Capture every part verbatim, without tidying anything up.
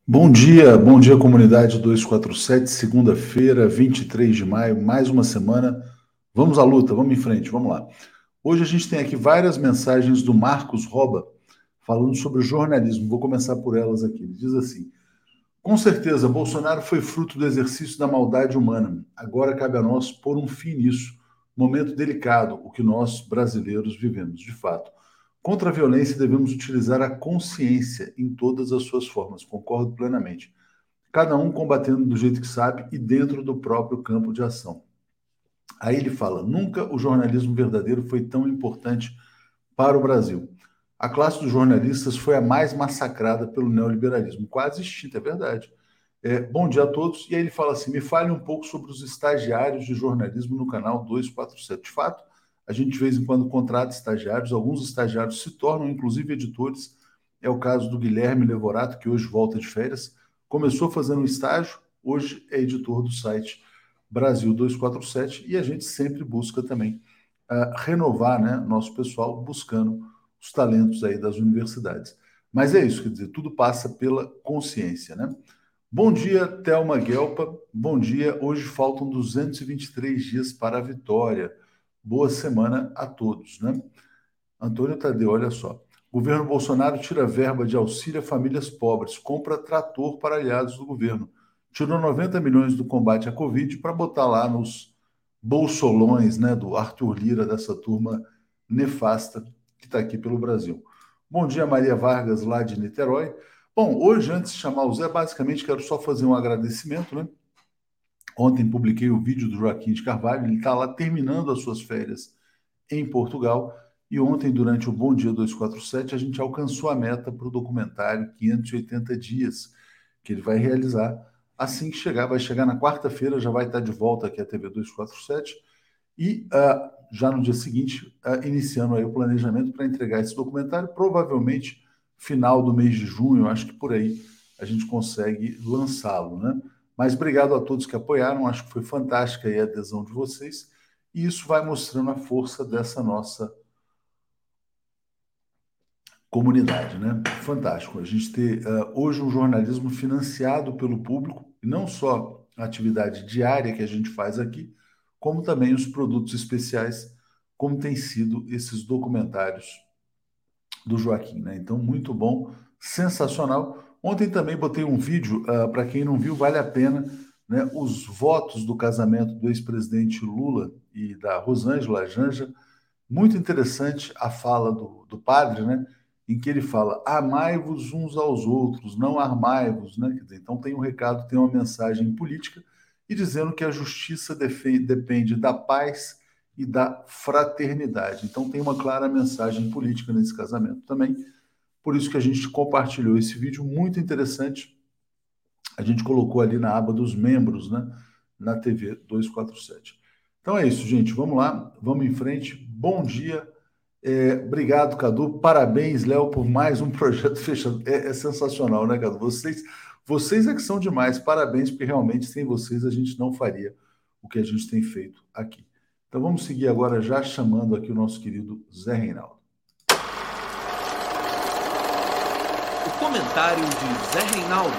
Bom dia, bom dia comunidade duzentos e quarenta e sete, segunda-feira, vinte e três de maio, mais uma semana. Vamos à luta, vamos em frente, vamos lá. Hoje a gente tem aqui várias mensagens do Marcos Roba falando sobre jornalismo. Vou começar por elas aqui. Ele diz assim: com certeza, Bolsonaro foi fruto do exercício da maldade humana. Agora cabe a nós pôr um fim nisso. Momento delicado, o que nós, brasileiros, vivemos, de fato. Contra a violência, devemos utilizar a consciência em todas as suas formas. Concordo plenamente. Cada um combatendo do jeito que sabe e dentro do próprio campo de ação. Aí ele fala: nunca o jornalismo verdadeiro foi tão importante para o Brasil. A classe dos jornalistas foi a mais massacrada pelo neoliberalismo, quase extinta, é verdade. É, bom dia a todos. E aí ele fala assim: me fale um pouco sobre os estagiários de jornalismo no canal duzentos e quarenta e sete. De fato, a gente de vez em quando contrata estagiários, alguns estagiários se tornam inclusive editores. É o caso do Guilherme Levorato, que hoje volta de férias. Começou fazendo um estágio, hoje é editor do site Brasil duzentos e quarenta e sete, e a gente sempre busca também uh, renovar, né, nosso pessoal, buscando os talentos aí das universidades. Mas é isso, quer dizer, tudo passa pela consciência, né? Bom dia, Thelma Guelpa. Bom dia. Hoje faltam duzentos e vinte e três dias para a vitória. Boa semana a todos, né? Antônio Tadeu, olha só. Governo Bolsonaro tira verba de auxílio a famílias pobres, compra trator para aliados do governo. Tirou noventa milhões do combate à Covid para botar lá nos bolsolões, né, do Arthur Lira, dessa turma nefasta que está aqui pelo Brasil. Bom dia, Maria Vargas, lá de Niterói. Bom, hoje, antes de chamar o Zé, basicamente quero só fazer um agradecimento, né? Ontem publiquei o vídeo do Joaquim de Carvalho, ele está lá terminando as suas férias em Portugal, e ontem, durante o Bom Dia duzentos e quarenta e sete, a gente alcançou a meta para o documentário quinhentos e oitenta dias, que ele vai realizar. Assim que chegar, vai chegar na quarta-feira, já vai estar de volta aqui à T V duzentos e quarenta e sete, e uh, já no dia seguinte, uh, iniciando aí o planejamento para entregar esse documentário, provavelmente final do mês de junho, acho que por aí a gente consegue lançá-lo, né? Mas obrigado a todos que apoiaram, acho que foi fantástica aí a adesão de vocês, e isso vai mostrando a força dessa nossa comunidade, né? Fantástico. A gente ter uh, hoje um jornalismo financiado pelo público, e não só a atividade diária que a gente faz aqui, como também os produtos especiais, como tem sido esses documentários do Joaquim, né? Então, muito bom, sensacional. Ontem também botei um vídeo, uh, para quem não viu, vale a pena, né? Os votos do casamento do ex-presidente Lula e da Rosângela Janja. Muito interessante a fala do, do padre, né? Em que ele fala: amai-vos uns aos outros, não armai-vos, né? Quer dizer, então tem um recado, tem uma mensagem política, e dizendo que a justiça defe- depende da paz e da fraternidade. Então tem uma clara mensagem política nesse casamento também. Por isso que a gente compartilhou esse vídeo muito interessante. A gente colocou ali na aba dos membros, né? Na T V duzentos e quarenta e sete. Então é isso, gente. Vamos lá, vamos em frente. Bom dia. É, obrigado, Cadu. Parabéns, Léo, por mais um projeto fechado. É, é sensacional, né, Cadu? Vocês, vocês é que são demais. Parabéns, porque realmente sem vocês a gente não faria o que a gente tem feito aqui. Então vamos seguir agora, já chamando aqui o nosso querido Zé Reinaldo. O comentário de Zé Reinaldo.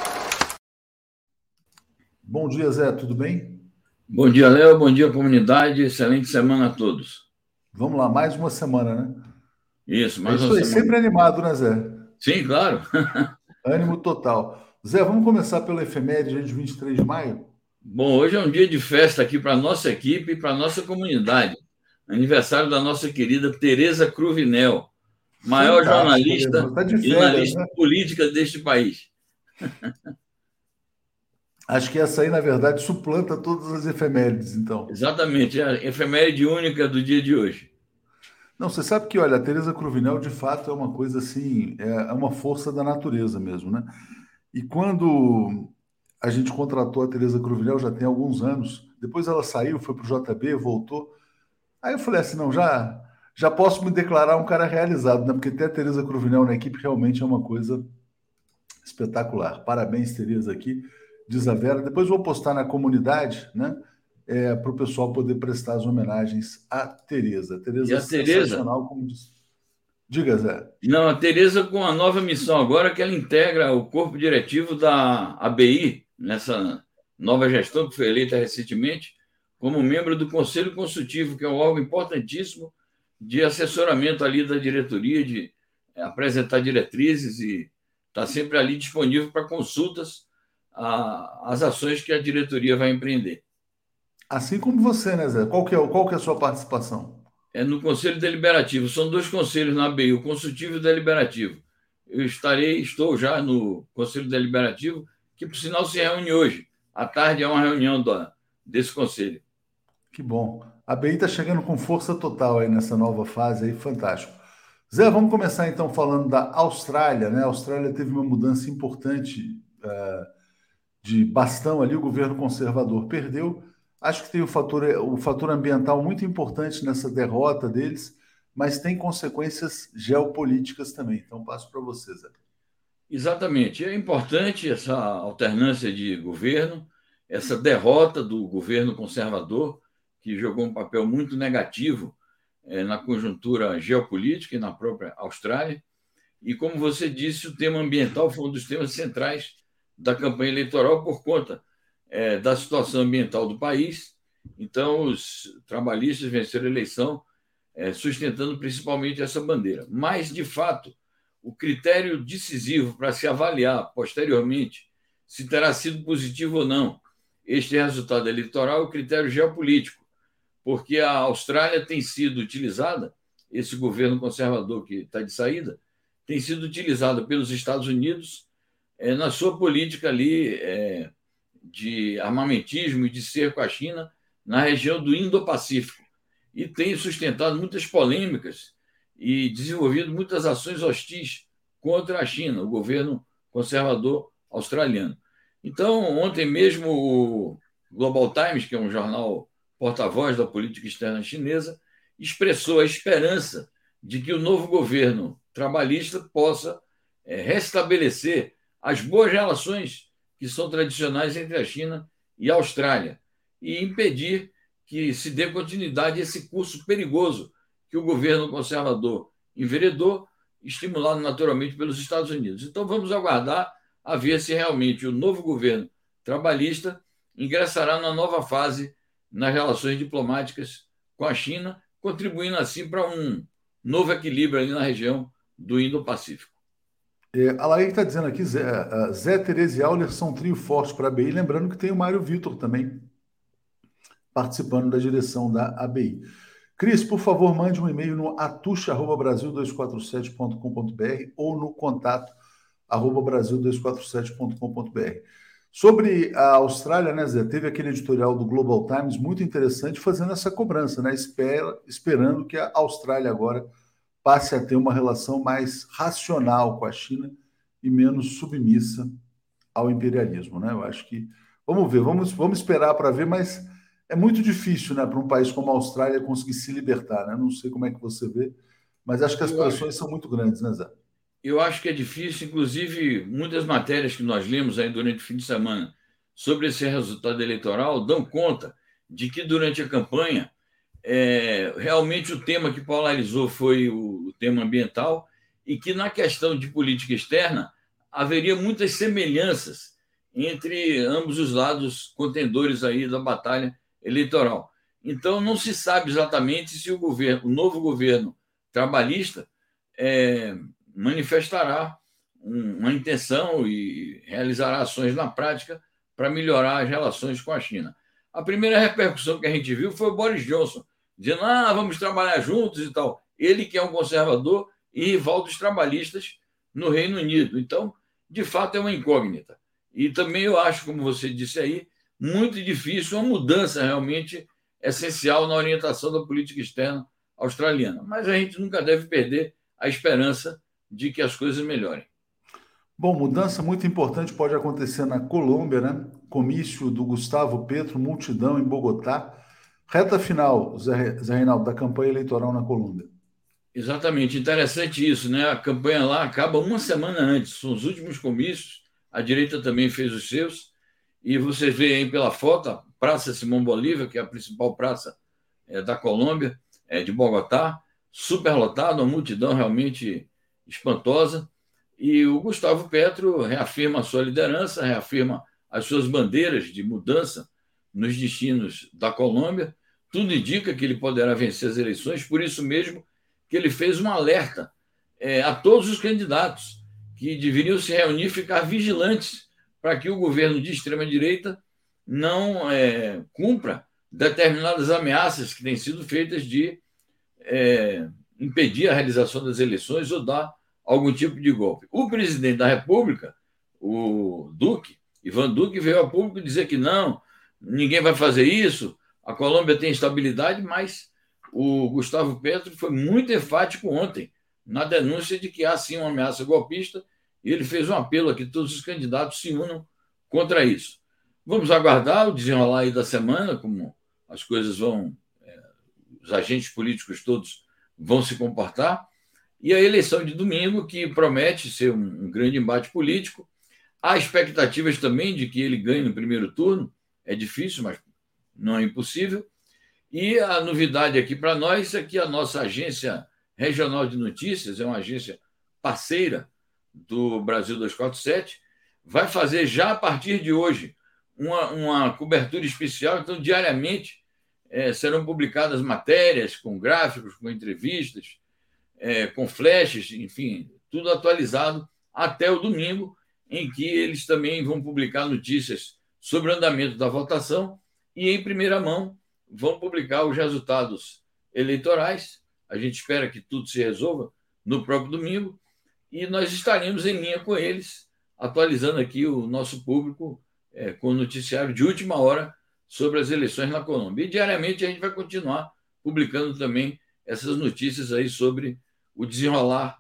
Bom dia, Zé, tudo bem? Bom dia, Léo. Bom dia, comunidade. Excelente semana a todos. Vamos lá, mais uma semana, né? Isso, mais é isso uma aí, semana. sempre animado, né, Zé? Sim, claro. Ânimo total. Zé, vamos começar pela efeméride de vinte e três de maio? Bom, hoje é um dia de festa aqui para a nossa equipe e para a nossa comunidade. Aniversário da nossa querida Tereza Cruvinel, maior Fantástico, jornalista tá de e férias, analista né? política deste país. Acho que essa aí, na verdade, suplanta todas as efemérides, então. Exatamente, é a efeméride única do dia de hoje. Não, você sabe que, olha, a Tereza Cruvinel, de fato, é uma coisa assim, é uma força da natureza mesmo, né? E quando a gente contratou a Tereza Cruvinel, já tem alguns anos, depois ela saiu, foi para o J B, voltou. Aí eu falei assim, não, já, já posso me declarar um cara realizado, né? Porque ter a Tereza Cruvinel na equipe realmente é uma coisa espetacular. Parabéns, Tereza, aqui, diz a Vera. Depois vou postar na comunidade, né? É, para o pessoal poder prestar as homenagens à Tereza. E Tereza a Tereza, sensacional, como diz. Diga, Zé. Não, a Tereza com a nova missão agora, que ela integra o corpo diretivo da A B I, nessa nova gestão que foi eleita recentemente, como membro do Conselho Consultivo, que é um órgão importantíssimo de assessoramento ali da diretoria, de apresentar diretrizes e está sempre ali disponível para consultas às ações que a diretoria vai empreender. Assim como você, né, Zé? Qual que é, qual que é a sua participação? É no Conselho Deliberativo. São dois conselhos na A B I, o Consultivo e o Deliberativo. Eu estarei, estou já no Conselho Deliberativo, que, por sinal, se reúne hoje. À tarde é uma reunião do, desse conselho. Que bom. A B I está chegando com força total aí nessa nova fase aí, fantástico. Zé, vamos começar então falando da Austrália, né? A Austrália teve uma mudança importante uh, de bastão ali, o governo conservador perdeu. Acho que tem o fator, o fator ambiental muito importante nessa derrota deles, mas tem consequências geopolíticas também. Então, passo para você, Zé. Exatamente. É importante essa alternância de governo, essa derrota do governo conservador, que jogou um papel muito negativo eh, na conjuntura geopolítica e na própria Austrália. E, como você disse, o tema ambiental foi um dos temas centrais da campanha eleitoral por conta é, da situação ambiental do país. Então, os trabalhistas venceram a eleição é, sustentando principalmente essa bandeira. Mas, de fato, o critério decisivo para se avaliar posteriormente se terá sido positivo ou não este resultado eleitoral é o critério geopolítico, porque a Austrália tem sido utilizada, esse governo conservador que está de saída, tem sido utilizado pelos Estados Unidos é, na sua política ali é, de armamentismo e de cerco à China na região do Indo-Pacífico. E tem sustentado muitas polêmicas e desenvolvido muitas ações hostis contra a China, o governo conservador australiano. Então, ontem mesmo, o Global Times, que é um jornal porta-voz da política externa chinesa, expressou a esperança de que o novo governo trabalhista possa é, restabelecer as boas relações que são tradicionais entre a China e a Austrália e impedir que se dê continuidade a esse curso perigoso que o governo conservador enveredou, estimulado naturalmente pelos Estados Unidos. Então, vamos aguardar a ver se realmente o novo governo trabalhista ingressará na nova fase nas relações diplomáticas com a China, contribuindo assim para um novo equilíbrio ali na região do Indo-Pacífico. É, a Laís está dizendo aqui, Zé, Zé, Tereza e Auler são um trio forte para a B I, lembrando que tem o Mário Vitor também participando da direção da A B I. Cris, por favor, mande um e-mail no atucha arroba brasil duzentos e quarenta e sete ponto com ponto br ou no contato arroba brasil duzentos e quarenta e sete ponto com ponto br. Sobre a Austrália, né, Zé, teve aquele editorial do Global Times muito interessante fazendo essa cobrança, né, espera, esperando que a Austrália agora passe a ter uma relação mais racional com a China e menos submissa ao imperialismo, né? Eu acho que vamos ver, vamos, vamos esperar para ver, mas é muito difícil, né, para um país como a Austrália conseguir se libertar, né? Não sei como é que você vê, mas acho que as pressões são muito grandes, né, Zé? Eu acho que é difícil, inclusive, muitas matérias que nós lemos aí durante o fim de semana sobre esse resultado eleitoral dão conta de que durante a campanha é, realmente o tema que polarizou foi o, o tema ambiental e que na questão de política externa haveria muitas semelhanças entre ambos os lados contendores aí da batalha eleitoral. Então não se sabe exatamente se o governo, o novo governo trabalhista é, manifestará uma intenção e realizará ações na prática para melhorar as relações com a China. A primeira repercussão que a gente viu foi o Boris Johnson, dizendo, ah, vamos trabalhar juntos e tal. Ele que é um conservador e rival dos trabalhistas no Reino Unido. Então, de fato, é uma incógnita. E também eu acho, como você disse aí, muito difícil uma mudança realmente essencial na orientação da política externa australiana. Mas a gente nunca deve perder a esperança de que as coisas melhorem. Bom, mudança muito importante pode acontecer na Colômbia, né? Comício do Gustavo Petro, multidão em Bogotá. Reta final, Zé, Zé Reinaldo, da campanha eleitoral na Colômbia. Exatamente, interessante isso, né? A campanha lá acaba uma semana antes, são os últimos comícios, a direita também fez os seus, e você vê aí pela foto a Praça Simão Bolívar, que é a principal praça é, da Colômbia, é, de Bogotá, superlotado, uma multidão realmente espantosa. E o Gustavo Petro reafirma a sua liderança, reafirma as suas bandeiras de mudança nos destinos da Colômbia. Tudo indica que ele poderá vencer as eleições, por isso mesmo que ele fez um alerta é, a todos os candidatos que deveriam se reunir e ficar vigilantes para que o governo de extrema-direita não é, cumpra determinadas ameaças que têm sido feitas de é, impedir a realização das eleições ou dar algum tipo de golpe. O presidente da República, o Duque, Ivan Duque, veio ao público dizer que não, ninguém vai fazer isso, a Colômbia tem estabilidade, mas o Gustavo Petro foi muito enfático ontem na denúncia de que há sim uma ameaça golpista e ele fez um apelo a que todos os candidatos se unam contra isso. Vamos aguardar o desenrolar aí da semana, como as coisas vão, é, os agentes políticos todos vão se comportar, e a eleição de domingo, que promete ser um, um grande embate político. Há expectativas também de que ele ganhe no primeiro turno, é difícil, mas não é impossível. E a novidade aqui para nós é que a nossa agência regional de notícias, é uma agência parceira do Brasil duzentos e quarenta e sete, vai fazer já a partir de hoje uma, uma cobertura especial. Então, diariamente, é, serão publicadas matérias com gráficos, com entrevistas, é, com flashes, enfim, tudo atualizado até o domingo, em que eles também vão publicar notícias sobre o andamento da votação e, em primeira mão, vão publicar os resultados eleitorais. A gente espera que tudo se resolva no próprio domingo e nós estaremos em linha com eles, atualizando aqui o nosso público é, com o noticiário de última hora sobre as eleições na Colômbia. E diariamente a gente vai continuar publicando também essas notícias aí sobre o desenrolar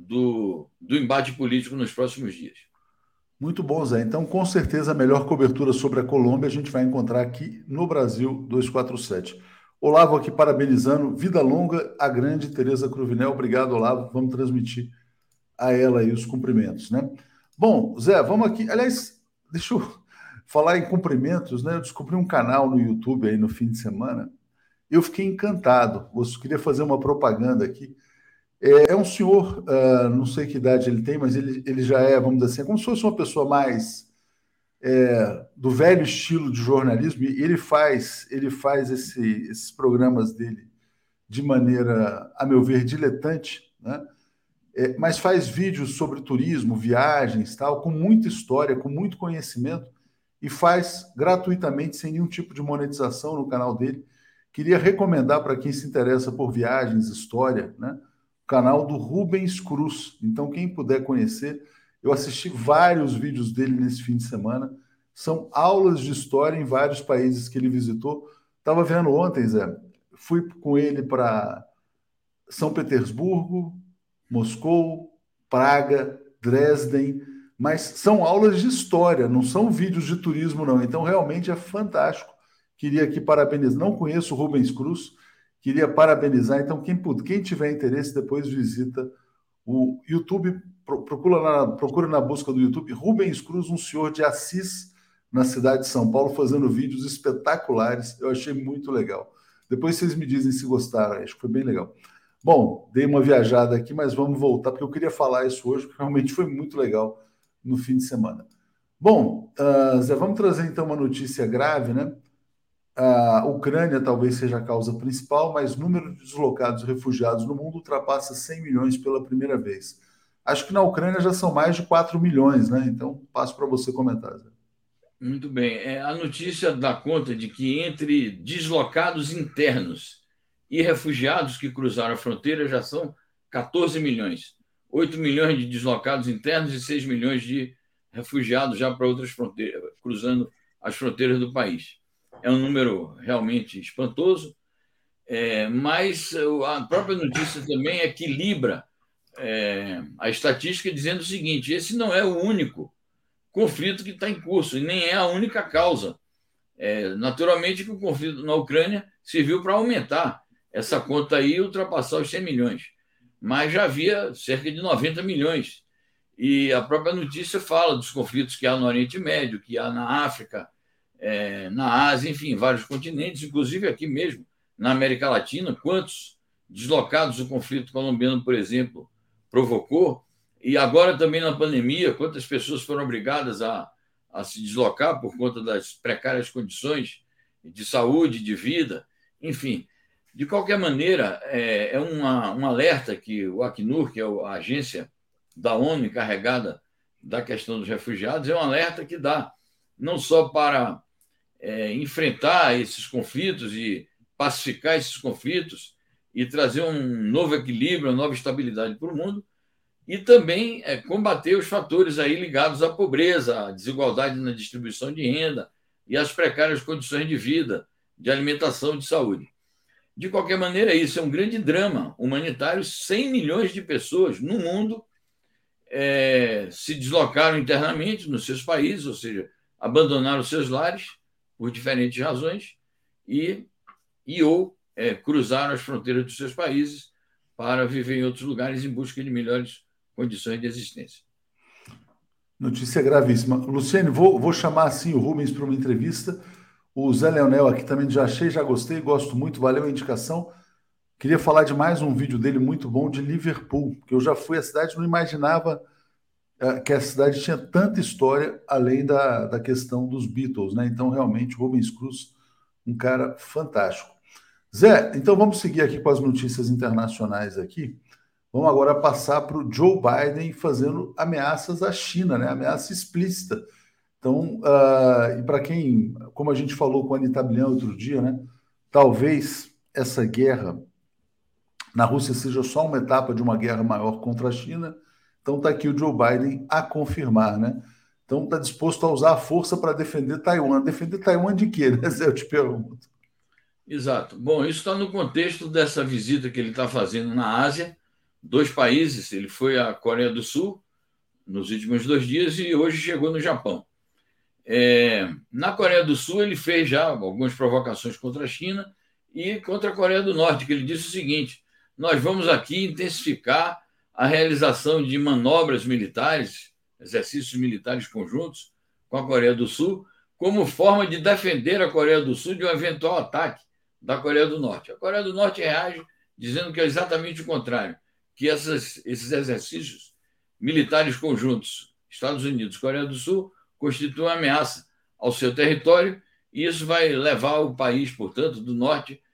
do, do embate político nos próximos dias. Muito bom, Zé. Então, com certeza, a melhor cobertura sobre a Colômbia a gente vai encontrar aqui no Brasil duzentos e quarenta e sete. Olavo aqui parabenizando. Vida longa a grande Tereza Cruvinel. Obrigado, Olavo. Vamos transmitir a ela aí os cumprimentos, né? Bom, Zé, vamos aqui. Aliás, deixa eu falar em cumprimentos, né? Eu descobri um canal no YouTube aí no fim de semana. Eu fiquei encantado. Eu queria fazer uma propaganda aqui. É um senhor, uh, não sei que idade ele tem, mas ele, ele já é, vamos dizer assim, é como se fosse uma pessoa mais é, do velho estilo de jornalismo, e ele faz, ele faz esse, esses programas dele de maneira, a meu ver, diletante, né? É, mas faz vídeos sobre turismo, viagens, tal, com muita história, com muito conhecimento, e faz gratuitamente, sem nenhum tipo de monetização no canal dele. Queria recomendar para quem se interessa por viagens, história, né? Canal do Rubens Cruz. Então, quem puder conhecer, eu assisti vários vídeos dele nesse fim de semana. São aulas de história em vários países que ele visitou. Estava vendo ontem, Zé, fui com ele para São Petersburgo, Moscou, Praga, Dresden, mas são aulas de história, não são vídeos de turismo, não. Então, realmente é fantástico. Queria aqui parabenizar. Não conheço o Rubens Cruz, queria parabenizar. Então, quem, quem tiver interesse, depois visita o YouTube, procura na, procura na busca do YouTube, Rubens Cruz, um senhor de Assis, na cidade de São Paulo, fazendo vídeos espetaculares. Eu achei muito legal. Depois vocês me dizem se gostaram, acho que foi bem legal. Bom, dei uma viajada aqui, mas vamos voltar, porque eu queria falar isso hoje, porque realmente foi muito legal no fim de semana. Bom, uh, Zé, vamos trazer então uma notícia grave, né? A Ucrânia talvez seja a causa principal, mas o número de deslocados e refugiados no mundo ultrapassa cem milhões pela primeira vez. Acho que na Ucrânia já são mais de quatro milhões, né? Então, passo para você comentar, Zé. Muito bem. É, a notícia dá conta de que entre deslocados internos e refugiados que cruzaram a fronteira já são quatorze milhões. oito milhões de deslocados internos e seis milhões de refugiados já para outras fronteiras, cruzando as fronteiras do país. É um número realmente espantoso, é, mas a própria notícia também equilibra é, a estatística dizendo o seguinte: esse não é o único conflito que está em curso e nem é a única causa. É, naturalmente que o conflito na Ucrânia serviu para aumentar essa conta aí e ultrapassar os cem milhões, mas já havia cerca de noventa milhões. E a própria notícia fala dos conflitos que há no Oriente Médio, que há na África, É, na Ásia, enfim, vários continentes, inclusive aqui mesmo, na América Latina, quantos deslocados o conflito colombiano, por exemplo, provocou, e agora também na pandemia, quantas pessoas foram obrigadas a, a se deslocar por conta das precárias condições de saúde, de vida, enfim. De qualquer maneira, é, é uma, um alerta que o Acnur, que é a agência da ONU encarregada da questão dos refugiados, é um alerta que dá não só para é, enfrentar esses conflitos e pacificar esses conflitos e trazer um novo equilíbrio, uma nova estabilidade para o mundo, e também é, combater os fatores aí ligados à pobreza, à desigualdade na distribuição de renda e às precárias condições de vida, de alimentação, de saúde. De qualquer maneira, isso é um grande drama humanitário. cem milhões de pessoas no mundo é, se deslocaram internamente nos seus países, ou seja, abandonaram seus lares por diferentes razões e, e ou é, cruzaram as fronteiras dos seus países para viver em outros lugares em busca de melhores condições de existência. Notícia gravíssima. Luciane, vou, vou chamar assim o Rubens para uma entrevista. O Zé Leonel aqui também já achei, já gostei, gosto muito, valeu a indicação. Queria falar de mais um vídeo dele muito bom de Liverpool, que eu já fui à cidade, não imaginava que a cidade tinha tanta história além da, da questão dos Beatles, né? Então, realmente, Rubens Cruz, um cara fantástico. Zé, então vamos seguir aqui com as notícias internacionais aqui. Vamos agora passar para o Joe Biden fazendo ameaças à China, né? Ameaça explícita. Então, uh, e para quem, como a gente falou com a Anitta Blian outro dia, né? Talvez essa guerra na Rússia seja só uma etapa de uma guerra maior contra a China. Então está aqui o Joe Biden a confirmar, né? Então está disposto a usar a força para defender Taiwan. Defender Taiwan de quê, né, Zé? Eu te pergunto. Exato. Bom, isso está no contexto dessa visita que ele está fazendo na Ásia, dois países. Ele foi à Coreia do Sul nos últimos dois dias e hoje chegou no Japão. É, na Coreia do Sul, ele fez já algumas provocações contra a China e contra a Coreia do Norte, que ele disse o seguinte: nós vamos aqui intensificar a realização de manobras militares, exercícios militares conjuntos com a Coreia do Sul, como forma de defender a Coreia do Sul de um eventual ataque da Coreia do Norte. A Coreia do Norte reage dizendo que é exatamente o contrário, que essas, esses exercícios militares conjuntos, Estados Unidos e Coreia do Sul, constituem uma ameaça ao seu território e isso vai levar o país, portanto, do Norte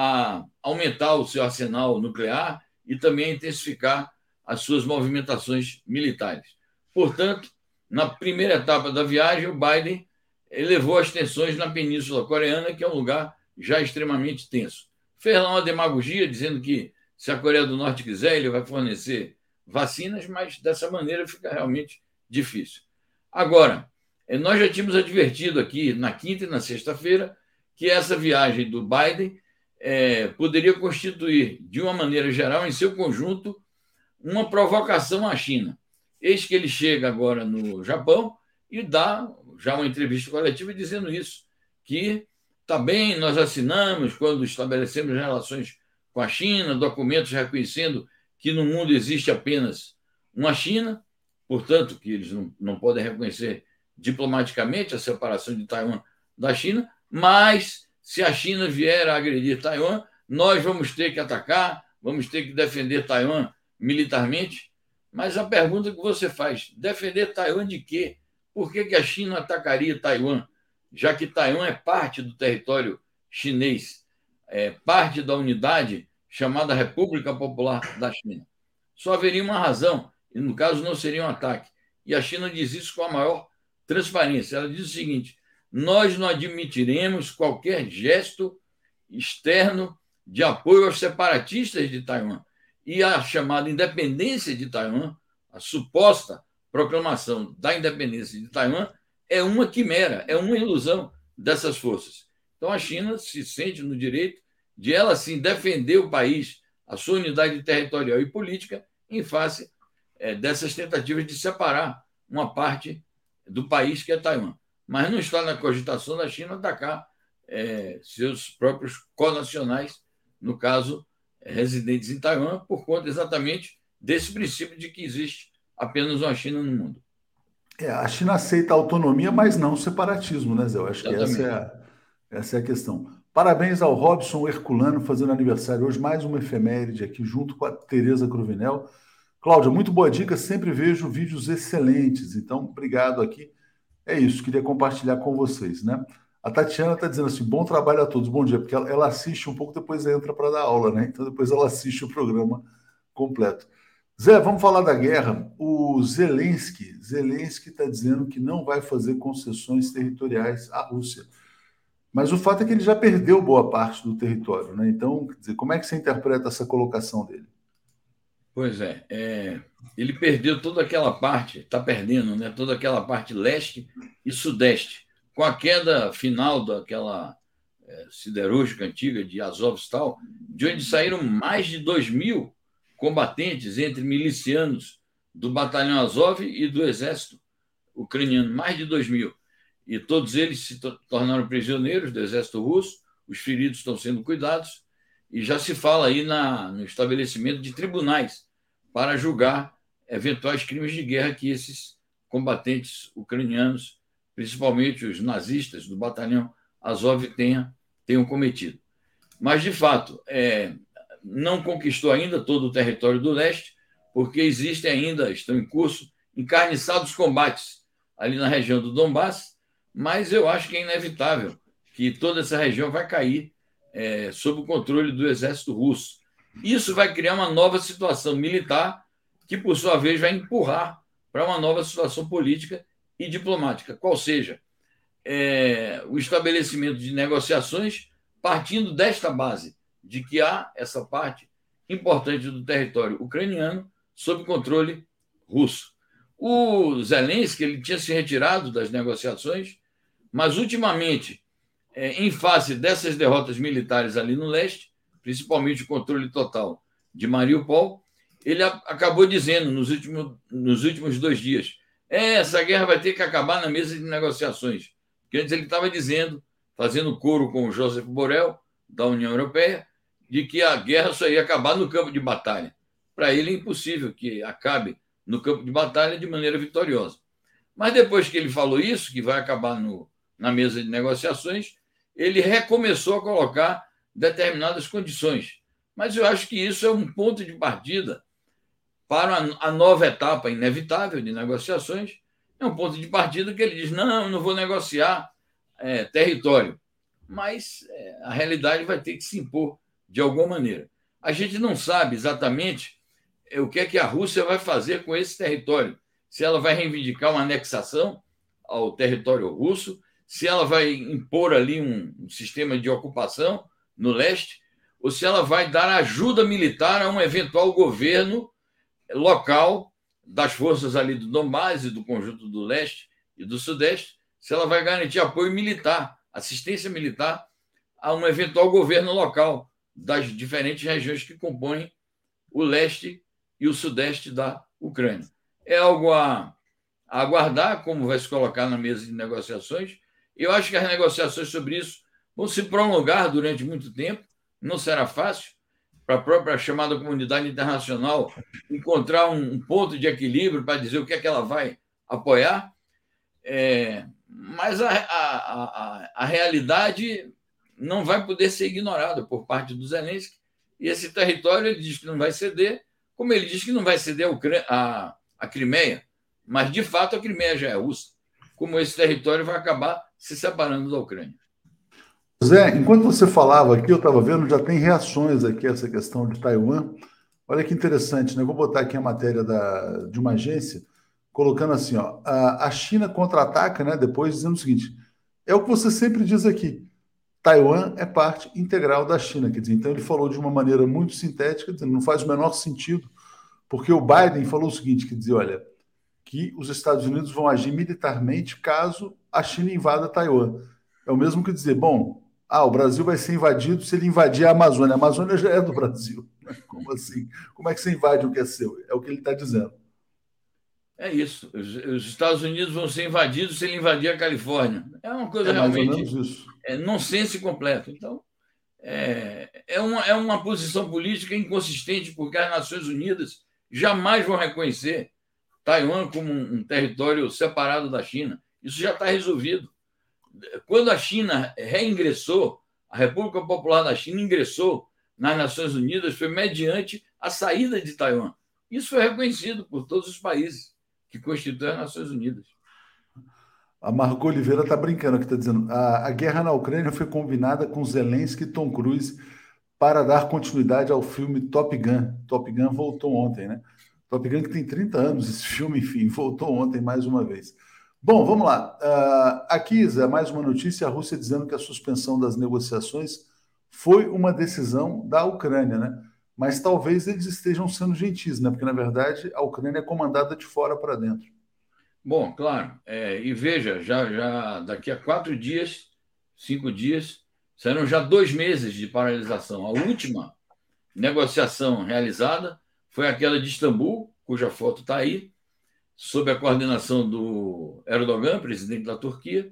a aumentar o seu arsenal nuclear e também a intensificar as suas movimentações militares. Portanto, na primeira etapa da viagem, o Biden elevou as tensões na Península Coreana, que é um lugar já extremamente tenso. Fez lá uma demagogia, dizendo que se a Coreia do Norte quiser, ele vai fornecer vacinas, mas dessa maneira fica realmente difícil. Agora, nós já tínhamos advertido aqui na quinta e na sexta-feira que essa viagem do Biden é, poderia constituir, de uma maneira geral, em seu conjunto, uma provocação à China. Eis que ele chega agora no Japão e dá já uma entrevista coletiva dizendo isso, que está bem, nós assinamos quando estabelecemos relações com a China, documentos reconhecendo que no mundo existe apenas uma China, portanto, que eles não, não podem reconhecer diplomaticamente a separação de Taiwan da China, mas se a China vier a agredir Taiwan, nós vamos ter que atacar, vamos ter que defender Taiwan militarmente. Mas a pergunta que você faz, defender Taiwan de quê? Por que, que a China atacaria Taiwan? Já que Taiwan é parte do território chinês, é parte da unidade chamada República Popular da China. Só haveria uma razão, e no caso não seria um ataque. E a China diz isso com a maior transparência. Ela diz o seguinte: nós não admitiremos qualquer gesto externo de apoio aos separatistas de Taiwan. E a chamada independência de Taiwan, a suposta proclamação da independência de Taiwan, é uma quimera, é uma ilusão dessas forças. Então a China se sente no direito de ela sim defender o país, a sua unidade territorial e política, em face é, dessas tentativas de separar uma parte do país que é Taiwan. Mas não está na cogitação da China atacar é, seus próprios connacionais, no caso, é, residentes em Taiwan, por conta exatamente desse princípio de que existe apenas uma China no mundo. É, a China aceita a autonomia, mas não o separatismo, né, Zé? Eu acho exatamente. que essa é, a, essa é a questão. Parabéns ao Robson Herculano, fazendo aniversário hoje, mais uma efeméride aqui, junto com a Tereza Cruvinel. Cláudia, muito boa dica, sempre vejo vídeos excelentes, então obrigado aqui. É isso, queria compartilhar com vocês, né? A Tatiana está dizendo assim, bom trabalho a todos, bom dia, porque ela, ela assiste um pouco, depois entra para dar aula, né? Então depois ela assiste o programa completo. Zé, vamos falar da guerra. O Zelensky, Zelensky está dizendo que não vai fazer concessões territoriais à Rússia. Mas o fato é que ele já perdeu boa parte do território, né? Então, quer dizer, como é que você interpreta essa colocação dele? Pois é, é ele perdeu toda aquela parte, está perdendo, né? Toda aquela parte leste e sudeste. Com a queda final daquela é, siderúrgica antiga de Azovstal, de onde saíram mais de dois mil combatentes entre milicianos do batalhão Azov e do exército ucraniano, mais de dois mil. E todos eles se tornaram prisioneiros do exército russo, os feridos estão sendo cuidados, e já se fala aí na, no estabelecimento de tribunais para julgar eventuais crimes de guerra que esses combatentes ucranianos, principalmente os nazistas do batalhão Azov, tenham, tenham cometido. Mas, de fato, é, não conquistou ainda todo o território do leste, porque existem ainda, estão em curso, encarniçados combates ali na região do Donbass, mas eu acho que é inevitável que toda essa região vai cair é, sob o controle do exército russo. Isso vai criar uma nova situação militar que, por sua vez, vai empurrar para uma nova situação política e diplomática, qual seja é, o estabelecimento de negociações partindo desta base, de que há essa parte importante do território ucraniano sob controle russo. O Zelensky ele tinha se retirado das negociações, mas, ultimamente, é, em face dessas derrotas militares ali no leste, principalmente o controle total de Mariupol, ele a, acabou dizendo nos últimos, nos últimos dois dias, é, essa guerra vai ter que acabar na mesa de negociações. Porque antes ele estava dizendo, fazendo coro com o Joseph Borrell, da União Europeia, de que a guerra só ia acabar no campo de batalha. Para ele é impossível que acabe no campo de batalha de maneira vitoriosa. Mas depois que ele falou isso, que vai acabar no, na mesa de negociações, ele recomeçou a colocar determinadas condições. Mas eu acho que isso é um ponto de partida para a nova etapa inevitável de negociações. É um ponto de partida que ele diz, não, não vou negociar é, território. Mas é, a realidade vai ter que se impor de alguma maneira. A gente não sabe exatamente é, o que é que a Rússia vai fazer com esse território. Se ela vai reivindicar uma anexação ao território russo, se ela vai impor ali um, um sistema de ocupação no leste, ou se ela vai dar ajuda militar a um eventual governo local das forças ali do Donbass e do conjunto do leste e do sudeste, se ela vai garantir apoio militar, assistência militar a um eventual governo local das diferentes regiões que compõem o leste e o sudeste da Ucrânia. É algo a, a aguardar, como vai se colocar na mesa de negociações. Eu acho que as negociações sobre isso vão se prolongar durante muito tempo, não será fácil para a própria chamada comunidade internacional encontrar um, um ponto de equilíbrio para dizer o que é que ela vai apoiar, é, mas a, a, a, a realidade não vai poder ser ignorada por parte do Zelensky, e esse território ele diz que não vai ceder, como ele diz que não vai ceder a, a, a Crimeia, mas de fato a Crimeia já é russa, como esse território vai acabar se separando da Ucrânia. Zé, enquanto você falava aqui, eu estava vendo, já tem reações aqui a essa questão de Taiwan. Olha que interessante, né? Eu vou botar aqui a matéria da, de uma agência, colocando assim, ó, a, a China contra-ataca, né? Depois dizendo o seguinte, é o que você sempre diz aqui, Taiwan é parte integral da China, quer dizer, então ele falou de uma maneira muito sintética, dizendo, não faz o menor sentido, porque o Biden falou o seguinte, quer dizer, olha, que os Estados Unidos vão agir militarmente caso a China invada Taiwan. É o mesmo que dizer, bom, ah, o Brasil vai ser invadido se ele invadir a Amazônia. A Amazônia já é do Brasil. Como assim? Como é que você invade o que é seu? É o que ele está dizendo. É isso. Os, os Estados Unidos vão ser invadidos se ele invadir a Califórnia. É uma coisa é mais realmente... ou menos isso. É nonsense completo. Então, é, é, uma, é uma posição política inconsistente, porque as Nações Unidas jamais vão reconhecer Taiwan como um, um território separado da China. Isso já está resolvido. Quando a China reingressou a República Popular da China ingressou nas Nações Unidas foi mediante a saída de Taiwan. Isso foi reconhecido por todos os países que constituem as Nações Unidas. A Margot Oliveira está brincando aqui, está dizendo a, a guerra na Ucrânia foi combinada com Zelensky e Tom Cruise para dar continuidade ao filme Top Gun. Top Gun voltou ontem, né? Top Gun que tem trinta anos, esse filme, enfim, voltou ontem mais uma vez. Bom, vamos lá. Uh, aqui, Zé, mais uma notícia, a Rússia dizendo que a suspensão das negociações foi uma decisão da Ucrânia, né? Mas talvez eles estejam sendo gentis, né? Porque, na verdade, a Ucrânia é comandada de fora para dentro. Bom, claro. É, e veja, já, já daqui a quatro dias, cinco dias, serão já dois meses de paralisação. A última negociação realizada foi aquela de Istambul, cuja foto está aí, sob a coordenação do Erdogan, presidente da Turquia,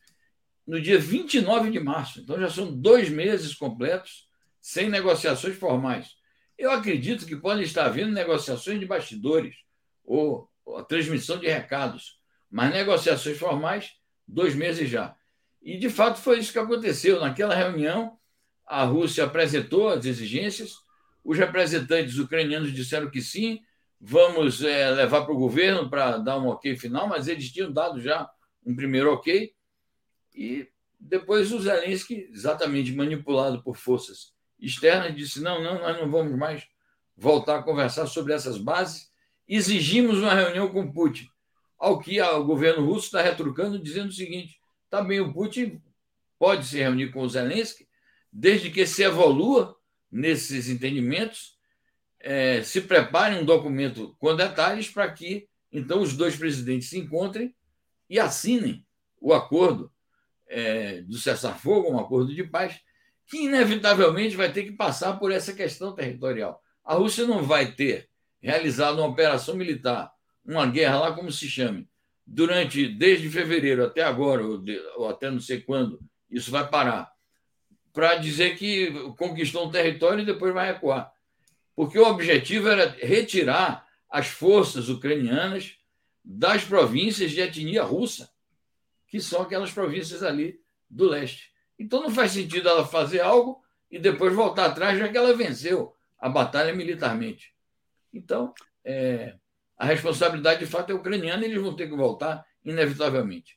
no dia vinte e nove de março. Então, já são dois meses completos sem negociações formais. Eu acredito que podem estar havendo negociações de bastidores ou a transmissão de recados, mas negociações formais, dois meses já. E, de fato, foi isso que aconteceu. Naquela reunião, a Rússia apresentou as exigências, os representantes ucranianos disseram que sim, vamos é, levar para o governo para dar um ok final, mas eles tinham dado já um primeiro ok, e depois o Zelensky, exatamente manipulado por forças externas, disse, não, não, nós não vamos mais voltar a conversar sobre essas bases, exigimos uma reunião com Putin, ao que o governo russo está retrucando, dizendo o seguinte, tá bem, o Putin pode se reunir com o Zelensky, desde que se evolua nesses entendimentos, é, se prepare um documento com detalhes para que, então, os dois presidentes se encontrem e assinem o acordo é, do cessar-fogo, um acordo de paz, que inevitavelmente vai ter que passar por essa questão territorial. A Rússia não vai ter realizado uma operação militar, uma guerra lá como se chame, durante, desde fevereiro até agora, ou, de, ou até não sei quando, isso vai parar, para dizer que conquistou um território e depois vai recuar. Porque o objetivo era retirar as forças ucranianas das províncias de etnia russa, que são aquelas províncias ali do leste. Então não faz sentido ela fazer algo e depois voltar atrás, já que ela venceu a batalha militarmente. Então, é, a responsabilidade de fato é ucraniana e eles vão ter que voltar inevitavelmente.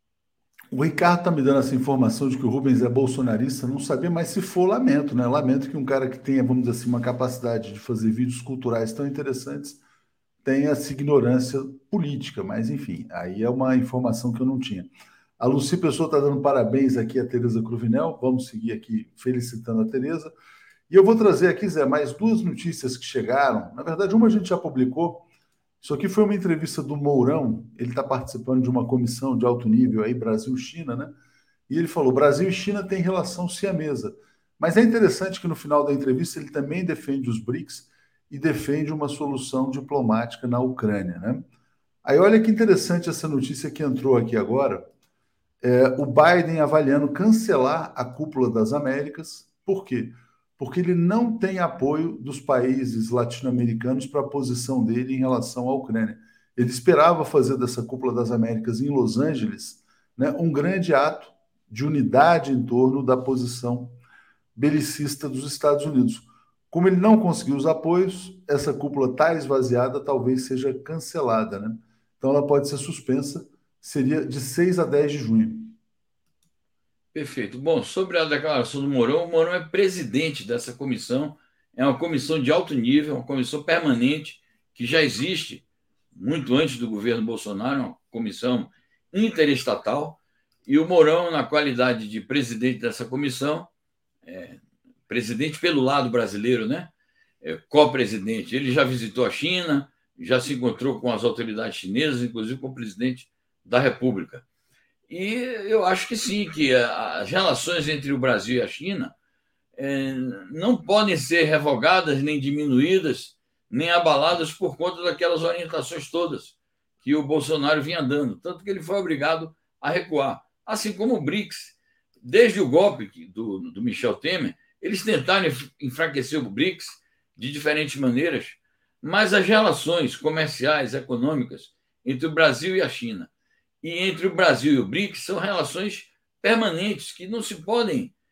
O Ricardo está me dando essa informação de que o Rubens é bolsonarista, não sabia, mas se for, lamento, né? Lamento que um cara que tenha, vamos dizer assim, uma capacidade de fazer vídeos culturais tão interessantes tenha essa ignorância política, mas enfim, aí é uma informação que eu não tinha. A Luci Pessoa está dando parabéns aqui a Tereza Cruvinel, vamos seguir aqui felicitando a Tereza. E eu vou trazer aqui, Zé, mais duas notícias que chegaram. Na verdade, uma a gente já publicou. Isso aqui foi uma entrevista do Mourão, ele está participando de uma comissão de alto nível aí, Brasil-China, né? E ele falou, Brasil e China têm relação siamesa. Mas é interessante que no final da entrevista ele também defende os BRICS e defende uma solução diplomática na Ucrânia, né? Aí olha que interessante essa notícia que entrou aqui agora. É, o Biden avaliando cancelar a Cúpula das Américas. Por quê? Porque ele não tem apoio dos países latino-americanos para a posição dele em relação à Ucrânia. Ele esperava fazer dessa Cúpula das Américas em Los Angeles, né, um grande ato de unidade em torno da posição belicista dos Estados Unidos. Como ele não conseguiu os apoios, essa cúpula está esvaziada, talvez seja cancelada, né? Então ela pode ser suspensa, seria de seis a dez de junho. Perfeito. Bom, sobre a declaração do Mourão, o Mourão é presidente dessa comissão, é uma comissão de alto nível, uma comissão permanente, que já existe muito antes do governo Bolsonaro, uma comissão interestatal, e o Mourão, na qualidade de presidente dessa comissão, é, presidente pelo lado brasileiro, né? É, co-presidente, ele já visitou a China, já se encontrou com as autoridades chinesas, inclusive com o presidente da República. E eu acho que sim, que as relações entre o Brasil e a China é, não podem ser revogadas, nem diminuídas, nem abaladas por conta daquelas orientações todas que o Bolsonaro vinha dando, tanto que ele foi obrigado a recuar. Assim como o BRICS, desde o golpe do, do Michel Temer, eles tentaram enfraquecer o BRICS de diferentes maneiras, mas as relações comerciais, econômicas entre o Brasil e a China e entre o Brasil e o BRICS são relações permanentes que não se podem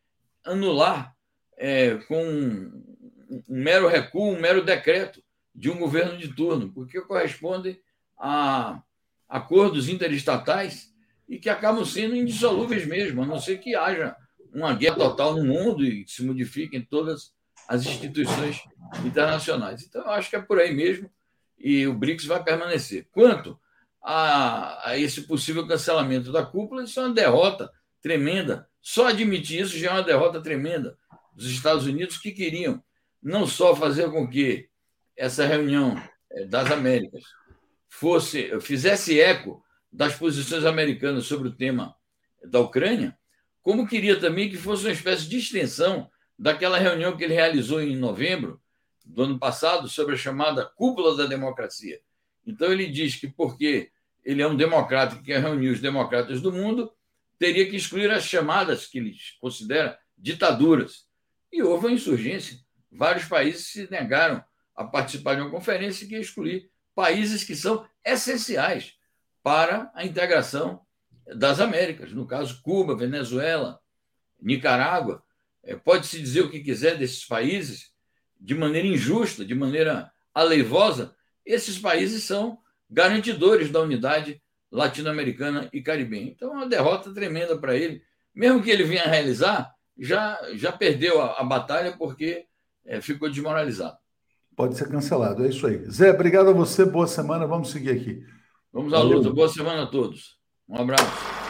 anular é, com um, um mero recuo, um mero decreto de um governo de turno, porque correspondem a acordos interestatais e que acabam sendo indissolúveis mesmo, a não ser que haja uma guerra total no mundo e se modifiquem todas as instituições internacionais. Então, eu acho que é por aí mesmo e o BRICS vai permanecer. Quanto a, a esse possível cancelamento da cúpula, isso é uma derrota tremenda. Só admitir isso já é uma derrota tremenda dos Estados Unidos, que queriam não só fazer com que essa reunião das Américas fosse, fizesse eco das posições americanas sobre o tema da Ucrânia, como queria também que fosse uma espécie de extensão daquela reunião que ele realizou em novembro do ano passado sobre a chamada Cúpula da Democracia. Então, ele diz que porque ele é um democrata que quer reunir os democratas do mundo, teria que excluir as chamadas que ele considera ditaduras. E houve uma insurgência. Vários países se negaram a participar de uma conferência que ia excluir países que são essenciais para a integração das Américas. No caso, Cuba, Venezuela, Nicarágua. Pode-se dizer o que quiser desses países, de maneira injusta, de maneira aleivosa, esses países são garantidores da unidade latino-americana e caribenha. Então, é uma derrota tremenda para ele. Mesmo que ele venha a realizar, já, já perdeu a, a batalha porque é, ficou desmoralizado. Pode ser cancelado, é isso aí. Zé, obrigado a você, boa semana, vamos seguir aqui. Vamos à Valeu. luta, boa semana a todos. Um abraço.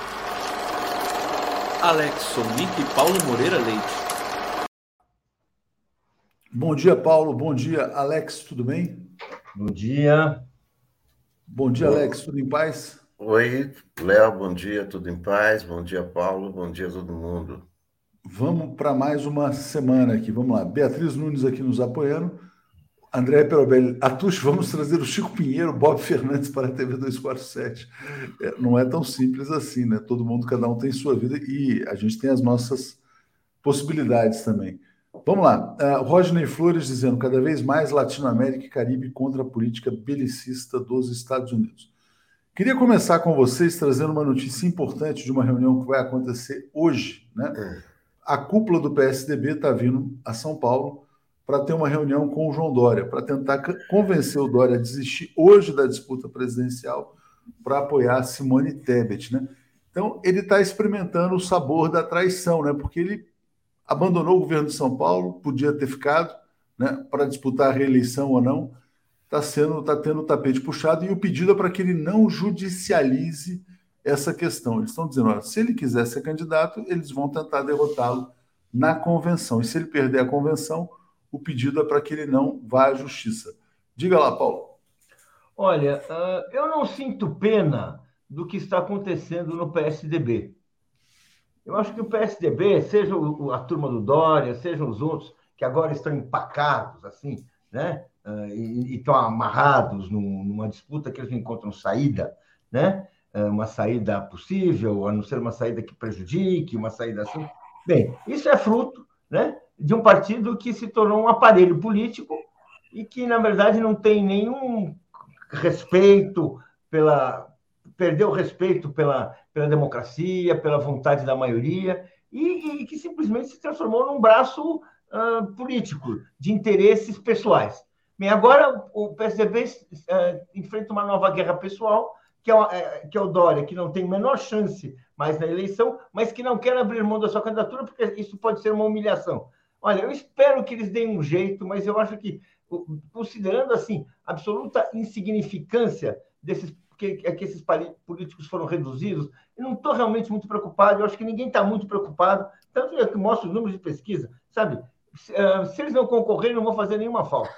Alex Sonic e Paulo Moreira Leite. Bom dia, Paulo. Bom dia, Alex. Tudo bem? Bom dia. Bom dia, Alex. Tudo em paz? Oi, Léo. Bom dia. Tudo em paz? Bom dia, Paulo. Bom dia a todo mundo. Vamos para mais uma semana aqui. Vamos lá. Beatriz Nunes aqui nos apoiando. André Perobelli. Atush, vamos trazer o Chico Pinheiro, Bob Fernandes para a T V duzentos e quarenta e sete. É, não é tão simples assim, né? Todo mundo, cada um tem sua vida e a gente tem as nossas possibilidades também. Vamos lá. Uh, Rodney Flores dizendo, cada vez mais Latinoamérica e Caribe contra a política belicista dos Estados Unidos. Queria começar com vocês trazendo uma notícia importante de uma reunião que vai acontecer hoje, né? A cúpula do P S D B está vindo a São Paulo para ter uma reunião com o João Dória, para tentar convencer o Dória a desistir hoje da disputa presidencial para apoiar Simone Tebet, né? Então, ele está experimentando o sabor da traição, né? Porque ele abandonou o governo de São Paulo, podia ter ficado, né, para disputar a reeleição ou não, está sendo, tá tendo o tapete puxado, e o pedido é para que ele não judicialize essa questão. Eles estão dizendo, olha, se ele quiser ser candidato, eles vão tentar derrotá-lo na convenção, e se ele perder a convenção, o pedido é para que ele não vá à justiça. Diga lá, Paulo. Olha, uh, eu não sinto pena do que está acontecendo no P S D B. Eu acho que o P S D B, seja o, a turma do Dória, sejam os outros, que agora estão empacados, assim, né? Uh, e, e estão amarrados num, numa disputa que eles não encontram saída, né? Uh, uma saída possível, a não ser uma saída que prejudique, uma saída assim. Bem, isso é fruto, né, de um partido que se tornou um aparelho político e que, na verdade, não tem nenhum respeito pela... perdeu o respeito pela, pela democracia, pela vontade da maioria, e, e que simplesmente se transformou num braço uh, político, de interesses pessoais. Bem, agora o P S D B uh, enfrenta uma nova guerra pessoal, que é, o, é, que é o Dória, que não tem a menor chance mais na eleição, mas que não quer abrir mão da sua candidatura, porque isso pode ser uma humilhação. Olha, eu espero que eles deem um jeito, mas eu acho que, considerando assim, a absoluta insignificância desses que, que esses políticos foram reduzidos, eu não estou realmente muito preocupado, eu acho que ninguém está muito preocupado, tanto é que mostra os números de pesquisa, sabe? Se, uh, se eles não concorrerem, não vão fazer nenhuma falta.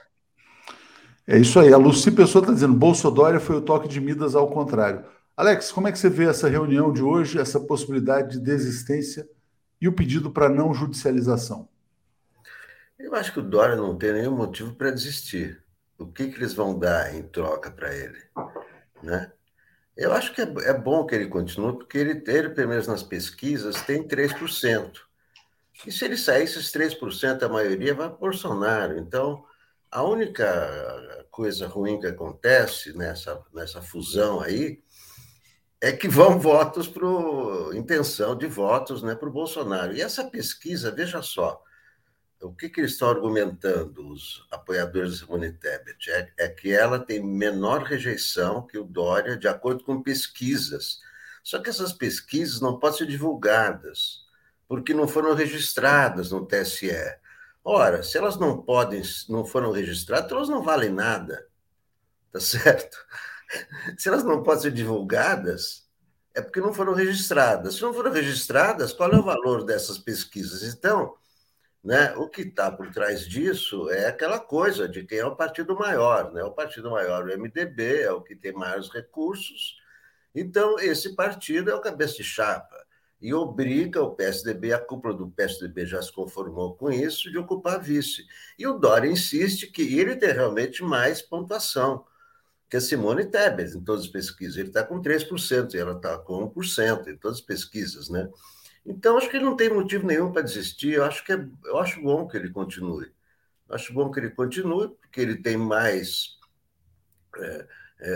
É isso aí, a Luci Pessoa está dizendo, Bolsodória foi o toque de Midas ao contrário. Alex, como é que você vê essa reunião de hoje, essa possibilidade de desistência e o pedido para não judicialização? Eu acho que o Dória não tem nenhum motivo para desistir. O que, que eles vão dar em troca para ele? Né? Eu acho que é, é bom que ele continue, porque ele, ele, pelo menos nas pesquisas, tem três por cento. E se ele sair, esses três por cento, a maioria vai para Bolsonaro. Então, a única coisa ruim que acontece nessa, nessa fusão aí é que vão votos para intenção de votos, né, para o Bolsonaro. E essa pesquisa, veja só, o que, que eles estão argumentando, os apoiadores de Simone Tebet? É, é que ela tem menor rejeição que o Dória, de acordo com pesquisas. Só que essas pesquisas não podem ser divulgadas, porque não foram registradas no T S E. Ora, se elas não podem, não foram registradas, elas não valem nada, tá certo? Se elas não podem ser divulgadas, é porque não foram registradas. Se não foram registradas, qual é o valor dessas pesquisas? Então, né, o que está por trás disso é aquela coisa de quem é o partido maior, né? O partido maior, o M D B, é o que tem maiores recursos. Então, esse partido é o cabeça de chapa e obriga o P S D B, a cúpula do P S D B já se conformou com isso, de ocupar vice. E o Dória insiste que ele tem realmente mais pontuação que a Simone Tebet em todas as pesquisas. Ele está com três por cento e ela está com um por cento em todas as pesquisas, né? Então, acho que ele não tem motivo nenhum para desistir. Eu acho que é, eu acho bom que ele continue. Eu acho bom que ele continue, porque ele tem mais, é,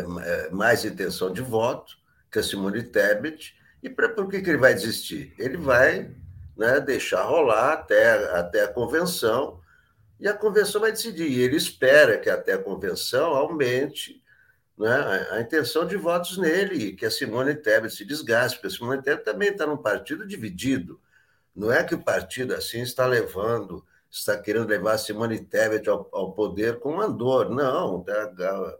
é, mais intenção de voto que a Simone Tebet. E pra, por que, que ele vai desistir? Ele vai, né, deixar rolar até, até a convenção, e a convenção vai decidir. E ele espera que até a convenção aumente, né, a, a intenção de votos nele, e que a Simone Tebet se desgaste, porque a Simone Tebet também está num partido dividido. Não é que o partido assim está levando, está querendo levar a Simone Tebet ao, ao poder com Andor. Não, tá,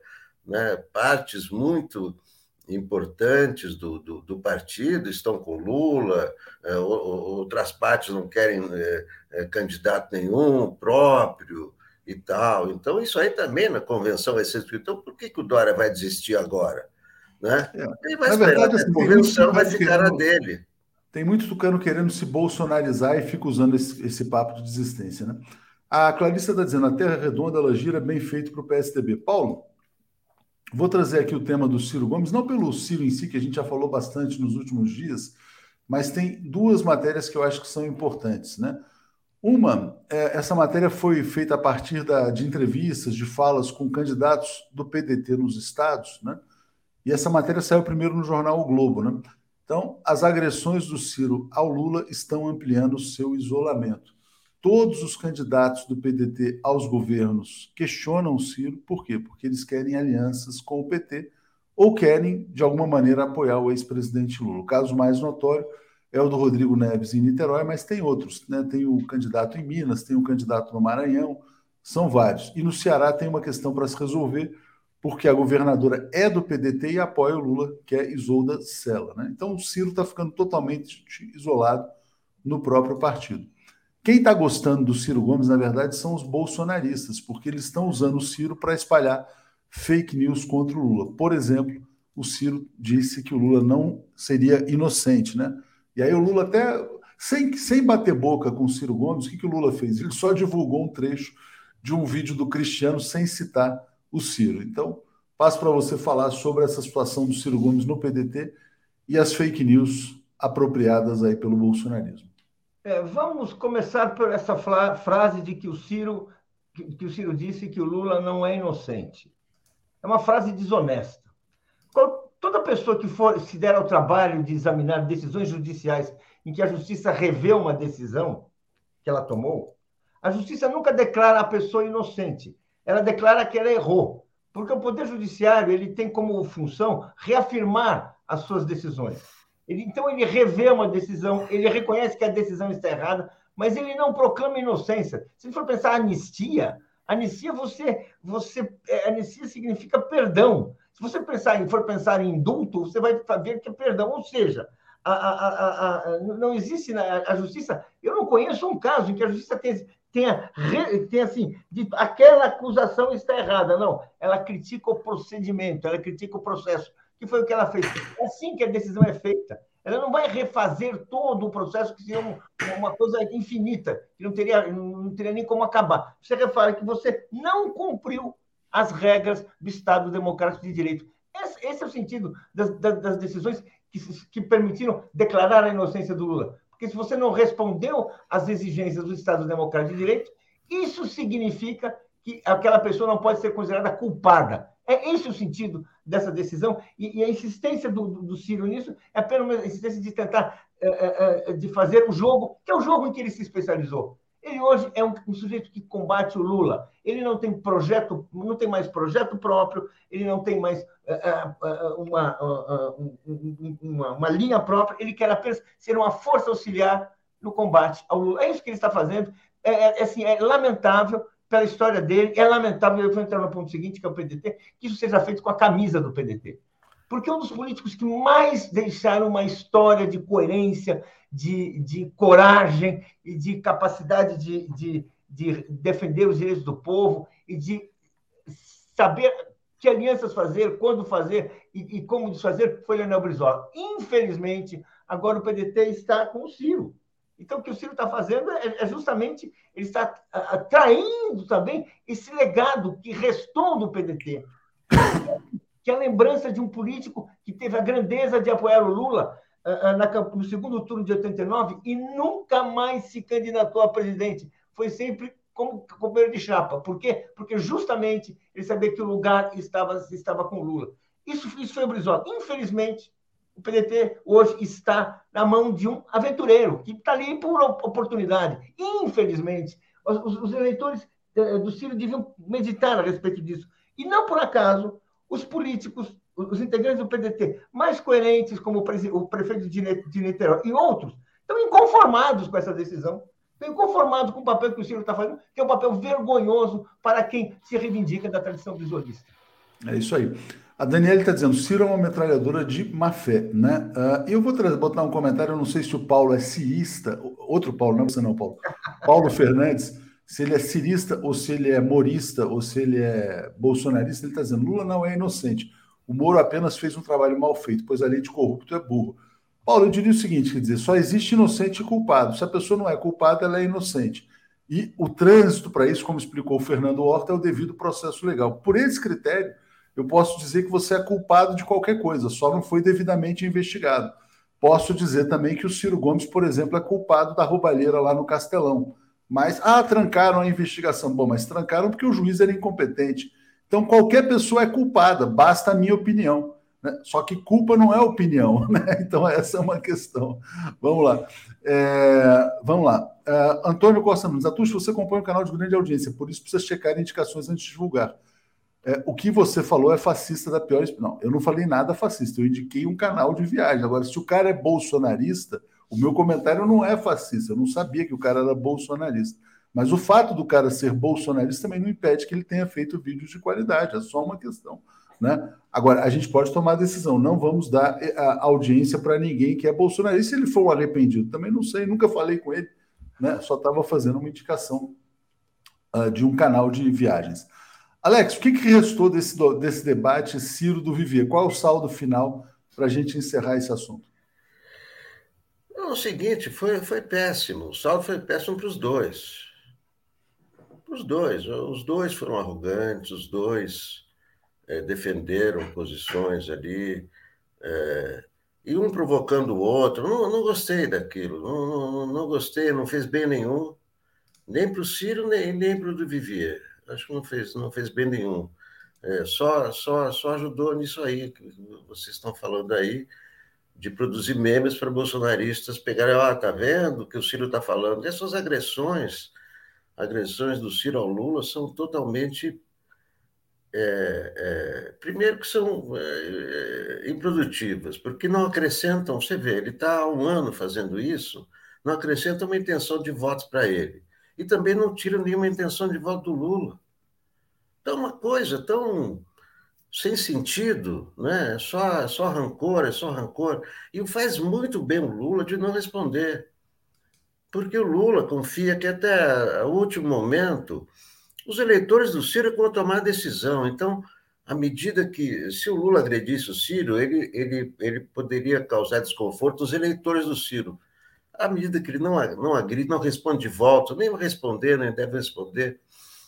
né, partes muito importantes do, do, do partido estão com Lula, é, outras partes não querem é, é, candidato nenhum próprio e tal. Então, isso aí também na convenção vai ser escrito. Então, por que, que o Dória vai desistir agora? Né? É. Ele vai Na esperar verdade, até assim, a tem muito convenção, vai tucano ficar na querendo, dele. tem muito tucano querendo se bolsonarizar e fica usando esse, esse papo de desistência, né? A Clarissa está dizendo, a Terra Redonda, ela gira bem feito para o P S D B. Paulo, vou trazer aqui o tema do Ciro Gomes, não pelo Ciro em si, que a gente já falou bastante nos últimos dias, mas tem duas matérias que eu acho que são importantes, né? Uma, é, essa matéria foi feita a partir da, de entrevistas, de falas com candidatos do P D T nos estados, né? E essa matéria saiu primeiro no jornal O Globo, né? Então, as agressões do Ciro ao Lula estão ampliando o seu isolamento. Todos os candidatos do P D T aos governos questionam o Ciro, por quê? Porque eles querem alianças com o P T ou querem, de alguma maneira, apoiar o ex-presidente Lula. O caso mais notório é o do Rodrigo Neves em Niterói, mas tem outros, né? Tem o candidato em Minas, tem o candidato no Maranhão, são vários. E no Ceará tem uma questão para se resolver, porque a governadora é do P D T e apoia o Lula, que é Isolda Sela, né? Então o Ciro está ficando totalmente isolado no próprio partido. Quem está gostando do Ciro Gomes, na verdade, são os bolsonaristas, porque eles estão usando o Ciro para espalhar fake news contra o Lula. Por exemplo, o Ciro disse que o Lula não seria inocente, né? E aí o Lula até, sem, sem bater boca com o Ciro Gomes, o que, que o Lula fez? Ele só divulgou um trecho de um vídeo do Cristiano sem citar o Ciro. Então, passo para você falar sobre essa situação do Ciro Gomes no P D T e as fake news apropriadas aí pelo bolsonarismo. É, vamos começar por essa frase de que o Ciro que, que o Ciro disse que o Lula não é inocente. É uma frase desonesta. Toda pessoa que for, se der ao trabalho de examinar decisões judiciais em que a justiça revê uma decisão que ela tomou, a justiça nunca declara a pessoa inocente. Ela declara que ela errou. Porque o Poder Judiciário ele tem como função reafirmar as suas decisões. Ele, então, ele revê uma decisão, ele reconhece que a decisão está errada, mas ele não proclama inocência. Se for pensar anistia, anistia, você, você, anistia significa perdão. Se você pensar, for pensar em indulto, você vai ver que é perdão. Ou seja, a, a, a, a, não existe na a justiça... Eu não conheço um caso em que a justiça tenha, tenha, tenha assim, dito aquela acusação está errada. Não, ela critica o procedimento, ela critica o processo, que foi o que ela fez. É assim que a decisão é feita. Ela não vai refazer todo o processo, que seria uma coisa infinita, que não teria, não teria nem como acabar. Você refere que você não cumpriu as regras do Estado Democrático de Direito. Esse, esse é o sentido das, das decisões que, que permitiram declarar a inocência do Lula. Porque se você não respondeu às exigências do Estado Democrático de Direito, isso significa que aquela pessoa não pode ser considerada culpada. É esse o sentido dessa decisão, e, e a insistência do, do, do Ciro nisso é apenas uma insistência de tentar é, é, de fazer o jogo, que é o jogo em que ele se especializou. Ele hoje é um, um sujeito que combate o Lula. Ele não tem projeto, não tem mais projeto próprio, ele não tem mais uh, uh, uma, uh, uh, uma, uma linha própria, ele quer apenas ser uma força auxiliar no combate ao Lula. É isso que ele está fazendo. É, é, assim, é lamentável pela história dele, é lamentável, eu vou entrar no ponto seguinte, que é o P D T, que isso seja feito com a camisa do P D T. Porque um dos políticos que mais deixaram uma história de coerência, de, de coragem e de capacidade de, de, de defender os direitos do povo e de saber que alianças fazer, quando fazer e, e como desfazer, foi Leonel Brizola. Infelizmente, agora o P D T está com o Ciro. Então, o que o Ciro está fazendo é, é justamente, ele está atraindo também esse legado que restou do P D T, que é a lembrança de um político que teve a grandeza de apoiar o Lula uh, na, no segundo turno de oitenta e nove e nunca mais se candidatou a presidente. Foi sempre como companheiro de chapa. Por quê? Porque justamente ele sabia que o lugar estava, estava com o Lula. Isso, isso foi o Brizola. Infelizmente, o P D T hoje está na mão de um aventureiro, que está ali por oportunidade. Infelizmente, os, os eleitores do Ciro deviam meditar a respeito disso. E não por acaso, os políticos, os integrantes do P D T mais coerentes, como o prefeito de Niterói e outros, estão inconformados com essa decisão, estão inconformados com o papel que o Ciro está fazendo, que é um papel vergonhoso para quem se reivindica da tradição brisolista. É isso aí. A Daniela está dizendo, Ciro é uma metralhadora de má fé, né? Uh, eu vou trazer, botar um comentário, eu não sei se o Paulo é ciista, outro Paulo, não é você não, Paulo. Paulo Fernandes, se ele é cirista, ou se ele é morista, ou se ele é bolsonarista, ele está dizendo, Lula não é inocente. O Moro apenas fez um trabalho mal feito, pois a lei de corrupto é burro. Paulo, eu diria o seguinte, quer dizer, só existe inocente e culpado. Se a pessoa não é culpada, ela é inocente. E o trânsito para isso, como explicou o Fernando Horta, é o devido processo legal. Por esse critério, eu posso dizer que você é culpado de qualquer coisa, só não foi devidamente investigado. Posso dizer também que o Ciro Gomes, por exemplo, é culpado da roubalheira lá no Castelão. Mas, ah, trancaram a investigação. Bom, mas trancaram porque o juiz era incompetente. Então, qualquer pessoa é culpada, basta a minha opinião. Né? Só que culpa não é opinião, né? Então, essa é uma questão. Vamos lá. É, vamos lá. É, Antônio Costa Nunes, Atush, você compõe um canal de grande audiência, por isso precisa checar indicações antes de divulgar. É, o que você falou é fascista da pior... Não, eu não falei nada fascista, eu indiquei um canal de viagem. Agora, se o cara é bolsonarista, o meu comentário não é fascista, eu não sabia que o cara era bolsonarista. Mas o fato do cara ser bolsonarista também não impede que ele tenha feito vídeos de qualidade, é só uma questão. Né? Agora, a gente pode tomar a decisão, não vamos dar a audiência para ninguém que é bolsonarista. Se ele for um arrependido, também não sei, nunca falei com ele, né? Só estava fazendo uma indicação uh, de um canal de viagens. Alex, o que, que restou desse, desse debate Ciro do Vivier? Qual é o saldo final para a gente encerrar esse assunto? É o seguinte, foi, foi péssimo. O saldo foi péssimo para os dois. Para os dois. Os dois foram arrogantes, os dois é, defenderam posições ali, é, e um provocando o outro. Não, não gostei daquilo, não, não, não gostei, não fez bem nenhum, nem para o Ciro, nem, nem para o do Vivier. Acho que não fez, não fez bem nenhum. É, só, só, só ajudou nisso aí, que vocês estão falando aí, de produzir memes para bolsonaristas pegarem, ah, tá vendo o que o Ciro está falando? E essas agressões, agressões do Ciro ao Lula são totalmente... É, é, primeiro que são é, improdutivas, porque não acrescentam, você vê, ele está há um ano fazendo isso, não acrescenta uma intenção de votos para ele. E também não tira nenhuma intenção de voto do Lula. Então, uma coisa tão sem sentido, né? Só, só rancor, é só rancor. E faz muito bem o Lula de não responder. Porque o Lula confia que até o último momento os eleitores do Ciro vão tomar a decisão. Então, à medida que, se o Lula agredisse o Ciro, ele, ele, ele poderia causar desconforto aos eleitores do Ciro. À medida que ele não, não agride, não responde de volta, nem vai responder, nem deve responder,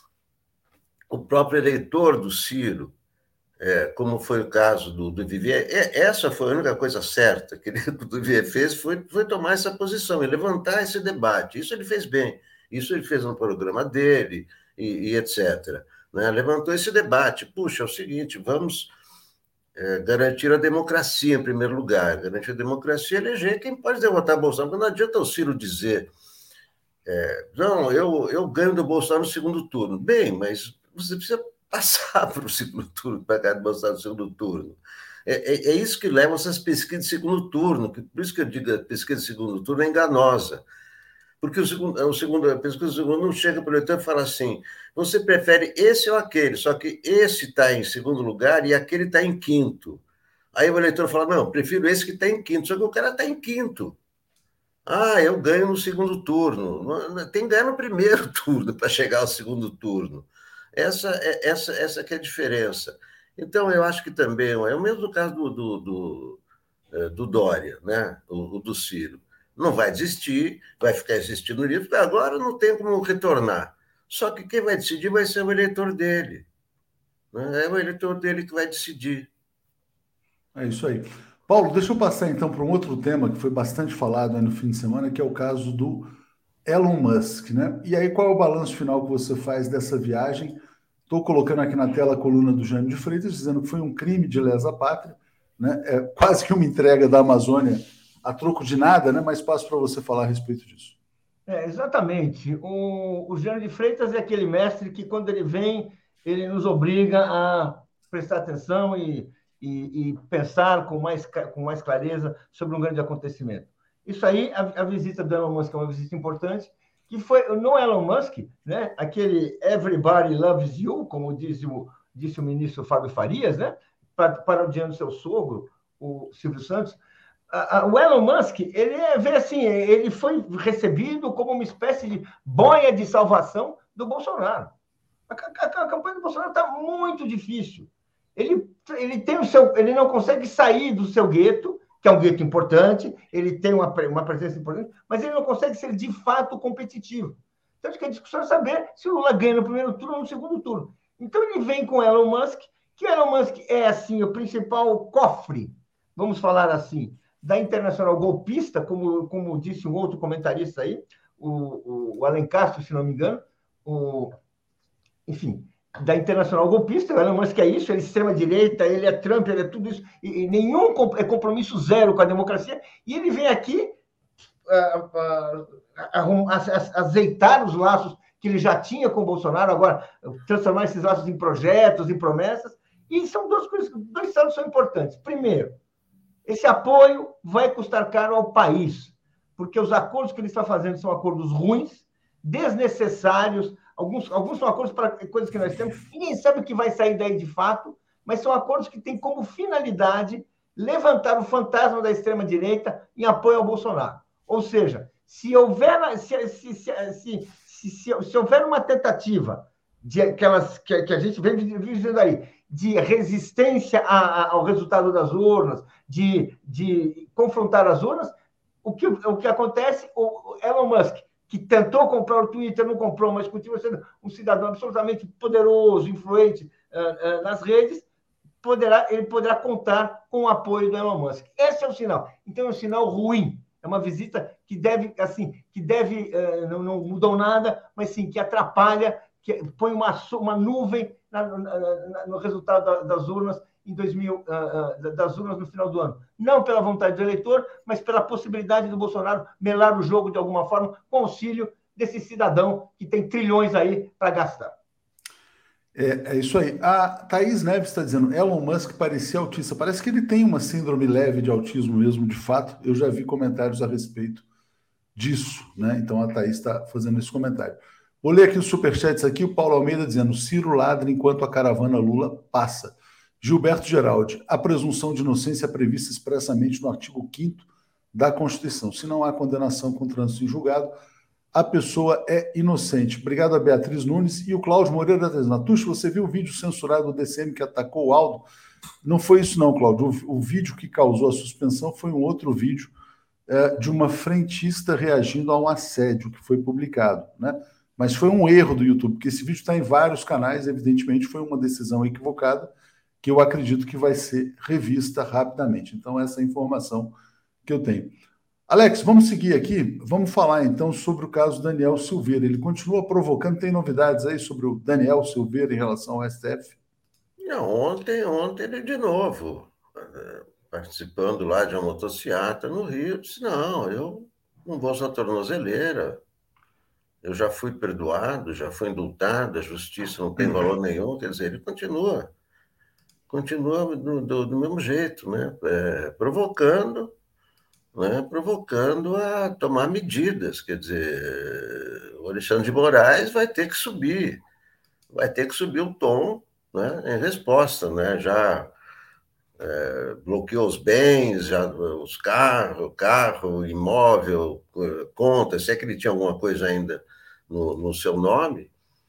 o próprio eleitor do Ciro, é, como foi o caso do, do Vivier, é, essa foi a única coisa certa que ele, o Vivier fez, foi, foi tomar essa posição e levantar esse debate. Isso ele fez bem, isso ele fez no programa dele, e, e etcétera. Né? Levantou esse debate. Puxa, é o seguinte, vamos... é, garantir a democracia em primeiro lugar. Garantir a democracia é eleger quem pode derrotar Bolsonaro. Não adianta o Ciro dizer, é, não, eu, eu ganho do Bolsonaro no segundo turno. Bem, mas você precisa passar para o segundo turno para ganhar do Bolsonaro no segundo turno. É, é, é isso que leva essas pesquisas de segundo turno, que, por isso que eu digo que a pesquisa de segundo turno é enganosa. Porque o segundo, o segundo, a pesquisa do segundo não chega para o eleitor e fala assim, você prefere esse ou aquele, só que esse está em segundo lugar e aquele está em quinto. Aí o eleitor fala, não, prefiro esse que está em quinto, só que o cara está em quinto. Ah, eu ganho no segundo turno. Tem que ganhar no primeiro turno para chegar ao segundo turno. Essa, essa, essa que é a diferença. Então, eu acho que também, é o mesmo caso do, do, do, do Dória, né? o, o do Ciro. Não vai desistir, vai ficar existindo no livro, porque agora não tem como retornar. Só que quem vai decidir vai ser o eleitor dele. Né? É o eleitor dele que vai decidir. É isso aí. Paulo, deixa eu passar então para um outro tema que foi bastante falado aí no fim de semana, que é o caso do Elon Musk, né? E aí, qual é o balanço final que você faz dessa viagem? Estou colocando aqui na tela a coluna do Jânio de Freitas, dizendo que foi um crime de lesa pátria, né? É quase que uma entrega da Amazônia a troco de nada, né? Mas passo para você falar a respeito disso. É, exatamente. O, o Jânio de Freitas é aquele mestre que, quando ele vem, ele nos obriga a prestar atenção e, e, e pensar com mais, com mais clareza sobre um grande acontecimento. Isso aí, a, a visita do Elon Musk é uma visita importante, que foi no Elon Musk, né? Aquele everybody loves you, como disse o, disse o ministro Fábio Farias, né? Para, parodiando seu sogro, o Silvio Santos. O Elon Musk, ele é, vê assim, ele foi recebido como uma espécie de boia de salvação do Bolsonaro. A, a, a campanha do Bolsonaro está muito difícil. Ele, ele, tem o seu, ele não consegue sair do seu gueto, que é um gueto importante, ele tem uma, uma presença importante, mas ele não consegue ser de fato competitivo. Então, acho que a discussão é saber se o Lula ganha no primeiro turno ou no segundo turno. Então, ele vem com o Elon Musk, que o Elon Musk é, assim, o principal cofre, vamos falar assim, da Internacional golpista, como, como disse um outro comentarista aí, o, o, o Alan Castro, se não me engano, o, enfim, da Internacional golpista, o Elon Musk é isso, ele é extrema-direita, ele é Trump, ele é tudo isso, e, e nenhum é compromisso zero com a democracia, e ele vem aqui uh, uh, azeitar os laços que ele já tinha com o Bolsonaro, agora transformar esses laços em projetos, em promessas, e são duas coisas, dois saltos são importantes. Primeiro, esse apoio vai custar caro ao país, porque os acordos que ele está fazendo são acordos ruins, desnecessários, alguns, alguns são acordos para coisas que nós temos, ninguém sabe o que vai sair daí de fato, mas são acordos que têm como finalidade levantar o fantasma da extrema-direita em apoio ao Bolsonaro. Ou seja, se houver, se, se, se, se, se, se houver uma tentativa de aquelas que, que a gente vem dizendo aí, de resistência a, a, ao resultado das urnas, de, de confrontar as urnas, o que, o que acontece, o Elon Musk, que tentou comprar o Twitter, não comprou, mas continua sendo um cidadão absolutamente poderoso, influente uh, uh, nas redes, poderá, ele poderá contar com o apoio do Elon Musk. Esse é o sinal. Então, é um sinal ruim. É uma visita que deve, assim, que deve, uh, não, não mudou nada, mas sim, que atrapalha, que põe uma, uma nuvem na, na, na, no resultado das urnas em dois mil, uh, uh, das urnas no final do ano. Não pela vontade do eleitor, mas pela possibilidade do Bolsonaro melar o jogo de alguma forma com auxílio desse cidadão que tem trilhões aí para gastar. É, é isso aí. A Thaís Neves está dizendo, Elon Musk parecia autista. Parece que ele tem uma síndrome leve de autismo mesmo, de fato. Eu já vi comentários a respeito disso, né? Então a Thaís está fazendo esse comentário. Vou ler aqui os superchats aqui, o Paulo Almeida dizendo, Ciro ladra enquanto a caravana Lula passa. Gilberto Geraldi, a presunção de inocência é prevista expressamente no artigo quinto da Constituição. Se não há condenação com trânsito em julgado, a pessoa é inocente. Obrigado a Beatriz Nunes. E o Cláudio Moreira está dizendo, Natush, você viu o vídeo censurado do D C M que atacou o Aldo? Não foi isso não, Cláudio. O, o vídeo que causou a suspensão foi um outro vídeo é, de uma frentista reagindo a um assédio que foi publicado, né? Mas foi um erro do YouTube, porque esse vídeo está em vários canais, evidentemente foi uma decisão equivocada, que eu acredito que vai ser revista rapidamente. Então, essa é a informação que eu tenho. Alex, vamos seguir aqui, vamos falar então sobre o caso Daniel Silveira. Ele continua provocando, tem novidades aí sobre o Daniel Silveira em relação ao S T F? Não, ontem, ontem ele de novo, eh, participando lá de uma motociata no Rio, disse, não, eu não vou usar tornozeleira, eu já fui perdoado, já fui indultado, a justiça não tem valor nenhum, quer dizer, ele continua, continua do, do, do mesmo jeito, né? É, provocando, né? Provocando a tomar medidas, quer dizer, o Alexandre de Moraes vai ter que subir, vai ter que subir o tom, né? Em resposta, né? Já é, bloqueou os bens, já os carros, carro, imóvel, conta, se é que ele tinha alguma coisa ainda no, no seu nome,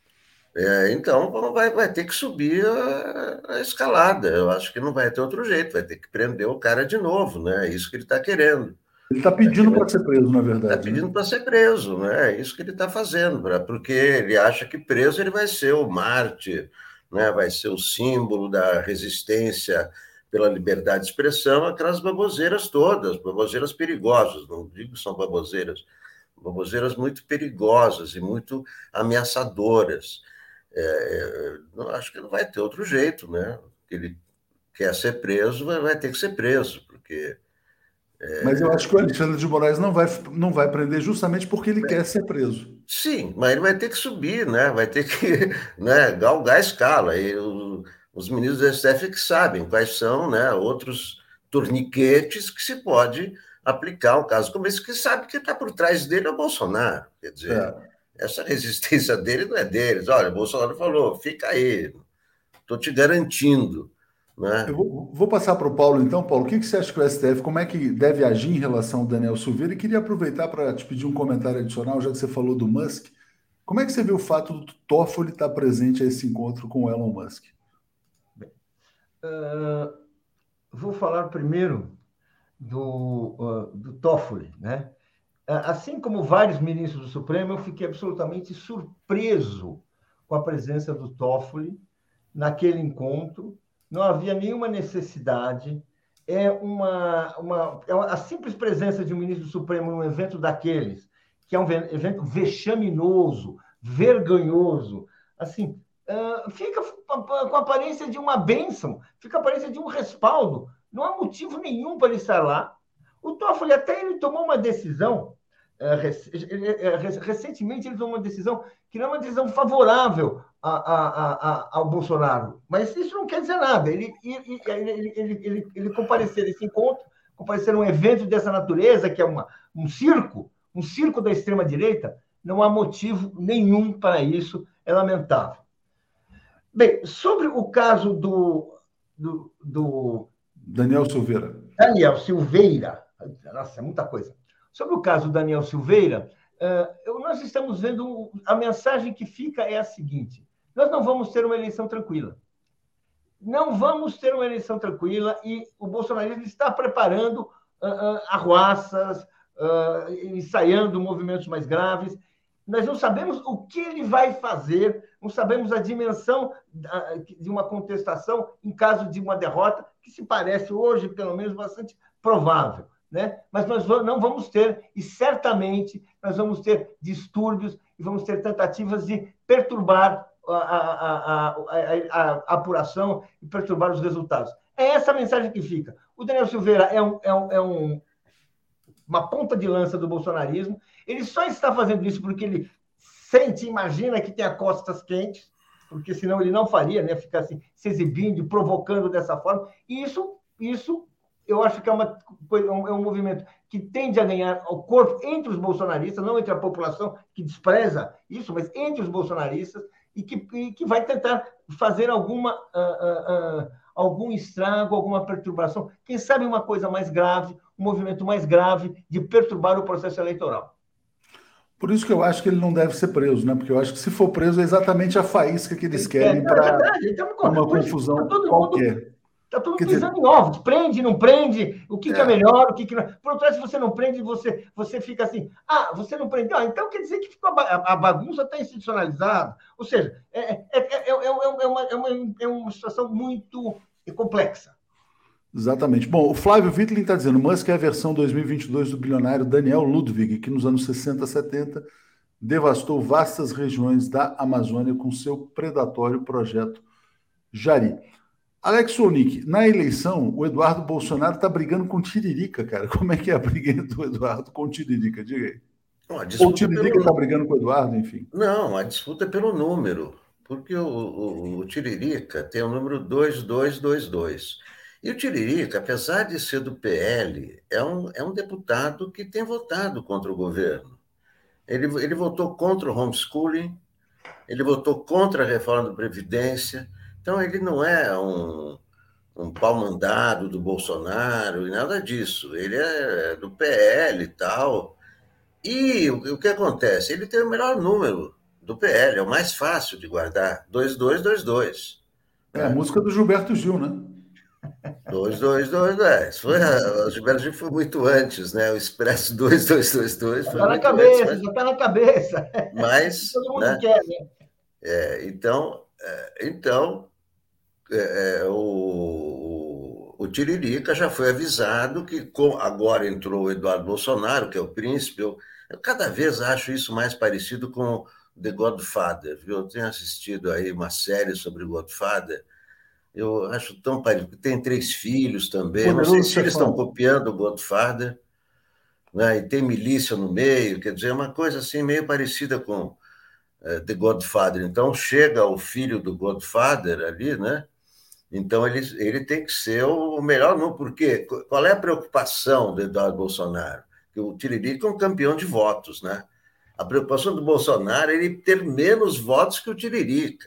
é, então vai, vai ter que subir a, a escalada. Eu acho que não vai ter outro jeito, vai ter que prender o cara de novo, né? É isso que ele está querendo. Ele está pedindo para ser preso, na verdade. Está pedindo né? para ser preso, né? É isso que ele está fazendo, pra, porque ele acha que preso ele vai ser o mártir, né? Vai ser o símbolo da resistência pela liberdade de expressão, aquelas baboseiras todas, baboseiras perigosas, não digo que são baboseiras, baboseiras muito perigosas e muito ameaçadoras. É, não, acho que não vai ter outro jeito, né? Ele quer ser preso, vai, vai ter que ser preso, porque... É... Mas eu acho que o Alexandre de Moraes não vai, não vai prender justamente porque ele é... quer ser preso. Sim, mas ele vai ter que subir, né? Vai ter que né, galgar a escala. E o, os ministros do S T F que sabem quais são, né, outros torniquetes que se pode aplicar um caso como esse, que sabe que está por trás dele é o Bolsonaro. Quer dizer, é. essa resistência dele não é deles. Olha, o Bolsonaro falou, fica aí, estou te garantindo. Né? Eu vou, vou passar para o Paulo, então. Paulo, o que, que você acha que o S T F, como é que deve agir em relação ao Daniel Silveira? E queria aproveitar para te pedir um comentário adicional, já que você falou do Musk. Como é que você vê o fato do Toffoli estar presente a esse encontro com o Elon Musk? Bem, uh, vou falar primeiro do, uh, do Toffoli, né? Assim como vários ministros do Supremo, eu fiquei absolutamente surpreso com a presença do Toffoli naquele encontro. Não havia nenhuma necessidade. É uma, uma, é uma a simples presença de um ministro do Supremo num evento daqueles, que é um evento vexaminoso, vergonhoso, assim, uh, fica com a aparência de uma bênção, fica a aparência de um respaldo. Não há motivo nenhum para ele estar lá. O Toffoli até ele tomou uma decisão, uh, rec recentemente ele tomou uma decisão que não é uma decisão favorável a, a, a, ao Bolsonaro, mas isso não quer dizer nada. Ele, ele, ele, ele, ele, ele comparecer nesse encontro, comparecer num evento dessa natureza, que é uma, um circo, um circo da extrema-direita, não há motivo nenhum para isso, é lamentável. Bem, sobre o caso do... do, do Daniel Silveira. Daniel Silveira, nossa, é muita coisa. Sobre o caso do Daniel Silveira, uh, nós estamos vendo, a mensagem que fica é a seguinte, nós não vamos ter uma eleição tranquila. Não vamos ter uma eleição tranquila e o bolsonarismo está preparando uh, uh, arruaças, uh, ensaiando movimentos mais graves. Nós não sabemos o que ele vai fazer, não sabemos a dimensão de uma contestação em caso de uma derrota, que se parece hoje, pelo menos, bastante provável. Né? Mas nós não vamos ter, e certamente nós vamos ter distúrbios e vamos ter tentativas de perturbar a, a, a, a, a apuração e perturbar os resultados. É essa a mensagem que fica. O Daniel Silveira é, um, é, um, é um, uma ponta de lança do bolsonarismo. Ele só está fazendo isso porque ele sente, imagina que tem as costas quentes, porque senão ele não faria, né? Ficar assim, se exibindo, provocando dessa forma. E isso, isso eu acho que é, uma, é um movimento que tende a ganhar o corpo entre os bolsonaristas, não entre a população que despreza isso, mas entre os bolsonaristas, e que, e que vai tentar fazer alguma, uh, uh, uh, algum estrago, alguma perturbação, quem sabe uma coisa mais grave, um movimento mais grave de perturbar o processo eleitoral. Por isso que eu acho que ele não deve ser preso, né? Porque eu acho que se for preso é exatamente a faísca que eles querem é, para é uma confusão tá todo qualquer. Mundo... Está todo mundo pisando em ovos. Prende, não prende, o que é, que é melhor, o que, que não... Por outro lado, se você não prende, você, você fica assim, ah, você não prendeu, ah, então quer dizer que ficou a, a bagunça está institucionalizada. Ou seja, é, é, é, é, uma, é, uma, é uma situação muito complexa. Exatamente. Bom, o Flávio Wittlin está dizendo, Musk é a versão dois mil e vinte e dois do bilionário Daniel Ludwig, que nos anos sessenta, setenta devastou vastas regiões da Amazônia com seu predatório projeto Jari. Alex Sonic, na eleição, o Eduardo Bolsonaro está brigando com o Tiririca, cara. Como é que é a briga do Eduardo com o Tiririca? Diga aí. Não, a Ou o disputa Tiririca está pelo... brigando com o Eduardo, enfim. Não, a disputa é pelo número, porque o, o, o Tiririca tem o número dois dois dois dois. E o Tiririca, apesar de ser do P L, é um, é um deputado que tem votado contra o governo. Ele, ele votou contra o homeschooling, ele votou contra a reforma da Previdência. Então, ele não é um, um pau-mandado do Bolsonaro e nada disso. Ele é do P L e tal. E o, o que acontece? Ele tem o melhor número do P L, é o mais fácil de guardar, dois dois dois dois. É a música do Gilberto Gil, né? dois dois dois dois. Foi a, o Gilberto Gil foi muito antes, né? O Expresso dois dois dois dois foi Está na muito cabeça, antes, já está na cabeça. mas, Todo mundo né? quer, né? É, então, é, então é, é, o, o Tiririca já foi avisado que com, agora entrou o Eduardo Bolsonaro, que é o príncipe. Eu, eu cada vez acho isso mais parecido com The Godfather, viu? Eu tenho assistido aí uma série sobre o Godfather. Eu acho tão parecido. Tem três filhos também. Eu não sei se eles estão copiando o Godfather, né? E tem milícia no meio, quer dizer, é uma coisa assim meio parecida com uh, The Godfather. Então chega o filho do Godfather ali, né? Então ele, ele tem que ser o melhor número, porque qual é a preocupação do Eduardo Bolsonaro? Que o Tiririca é um campeão de votos, né? A preocupação do Bolsonaro é ele ter menos votos que o Tiririca.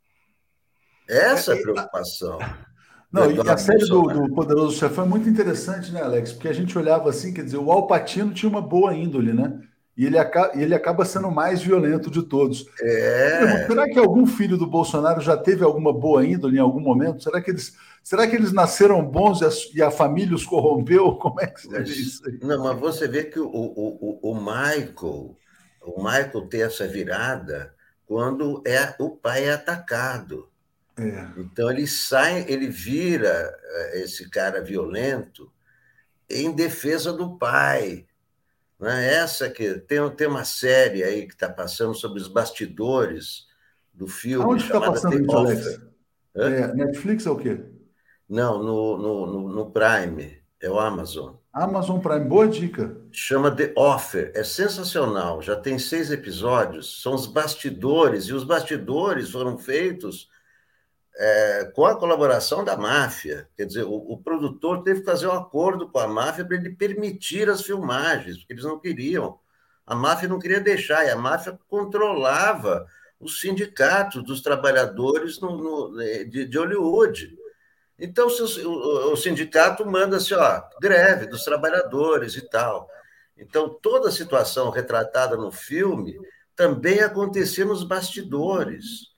Essa é a preocupação. Não, e a série do, do Poderoso Chefão é muito interessante, né, Alex? Porque a gente olhava assim, quer dizer, o Al Pacino tinha uma boa índole, né? E ele, acaba, ele acaba sendo o mais violento de todos. É. Será que algum filho do Bolsonaro já teve alguma boa índole em algum momento? Será que eles, será que eles nasceram bons e a, e a família os corrompeu? Como é que você mas, vê isso aí? Não, mas você vê que o, o, o, o Michael, o Michael tem essa virada quando é, o pai é atacado. É. Então ele sai, ele vira esse cara violento em defesa do pai. Não é essa que tem, tem uma série aí que está passando sobre os bastidores do filme. Aonde está passando isso, Alex? É, Netflix é o quê? Não, no, no, no, no Prime, é o Amazon. Amazon Prime, boa dica. Chama The Offer, é sensacional, já tem seis episódios, são os bastidores, e os bastidores foram feitos é, com a colaboração da máfia. Quer dizer, o, o produtor teve que fazer um acordo com a máfia para ele permitir as filmagens, porque eles não queriam. A máfia não queria deixar, e a máfia controlava os sindicatos dos trabalhadores no, no, de, de Hollywood. Então, o, o sindicato manda assim, ó, greve dos trabalhadores e tal. Então, toda a situação retratada no filme também acontecia nos bastidores.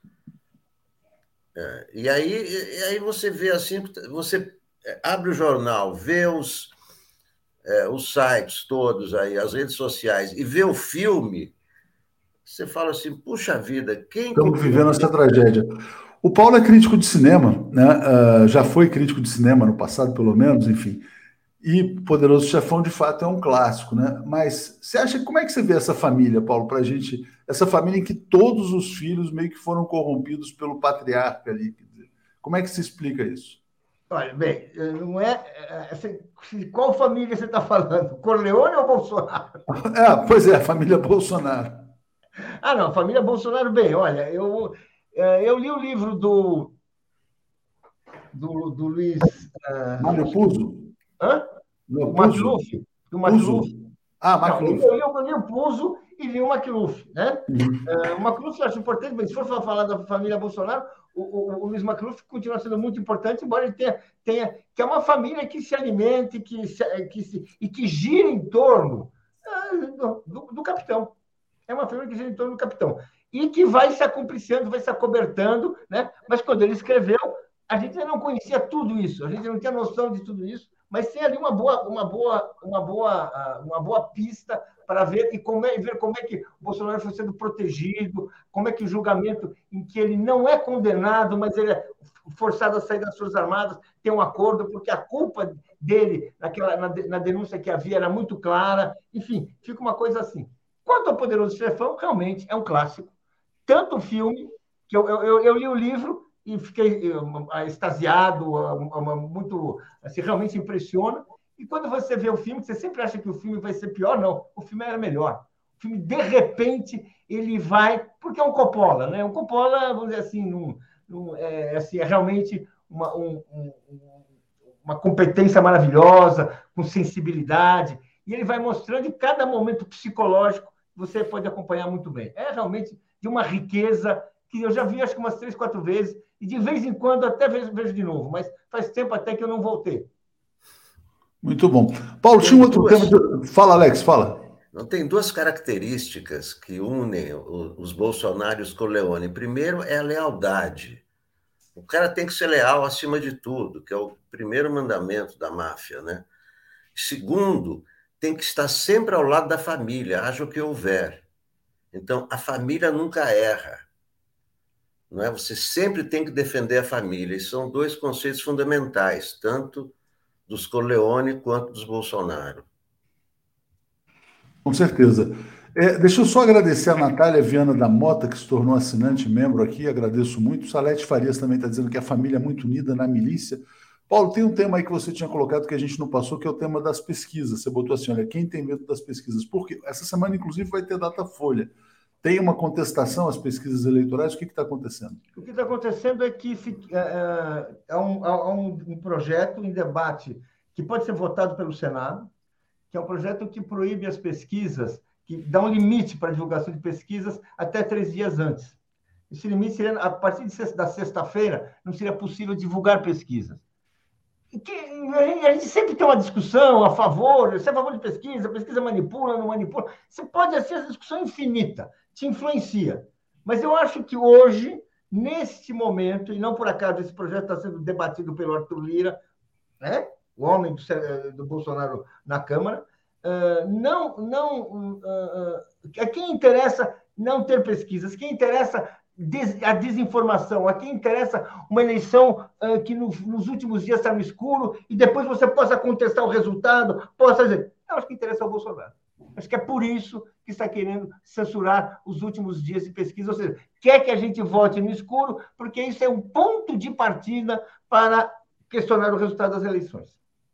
É, e, aí, e aí você vê assim, você abre o jornal, vê os, é, os sites todos aí, as redes sociais, e vê o filme, você fala assim, puxa vida, quem... Estamos vivendo essa tragédia. O Paulo é crítico de cinema, né? Uh, já foi crítico de cinema no passado, pelo menos, enfim. E Poderoso Chefão, de fato, é um clássico, né? Mas você acha, como é que você vê essa família, Paulo, para a gente, essa família em que todos os filhos meio que foram corrompidos pelo patriarca ali? Como é que se explica isso? Olha, bem, não é. Assim, qual família você está falando? Corleone ou Bolsonaro? É, pois é, a família Bolsonaro. Ah, não, a família Bolsonaro, bem, olha, eu, eu li o livro do, do, do Luiz. Uh, Mário Puzo? Hã? Não, o Macluf. Do Macluf. Ah, Macluf. Eu, eu li o Puzo e li o Macluf, né? Uhum. Uh, o Macluf eu acho importante, mas se for falar da família Bolsonaro, o, o, o Luiz Macluf continua sendo muito importante, embora ele tenha, tenha que é uma família que se alimente que se, que se, e que gira em torno uh, do, do capitão. É uma família que gira em torno do capitão. E que vai se acompliciando, vai se acobertando, né? Mas quando ele escreveu, a gente ainda não conhecia tudo isso, a gente não tinha noção de tudo isso, mas tem ali uma boa, uma boa, uma boa, uma boa pista para ver e como é, ver como é que o Bolsonaro foi sendo protegido, como é que o julgamento em que ele não é condenado, mas ele é forçado a sair das Forças Armadas, tem um acordo, porque a culpa dele naquela, na, na denúncia que havia era muito clara. Enfim, fica uma coisa assim. Quanto ao Poderoso Chefão, realmente é um clássico. Tanto o filme, que eu, eu, eu li o livro, e fiquei uh, extasiado, uh, uh, muito, assim, realmente impressiona. E quando você vê o filme, você sempre acha que o filme vai ser pior, não. O filme era melhor. O filme, de repente, ele vai... Porque é um Coppola, né? Um Coppola, vamos dizer assim, num, num, é, assim é realmente uma, um, um, uma competência maravilhosa, com sensibilidade, e ele vai mostrando em cada momento psicológico, você pode acompanhar muito bem. É realmente de uma riqueza que eu já vi acho que umas três, quatro vezes, e de vez em quando até vejo, vejo de novo, mas faz tempo até que eu não voltei. Muito bom. Paulo, tinha um outro tema... De... Fala, Alex, fala. Não, tem duas características que unem os Bolsonaro e os Corleone. Primeiro é a lealdade. O cara tem que ser leal acima de tudo, que é o primeiro mandamento da máfia, né? Segundo, tem que estar sempre ao lado da família, haja o que houver. Então, a família nunca erra. Não é? Você sempre tem que defender a família. E são dois conceitos fundamentais, tanto dos Corleone quanto dos Bolsonaro. Com certeza. É, deixa eu só agradecer a Natália Viana da Mota, que se tornou assinante, membro aqui, agradeço muito. O Salete Farias também está dizendo que a família é muito unida na milícia. Paulo, tem um tema aí que você tinha colocado que a gente não passou, que é o tema das pesquisas. Você botou assim, olha, quem tem medo das pesquisas? Porque essa semana, inclusive, vai ter Datafolha. Tem uma contestação às pesquisas eleitorais? O que está acontecendo? O que está acontecendo é que é, é, um, é um, um projeto em debate que pode ser votado pelo Senado, que é um projeto que proíbe as pesquisas, que dá um limite para a divulgação de pesquisas até três dias antes. Esse limite seria, a partir de sexta, da sexta-feira, não seria possível divulgar pesquisas. Que, a gente sempre tem uma discussão a favor, você é a favor de pesquisa, a pesquisa manipula, não manipula. Você pode ser essa discussão infinita, te influencia. Mas eu acho que hoje, neste momento, e não por acaso esse projeto está sendo debatido pelo Arthur Lira, né? O homem do, do Bolsonaro na Câmara, uh, não, não, uh, uh, a quem interessa não ter pesquisas, quem interessa des, a desinformação, a quem interessa uma eleição uh, que no, nos últimos dias está no escuro e depois você possa contestar o resultado, possa dizer, eu acho que interessa ao Bolsonaro. Acho que é por isso que está querendo censurar os últimos dias de pesquisa, ou seja, quer que a gente vote no escuro, porque isso é um ponto de partida para questionar o resultado das eleições.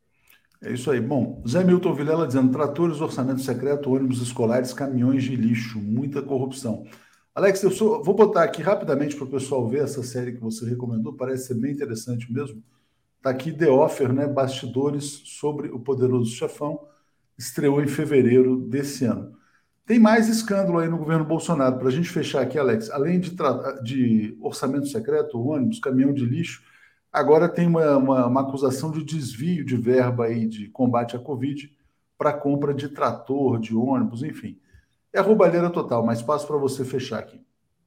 É isso aí. Bom, Zé Milton Vilela dizendo, tratores, orçamento secreto, ônibus escolares, caminhões de lixo, muita corrupção. Alex, eu sou, vou botar aqui rapidamente para o pessoal ver essa série que você recomendou, parece ser bem interessante mesmo. Está aqui The Offer, né? Bastidores sobre o Poderoso Chefão, estreou em fevereiro desse ano. Tem mais escândalo aí no governo Bolsonaro. Para a gente fechar aqui, Alex, além de, de orçamento secreto, ônibus, caminhão de lixo, agora tem uma, uma, uma acusação de desvio de verba aí de combate à Covid para compra de trator, de ônibus, enfim. É roubalheira total, mas passo para você fechar aqui.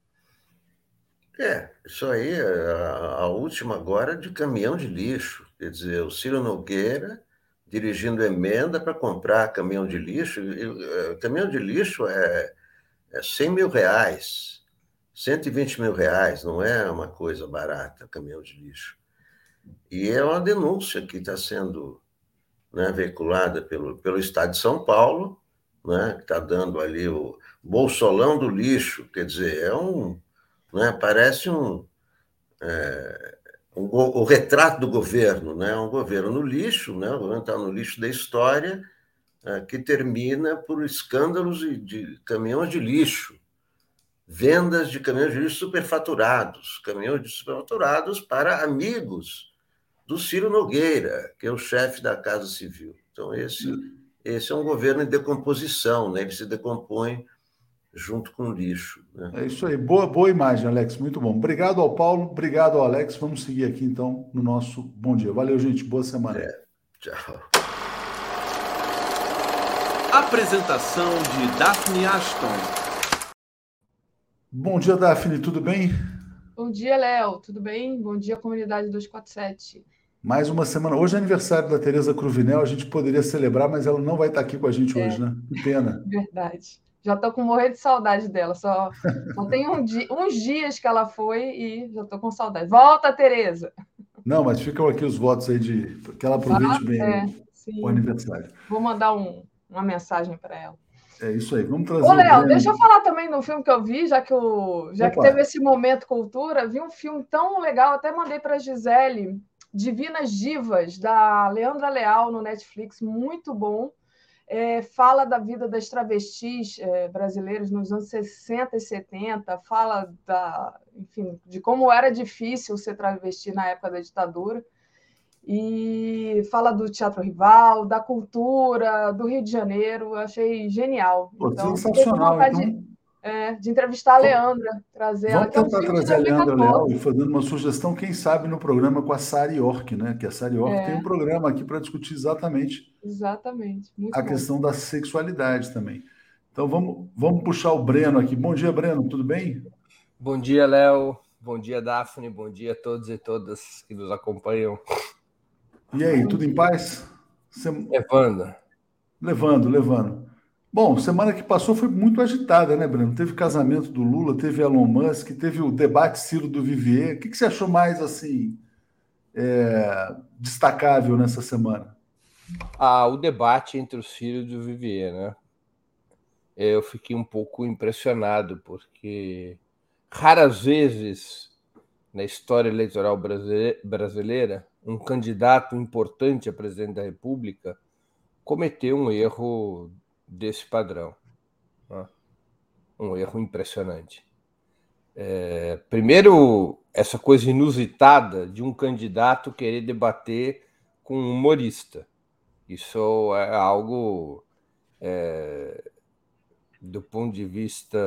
É, isso aí, a, a última agora de caminhão de lixo. Quer dizer, o Ciro Nogueira dirigindo emenda para comprar caminhão de lixo. E, caminhão de lixo é, é cem mil reais, cento e vinte mil reais, não é uma coisa barata, caminhão de lixo. E é uma denúncia que está sendo, né, veiculada pelo, pelo Estado de São Paulo, né, que está dando ali o bolsolão do lixo, quer dizer, é um, né, parece um, é, um, o retrato do governo, né, um governo no lixo, né, o governo está no lixo da história, é, que termina por escândalos de, de caminhões de lixo, vendas de caminhões de lixo superfaturados, caminhões de superfaturados para amigos do Ciro Nogueira, que é o chefe da Casa Civil. Então, esse, esse é um governo em decomposição, né? Ele se decompõe junto com o lixo. Né? É isso aí. Boa, boa imagem, Alex. Muito bom. Obrigado ao Paulo, obrigado ao Alex. Vamos seguir aqui, então, no nosso Bom Dia. Valeu, gente. Boa semana. É. Tchau. Apresentação de Daphne Ashton. Bom dia, Daphne. Tudo bem? Bom dia, Léo. Tudo bem? Bom dia, comunidade duzentos e quarenta e sete. Mais uma semana. Hoje é aniversário da Tereza Cruvinel. A gente poderia celebrar, mas ela não vai estar aqui com a gente É. hoje, né? Que pena. Verdade. Já estou com morrer de saudade dela. Só, só tem um dia, uns dias que ela foi e já estou com saudade. Volta, Tereza! Não, mas ficam aqui os votos aí de que ela aproveite Ah, bem é, o, sim. o aniversário. Vou mandar um, uma mensagem para ela. É isso aí. Vamos trazer Ô, o Léo, Breno. deixa eu falar também de um filme que eu vi, já que, o, já que Opa. teve esse momento cultura, vi um filme tão legal, até mandei para a Gisele, Divinas Divas, da Leandra Leal, no Netflix, muito bom. É, fala da vida das travestis é, brasileiras nos anos sessenta e setenta, fala da, enfim, de como era difícil ser travesti na época da ditadura, e fala do Teatro Rival, da cultura, do Rio de Janeiro. Eu achei genial. Pô, Então, fiquei com sensacional. vontade Então, de, é, de entrevistar a Leandra, trazer ela, vamos que é um tentar filme de trazer a Leandra Leal e dois mil e quatorze. fazendo uma sugestão, quem sabe, no programa com a Sari York, né? Que a Sari York tem É, um programa aqui para discutir exatamente exatamente, muito a bom. questão da sexualidade também. Então vamos, vamos puxar o Breno aqui. Bom dia, Breno, tudo bem? Bom dia, Léo. Bom dia, Daphne. Bom dia a todos e todas que nos acompanham. E aí, Bom tudo em dia. paz? Sem... Levando. Levando, levando. Bom, semana que passou foi muito agitada, né, Breno? Teve casamento do Lula, teve Elon Musk, teve o debate Ciro do Vivier. O que que você achou mais, assim, é, destacável nessa semana? Ah, o debate entre o Ciro e o Vivier, né? Eu fiquei um pouco impressionado, porque raras vezes na história eleitoral brasile- brasileira um candidato importante a presidente da República cometeu um erro desse padrão, né? Um erro impressionante. É, primeiro, essa coisa inusitada de um candidato querer debater com um humorista. Isso é algo, é, do ponto de vista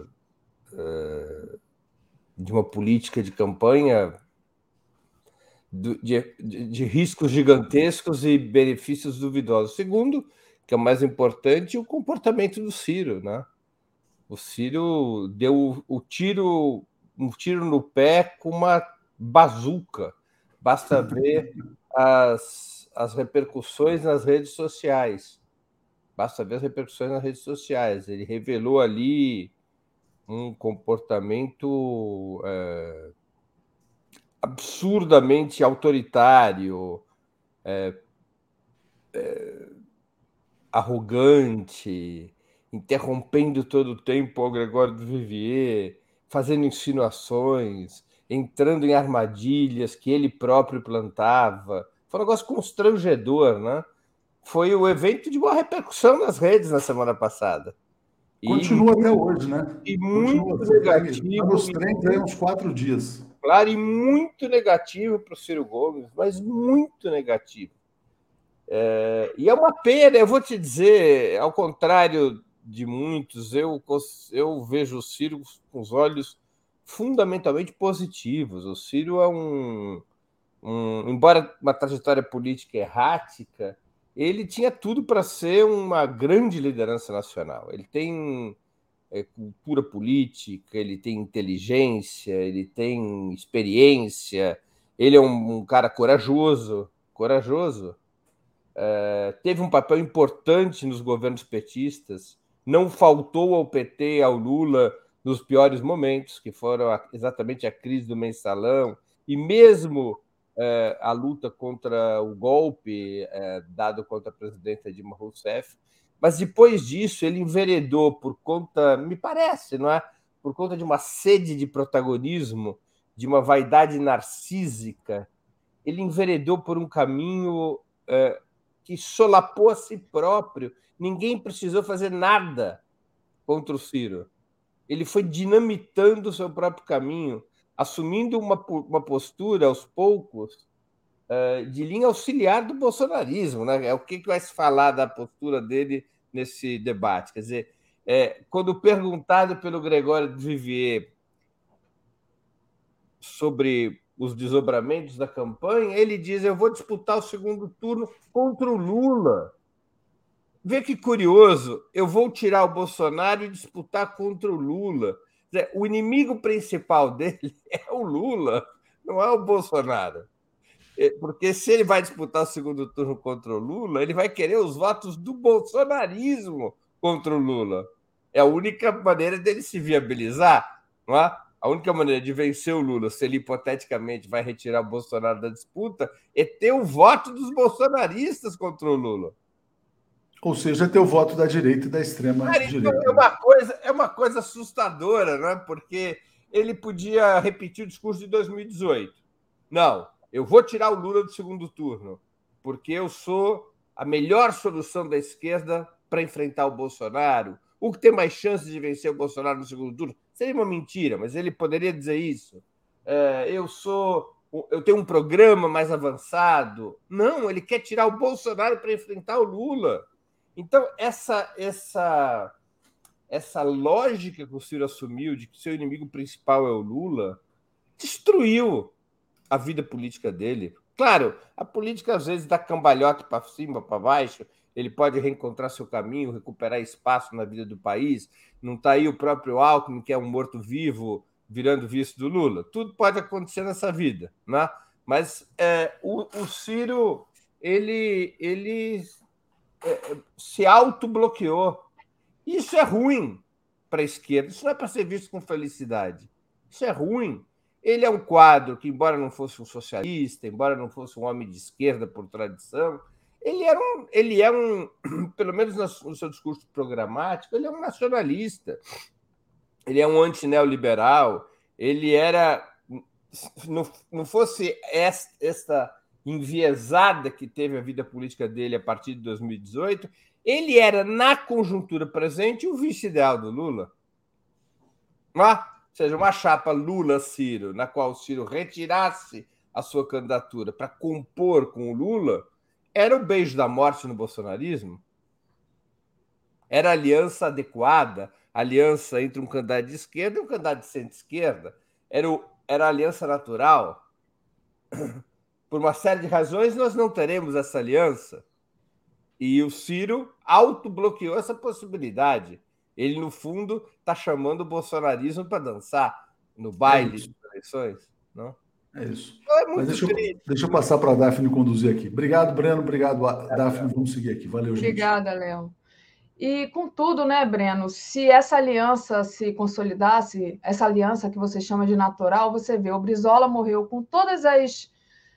é, de uma política de campanha, de, de, de riscos gigantescos e benefícios duvidosos. Segundo, que é o mais importante, o comportamento do Ciro, né? O Ciro deu o tiro, um tiro no pé com uma bazuca. Basta ver as, as repercussões nas redes sociais. Basta ver as repercussões nas redes sociais. Ele revelou ali um comportamento é, absurdamente autoritário, é, é, arrogante, interrompendo todo o tempo o Gregório do Vivier, fazendo insinuações, entrando em armadilhas que ele próprio plantava. Foi um negócio constrangedor, né? Foi o evento de uma repercussão nas redes na semana passada. Continua e, até hoje, né? E Continua. muito Você negativo. Está nos trends aí uns quatro dias. Claro, e muito negativo para o Ciro Gomes, mas muito negativo. É, e é uma pena, eu vou te dizer, ao contrário de muitos, eu, eu vejo o Ciro com os olhos fundamentalmente positivos. O Ciro é um, um embora uma trajetória política errática, ele tinha tudo para ser uma grande liderança nacional. Ele tem é, cultura política, ele tem inteligência, ele tem experiência, ele é um, um cara corajoso, corajoso. É, teve um papel importante nos governos petistas, não faltou ao P T e ao Lula nos piores momentos, que foram a, exatamente a crise do mensalão, e mesmo é, a luta contra o golpe é, dado contra a presidenta Dilma Rousseff. Mas depois disso ele enveredou por conta, me parece, não é? Por conta de uma sede de protagonismo, de uma vaidade narcísica, ele enveredou por um caminho é, que solapou a si próprio. Ninguém precisou fazer nada contra o Ciro. Ele foi dinamitando o seu próprio caminho, assumindo uma, uma postura, aos poucos, de linha auxiliar do bolsonarismo, né? É o que vai se falar da postura dele nesse debate. Quer dizer, é, quando perguntado pelo Gregório do Vivier sobre os desdobramentos da campanha, ele diz: eu vou disputar o segundo turno contra o Lula. Vê que curioso, eu vou tirar o Bolsonaro e disputar contra o Lula. O inimigo principal dele é o Lula, não é o Bolsonaro. Porque se ele vai disputar o segundo turno contra o Lula, ele vai querer os votos do bolsonarismo contra o Lula. É a única maneira dele se viabilizar, não é? A única maneira de vencer o Lula, se ele hipoteticamente vai retirar o Bolsonaro da disputa, é ter o voto dos bolsonaristas contra o Lula. Ou seja, ter o voto da direita e da extrema Cara, direita. então é uma coisa, é uma coisa assustadora, né? Porque ele podia repetir o discurso de dois mil e dezoito. Não, eu vou tirar o Lula do segundo turno, porque eu sou a melhor solução da esquerda para enfrentar o Bolsonaro. O que tem mais chance de vencer o Bolsonaro no segundo turno seria uma mentira, mas ele poderia dizer isso. É, eu sou, eu tenho um programa mais avançado. Não, ele quer tirar o Bolsonaro para enfrentar o Lula. Então, essa, essa, essa lógica que o Ciro assumiu de que seu inimigo principal é o Lula destruiu a vida política dele. Claro, a política às vezes dá cambalhota para cima, para baixo, ele pode reencontrar seu caminho, recuperar espaço na vida do país. Não está aí o próprio Alckmin, que é um morto-vivo, virando vice do Lula. Tudo pode acontecer nessa vida, né? Mas é, o, o Ciro, ele... ele se autobloqueou. Isso é ruim para a esquerda. Isso não é para ser visto com felicidade. Isso é ruim. Ele é um quadro que, embora não fosse um socialista, embora não fosse um homem de esquerda por tradição, ele, era um, ele é um, pelo menos no seu discurso programático, ele é um nacionalista. Ele é um antineoliberal. Ele era... Não, não fosse esta... esta enviesada que teve a vida política dele a partir de dois mil e dezoito, ele era, na conjuntura presente, o vice-ideal do Lula. Ah, ou seja, uma chapa Lula-Ciro, na qual o Ciro retirasse a sua candidatura para compor com o Lula, era o beijo da morte no bolsonarismo. Era a aliança adequada, a aliança entre um candidato de esquerda e um candidato de centro-esquerda. Era, o, era a aliança natural. Por uma série de razões, nós não teremos essa aliança. E o Ciro autobloqueou essa possibilidade. Ele, no fundo, está chamando o bolsonarismo para dançar no baile é das eleições. Não? É isso. Então é muito Mas deixa, eu, deixa eu passar para a Daphne conduzir aqui. Obrigado, Breno. Obrigado, é, Daphne. É. Vamos seguir aqui. Valeu, gente. Obrigada, Léo. E, contudo, né, Breno, se essa aliança se consolidasse, essa aliança que você chama de natural, você vê, o Brizola morreu com todas as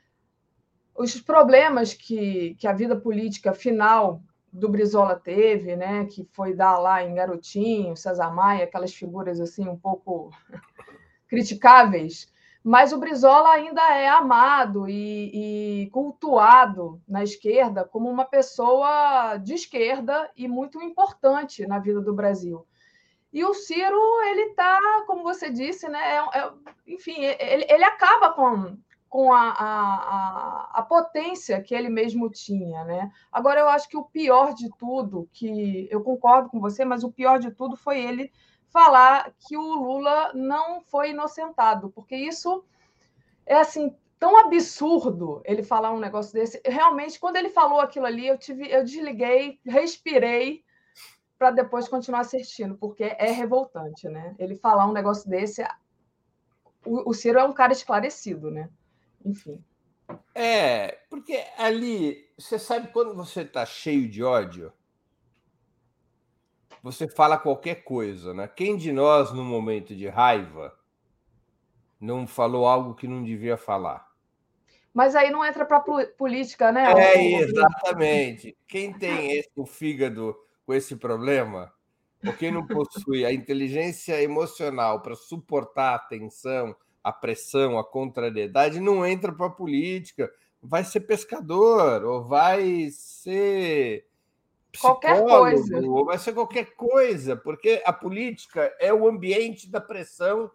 os problemas que, que a vida política final do Brizola teve, né, que foi dar lá em Garotinho, César Maia, aquelas figuras assim um pouco criticáveis, mas o Brizola ainda é amado e, e cultuado na esquerda como uma pessoa de esquerda e muito importante na vida do Brasil. E o Ciro, ele está, como você disse, né, é, é, enfim, ele, ele acaba com... com a, a, a potência que ele mesmo tinha, né? Agora, eu acho que o pior de tudo, que eu concordo com você, mas o pior de tudo foi ele falar que o Lula não foi inocentado, porque isso é, assim, tão absurdo ele falar um negócio desse. Realmente, quando ele falou aquilo ali, eu, tive, eu desliguei, respirei, para depois continuar assistindo, porque é revoltante, né? Ele falar um negócio desse... O, o Ciro é um cara esclarecido, né? Enfim. É, porque ali, você sabe, quando você está cheio de ódio, você fala qualquer coisa, né? Quem de nós, num momento de raiva, não falou algo que não devia falar? Mas aí não entra para política, né? É, exatamente. Quem tem esse, o fígado com esse problema, ou quem não possui a inteligência emocional para suportar a tensão, a pressão, a contrariedade, não entra para a política, vai ser pescador, ou vai ser qualquer coisa, ou vai ser qualquer coisa, porque a política é o ambiente da pressão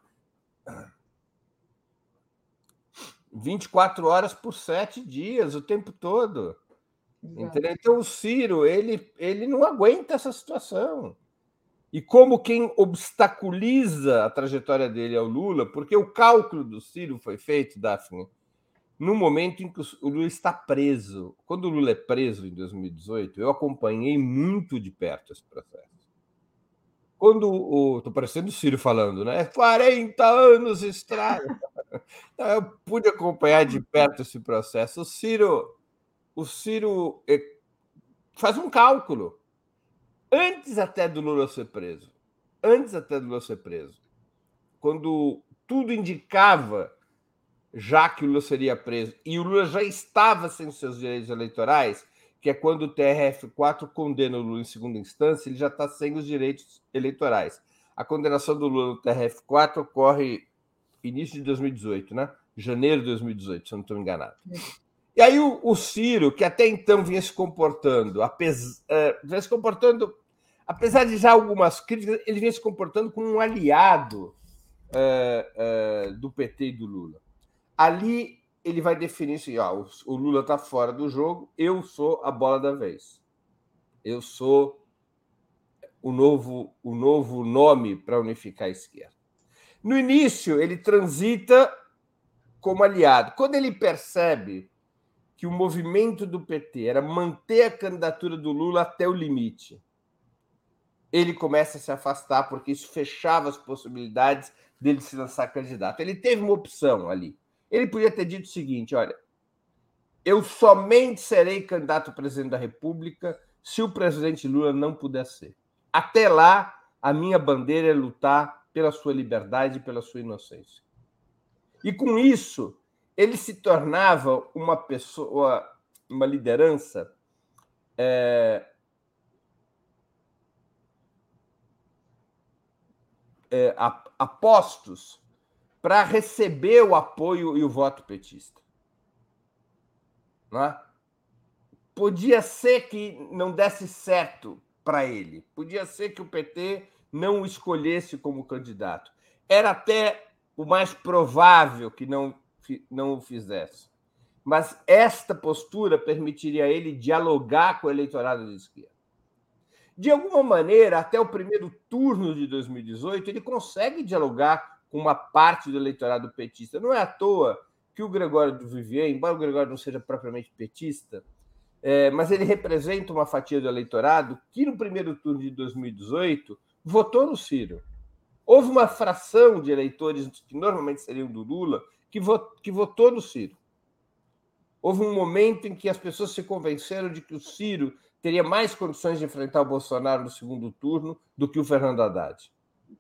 vinte e quatro horas por sete dias, o tempo todo. Entendeu? Então, o Ciro, ele, ele não aguenta essa situação. E como quem obstaculiza a trajetória dele é o Lula, porque o cálculo do Ciro foi feito, Daphne, no momento em que o Lula está preso. Quando o Lula é preso em dois mil e dezoito, eu acompanhei muito de perto esse processo. Quando o... Estou parecendo o Ciro falando, né? quarenta anos estraga. Então, eu pude acompanhar de perto esse processo. O Ciro, o Ciro faz um cálculo. Antes até do Lula ser preso, antes até do Lula ser preso, quando tudo indicava já que o Lula seria preso e o Lula já estava sem seus direitos eleitorais, que é quando o T R F quatro condena o Lula em segunda instância, ele já está sem os direitos eleitorais. A condenação do Lula no T R F quatro ocorre início de dois mil e dezoito, né? Janeiro de dois mil e dezoito, se eu não estou enganado. E aí o, o Ciro, que até então vinha se comportando, apes, uh, vinha se comportando, apesar de já algumas críticas, ele vinha se comportando como um aliado uh, uh, do P T e do Lula. Ali ele vai definir assim, ó, o, o Lula está fora do jogo, eu sou a bola da vez. Eu sou o novo, o novo nome para unificar a esquerda. No início, ele transita como aliado. Quando ele percebe que o movimento do P T era manter a candidatura do Lula até o limite, ele começa a se afastar, porque isso fechava as possibilidades dele se lançar candidato. Ele teve uma opção ali. Ele podia ter dito o seguinte, olha, eu somente serei candidato a presidente da República se o presidente Lula não puder ser. Até lá, a minha bandeira é lutar pela sua liberdade e pela sua inocência. E com isso, ele se tornava uma pessoa, uma liderança é, é, a, a postos para receber o apoio e o voto petista. Não é? Podia ser que não desse certo para ele, podia ser que o P T não o escolhesse como candidato. Era até o mais provável que não, não o fizesse. Mas esta postura permitiria a ele dialogar com o eleitorado de esquerda. De alguma maneira, até o primeiro turno de dois mil e dezoito, ele consegue dialogar com uma parte do eleitorado petista. Não é à toa que o Gregório do Vivier, embora o Gregório não seja propriamente petista, é, mas ele representa uma fatia do eleitorado que, no primeiro turno de dois mil e dezoito, votou no Ciro. Houve uma fração de eleitores que normalmente seriam do Lula que votou no Ciro. Houve um momento em que as pessoas se convenceram de que o Ciro teria mais condições de enfrentar o Bolsonaro no segundo turno do que o Fernando Haddad.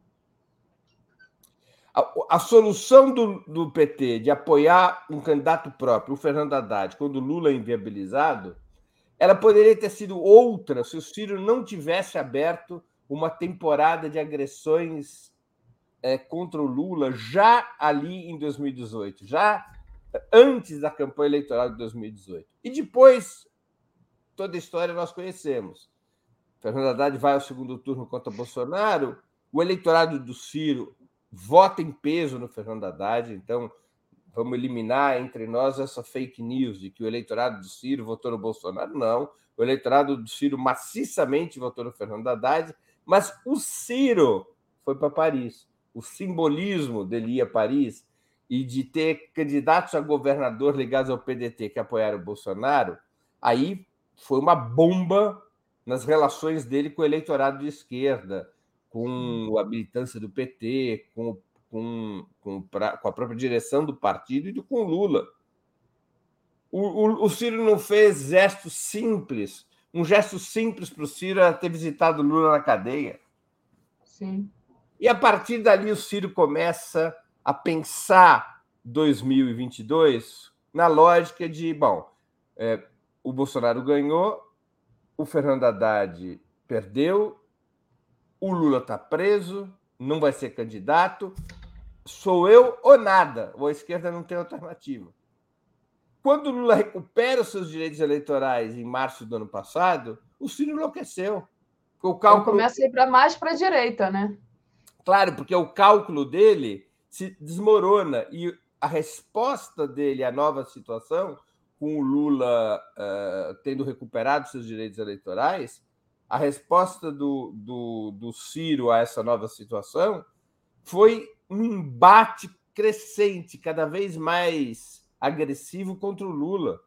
A, a solução do, do P T de apoiar um candidato próprio, o Fernando Haddad, quando o Lula é inviabilizado, ela poderia ter sido outra se o Ciro não tivesse aberto uma temporada de agressões é, contra o Lula já ali em dois mil e dezoito, já antes da campanha eleitoral de dois mil e dezoito. E depois, toda a história nós conhecemos. Fernando Haddad vai ao segundo turno contra Bolsonaro, o eleitorado do Ciro vota em peso no Fernando Haddad, então vamos eliminar entre nós essa fake news de que o eleitorado do Ciro votou no Bolsonaro. Não, o eleitorado do Ciro maciçamente votou no Fernando Haddad, mas o Ciro foi para Paris. O simbolismo dele ir a Paris e de ter candidatos a governador ligados ao P D T que apoiaram o Bolsonaro, aí foi uma bomba nas relações dele com o eleitorado de esquerda, com a militância do P T, com, com, com, pra, com a própria direção do partido e com o Lula. O, o, o Ciro não fez gestos simples. Um gesto simples para o Ciro era ter visitado o Lula na cadeia. Sim. E a partir dali o Ciro começa a pensar dois mil e vinte e dois na lógica de, bom, é, o Bolsonaro ganhou, o Fernando Haddad perdeu, o Lula está preso, não vai ser candidato, sou eu ou nada, ou a esquerda não tem alternativa. Quando o Lula recupera os seus direitos eleitorais em março do ano passado, o Ciro enlouqueceu. O cálculo... Ele começa a ir pra mais para a direita, né? Claro, porque o cálculo dele se desmorona e a resposta dele à nova situação, com o Lula uh, tendo recuperado seus direitos eleitorais, a resposta do, do, do Ciro a essa nova situação foi um embate crescente, cada vez mais agressivo contra o Lula,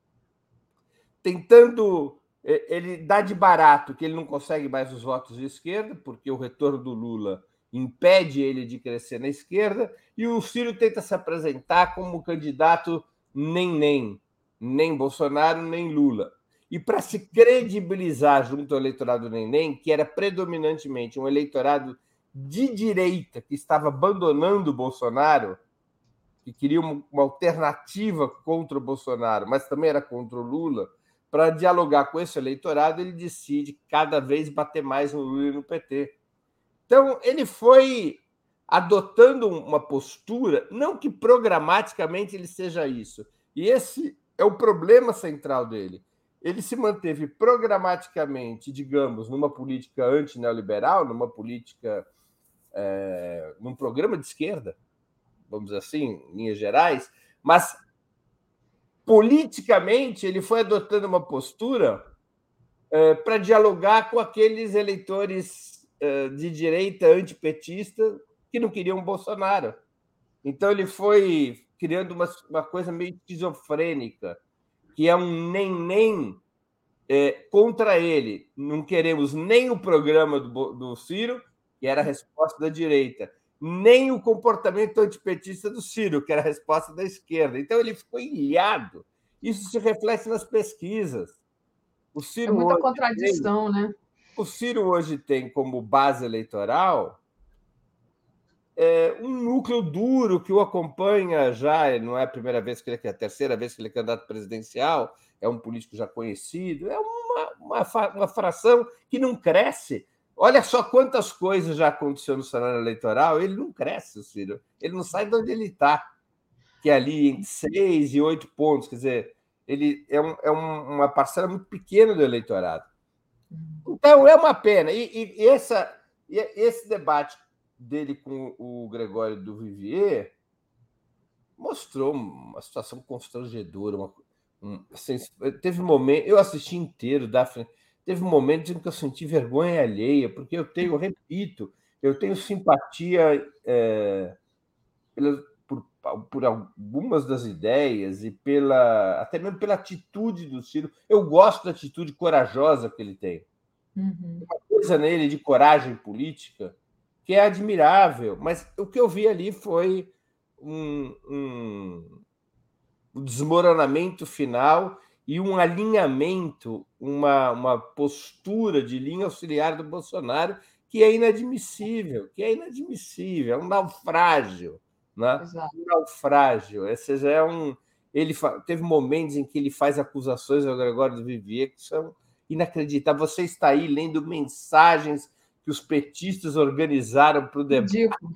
tentando... Ele dá de barato que ele não consegue mais os votos de esquerda, porque o retorno do Lula impede ele de crescer na esquerda, e o Ciro tenta se apresentar como candidato nem-nem, nem Bolsonaro, nem Lula. E para se credibilizar junto ao eleitorado nem-nem, que era predominantemente um eleitorado de direita que estava abandonando o Bolsonaro, que queria uma alternativa contra o Bolsonaro, mas também era contra o Lula, para dialogar com esse eleitorado, ele decide cada vez bater mais no Lula e no P T. Então, ele foi adotando uma postura, não que programaticamente ele seja isso. E esse é o problema central dele. Ele se manteve programaticamente, digamos, numa política anti-neoliberal, numa política, é, num programa de esquerda, vamos dizer assim, em linhas gerais, mas politicamente ele foi adotando uma postura é, para dialogar com aqueles eleitores é, de direita antipetista que não queriam o Bolsonaro. Então ele foi criando uma, uma coisa meio esquizofrênica, que é um nem-nem é, contra ele. Não queremos nem o programa do, do Ciro, que era a resposta da direita, nem o comportamento antipetista do Ciro, que era a resposta da esquerda. Então, ele ficou ilhado. Isso se reflete nas pesquisas. O Ciro é muita hoje contradição, tem, né? O Ciro hoje tem como base eleitoral é, um núcleo duro que o acompanha já, não é a primeira vez que ele é a terceira vez que ele é candidato presidencial, é um político já conhecido, é uma, uma, uma fração que não cresce. Olha só quantas coisas já aconteceu no cenário eleitoral, ele não cresce, o Ciro. Ele não sai de onde ele está, que é ali entre seis e oito pontos. Quer dizer, ele é, um, é um, uma parcela muito pequena do eleitorado. Então, é uma pena. E, e, e, essa, e esse debate dele com o Gregório do Vivier mostrou uma situação constrangedora. Uma, um, assim, teve um momento... Eu assisti inteiro, Daphne... Teve um momento em que eu senti vergonha alheia, porque eu tenho, eu repito, eu tenho simpatia é, pela, por, por algumas das ideias e pela, até mesmo pela atitude do Ciro. Eu gosto da atitude corajosa que ele tem. Uhum. Uma coisa nele de coragem política que é admirável, mas o que eu vi ali foi um, um, um desmoronamento final e um alinhamento, uma, uma postura de linha auxiliar do Bolsonaro que é inadmissível, que é inadmissível, é um naufrágio, né? Um naufrágio. Ou seja, é um, ele teve momentos em que ele faz acusações ao Gregório do Vivier que são inacreditáveis. Você está aí lendo mensagens que os petistas organizaram para o debate. Ridículo.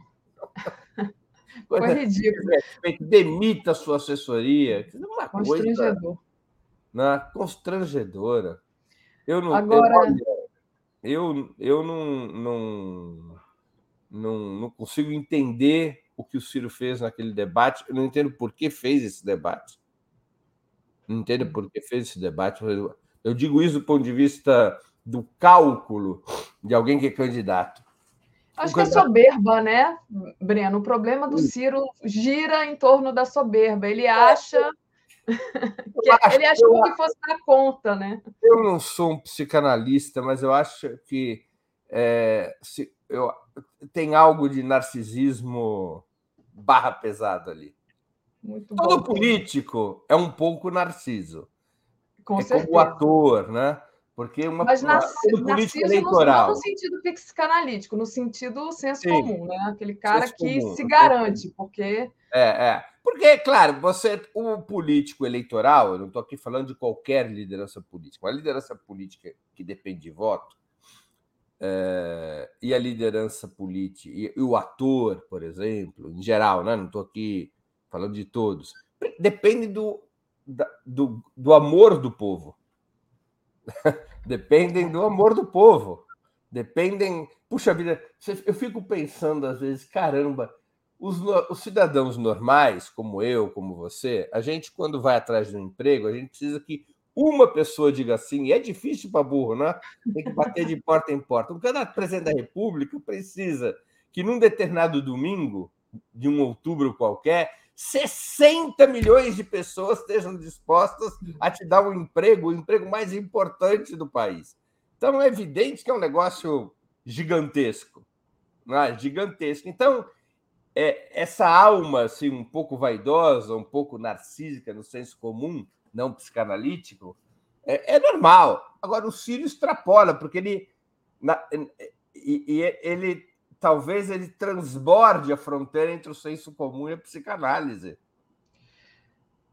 Coisa, Foi ridículo. Demita a sua assessoria. Uma Constrangedor. Coisa, né, constrangedora. Eu não, Agora... eu, eu não, não, não, não consigo entender o que o Ciro fez naquele debate. Eu não entendo por que fez esse debate. Não entendo por que fez esse debate. Eu digo isso do ponto de vista do cálculo de alguém que é candidato. Acho que é soberba, né, Breno? O problema do Ciro gira em torno da soberba. Ele acha... que ele achou que fosse dar conta, né? Eu não sou um psicanalista, mas eu acho que é, se, eu, tem algo de narcisismo barra pesado ali. Muito Todo bom. político é um pouco narciso. Com é certeza. Como o ator, né? Porque uma, Mas uma, todo político eleitoral. Não no sentido psicanalítico, no sentido senso Sim. comum, né? Aquele cara senso que comum. se garante, porque... É, é. Porque, claro, você, o político eleitoral, eu não estou aqui falando de qualquer liderança política, uma liderança política que depende de voto, é, e a liderança política, e, e o ator, por exemplo, em geral, né? Não estou aqui falando de todos, depende do, da, do, do amor do povo. Dependem do amor do povo. Dependem... Puxa vida, eu fico pensando às vezes, caramba, os, os cidadãos normais, como eu, como você, a gente, quando vai atrás de um emprego, a gente precisa que uma pessoa diga assim, e é difícil para burro, né? Tem que bater de porta em porta. Um candidato presidente da República precisa que, num determinado domingo, de um outubro qualquer, sessenta milhões de pessoas estejam dispostas a te dar um emprego, o emprego mais importante do país. Então, é evidente que é um negócio gigantesco. Né? Gigantesco. Então, é, essa alma assim, um pouco vaidosa, um pouco narcísica no senso comum, não psicanalítico, é, é normal. Agora, o Ciro extrapola, porque ele, na, e, e ele talvez ele transborde a fronteira entre o senso comum e a psicanálise.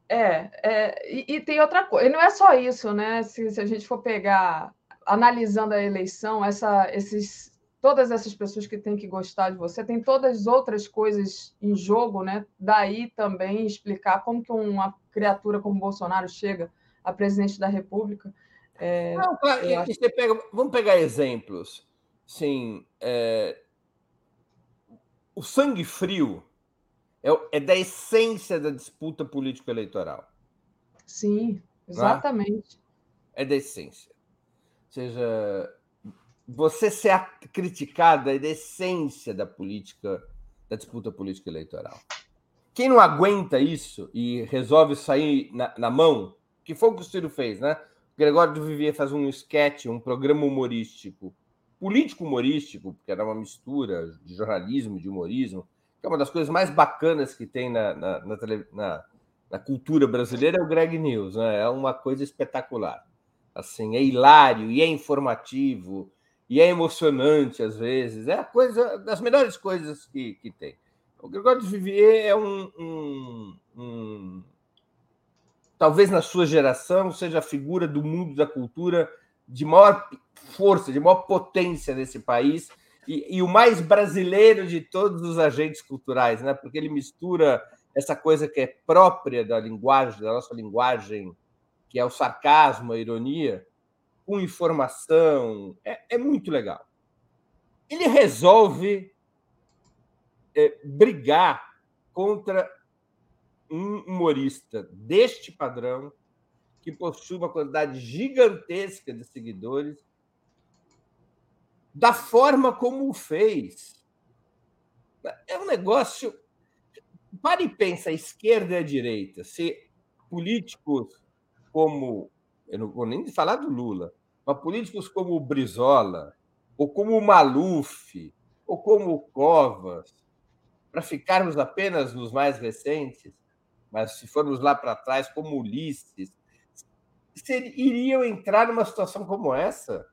É, é e, e tem outra coisa, e não é só isso, né? Se, se a gente for pegar, analisando a eleição, essa, esses, todas essas pessoas que têm que gostar de você, tem todas as outras coisas em jogo, né? Daí também explicar como que uma criatura como Bolsonaro chega a presidente da República. É, Não, claro, e, acho... e você pega, vamos pegar exemplos. Sim, é, o sangue frio é, é da essência da disputa político-eleitoral. Sim, exatamente. É da essência. Ou seja, você ser criticado é da essência da política, da disputa político-eleitoral. Quem não aguenta isso e resolve sair na, na mão, que foi o que o Ciro fez, né? O Gregório do Vivier faz um sketch, um programa humorístico, político-humorístico, porque era uma mistura de jornalismo, de humorismo, que é uma das coisas mais bacanas que tem na, na, na, na, na cultura brasileira, é o Greg News, né? É uma coisa espetacular. Assim, é hilário e é informativo e é emocionante às vezes. É a coisa das melhores coisas que, que tem. O Gregório do Vivier é um, um, um... Talvez na sua geração seja a figura do mundo da cultura de maior força, de maior potência nesse país e, e o mais brasileiro de todos os agentes culturais, né? Porque ele mistura essa coisa que é própria da linguagem, da nossa linguagem, que é o sarcasmo, a ironia, com informação. É, é muito legal. Ele resolve é, brigar contra um humorista deste padrão, que possui uma quantidade gigantesca de seguidores, da forma como o fez. É um negócio... Para e pensa, a esquerda e a direita. Se políticos como... Eu não vou nem falar do Lula, mas políticos como o Brizola, ou como o Maluf, ou como o Covas, para ficarmos apenas nos mais recentes, mas se formos lá para trás, como Ulisses, iriam entrar numa situação como essa?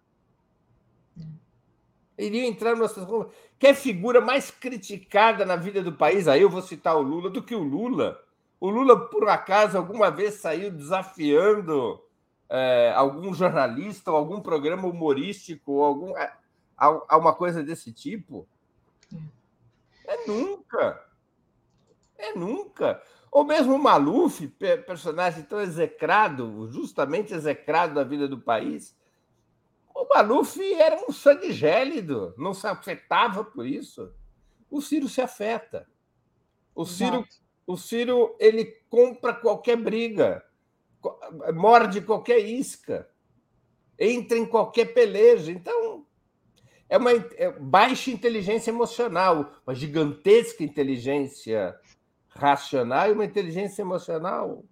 Iriam entrar numa situação como... Que é a figura mais criticada na vida do país? Aí eu vou citar o Lula do que o Lula. O Lula, por acaso, alguma vez saiu desafiando é, algum jornalista ou algum programa humorístico ou algum, alguma coisa desse tipo? É nunca. É nunca. Ou mesmo o Maluf, personagem tão execrado, justamente execrado da vida do país. O Maluf era um sangue gélido, não se afetava por isso. O Ciro se afeta. O Ciro, o Ciro ele compra qualquer briga, morde qualquer isca, entra em qualquer peleja. Então, é uma é baixa inteligência emocional, uma gigantesca inteligência racional e uma inteligência emocional.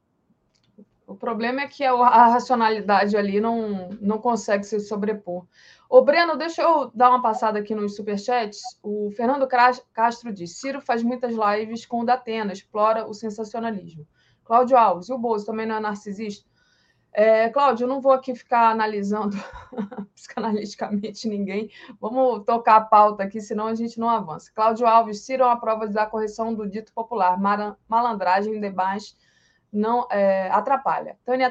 O problema é que a racionalidade ali não, não consegue se sobrepor. Ô, Breno, deixa eu dar uma passada aqui nos superchats. O Fernando Castro diz: Ciro faz muitas lives com o Datena, explora o sensacionalismo. Cláudio Alves: e o Bozo também não é narcisista? É, Cláudio, eu não vou aqui ficar analisando psicanaliticamente ninguém. Vamos tocar a pauta aqui, senão a gente não avança. Cláudio Alves: Ciro é uma prova da correção do dito popular. Malandragem demais não é, atrapalha. Tânia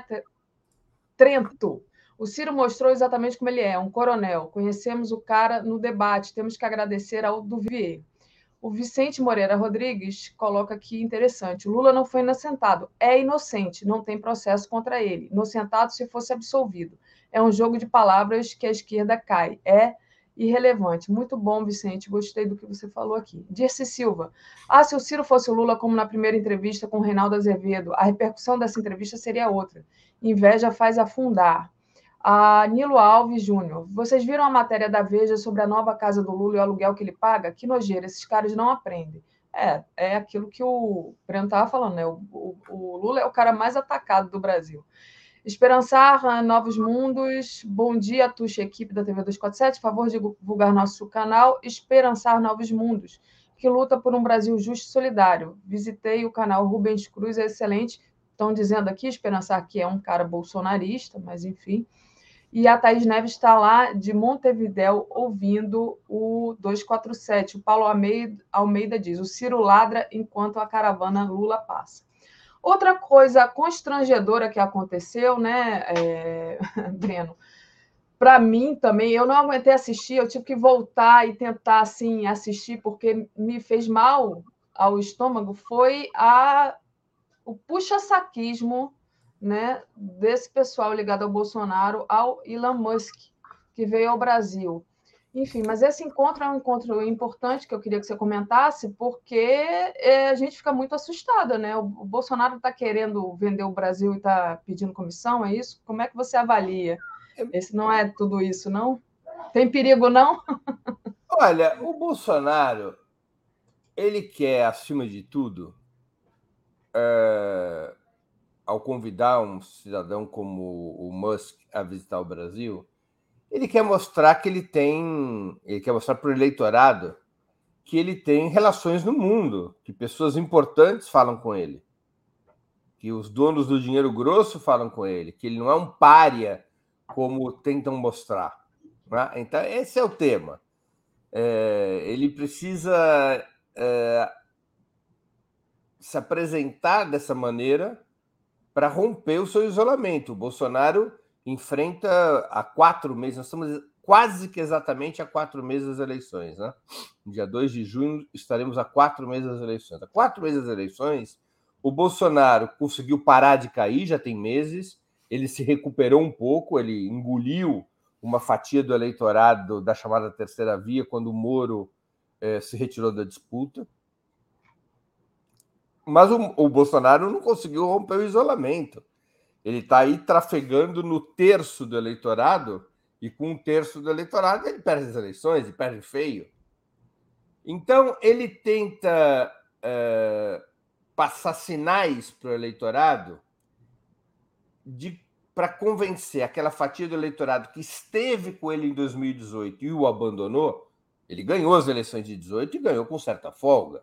Trento: o Ciro mostrou exatamente como ele é, um coronel. Conhecemos o cara no debate, temos que agradecer ao do Vier. O Vicente Moreira Rodrigues coloca aqui interessante: o Lula não foi inocentado, é inocente, não tem processo contra ele. Inocentado se fosse absolvido. É um jogo de palavras que a esquerda cai. É irrelevante. Muito bom, Vicente. Gostei do que você falou aqui. Dirce Silva: ah, se o Ciro fosse o Lula, como na primeira entrevista com o Reinaldo Azevedo, a repercussão dessa entrevista seria outra. Inveja faz afundar. A Nilo Alves Júnior: vocês viram a matéria da Veja sobre a nova casa do Lula e o aluguel que ele paga? Que nojeira, esses caras não aprendem. É, é aquilo que o Breno estava falando, né? O, o, o Lula é o cara mais atacado do Brasil. Esperançar Novos Mundos: bom dia, Tuxa, equipe da T V duzentos e quarenta e sete, favor de divulgar nosso canal Esperançar Novos Mundos, que luta por um Brasil justo e solidário. Visitei o canal Rubens Cruz, é excelente. Estão dizendo aqui, Esperançar, que é um cara bolsonarista, mas enfim. E a Thaís Neves está lá de Montevidéu ouvindo o duzentos e quarenta e sete. O Paulo Almeida, Almeida diz: o Ciro ladra enquanto a caravana Lula passa. Outra coisa constrangedora que aconteceu, né, é... Breno, para mim também, eu não aguentei assistir, eu tive que voltar e tentar assim, assistir, porque me fez mal ao estômago, foi a... o puxa-saquismo, né, desse pessoal ligado ao Bolsonaro, ao Elon Musk, que veio ao Brasil. Enfim, mas esse encontro é um encontro importante que eu queria que você comentasse, porque é, a gente fica muito assustada, né? O, o Bolsonaro está querendo vender o Brasil e está pedindo comissão, é isso? Como é que você avalia? Esse não é tudo isso, não? Tem perigo, não? Olha, o Bolsonaro, ele quer, acima de tudo, é, ao convidar um cidadão como o Musk a visitar o Brasil, ele quer mostrar que ele tem, ele quer mostrar para o eleitorado que ele tem relações no mundo, que pessoas importantes falam com ele, que os donos do dinheiro grosso falam com ele, que ele não é um pária como tentam mostrar. Né? Então, esse é o tema. É, ele precisa é, se apresentar dessa maneira para romper o seu isolamento. O Bolsonaro enfrenta há quatro meses, nós estamos quase que exatamente há quatro meses das eleições. Né? No dia dois de junho estaremos há quatro meses das eleições. Há quatro meses das eleições, o Bolsonaro conseguiu parar de cair, já tem meses, ele se recuperou um pouco, ele engoliu uma fatia do eleitorado da chamada terceira via quando o Moro eh, se retirou da disputa. Mas o, o Bolsonaro não conseguiu romper o isolamento. Ele está aí trafegando no terço do eleitorado, e com um terço do eleitorado ele perde as eleições, e perde feio. Então, ele tenta é, passar sinais para o eleitorado para convencer aquela fatia do eleitorado que esteve com ele em dois mil e dezoito e o abandonou. Ele ganhou as eleições de dezoito e ganhou com certa folga.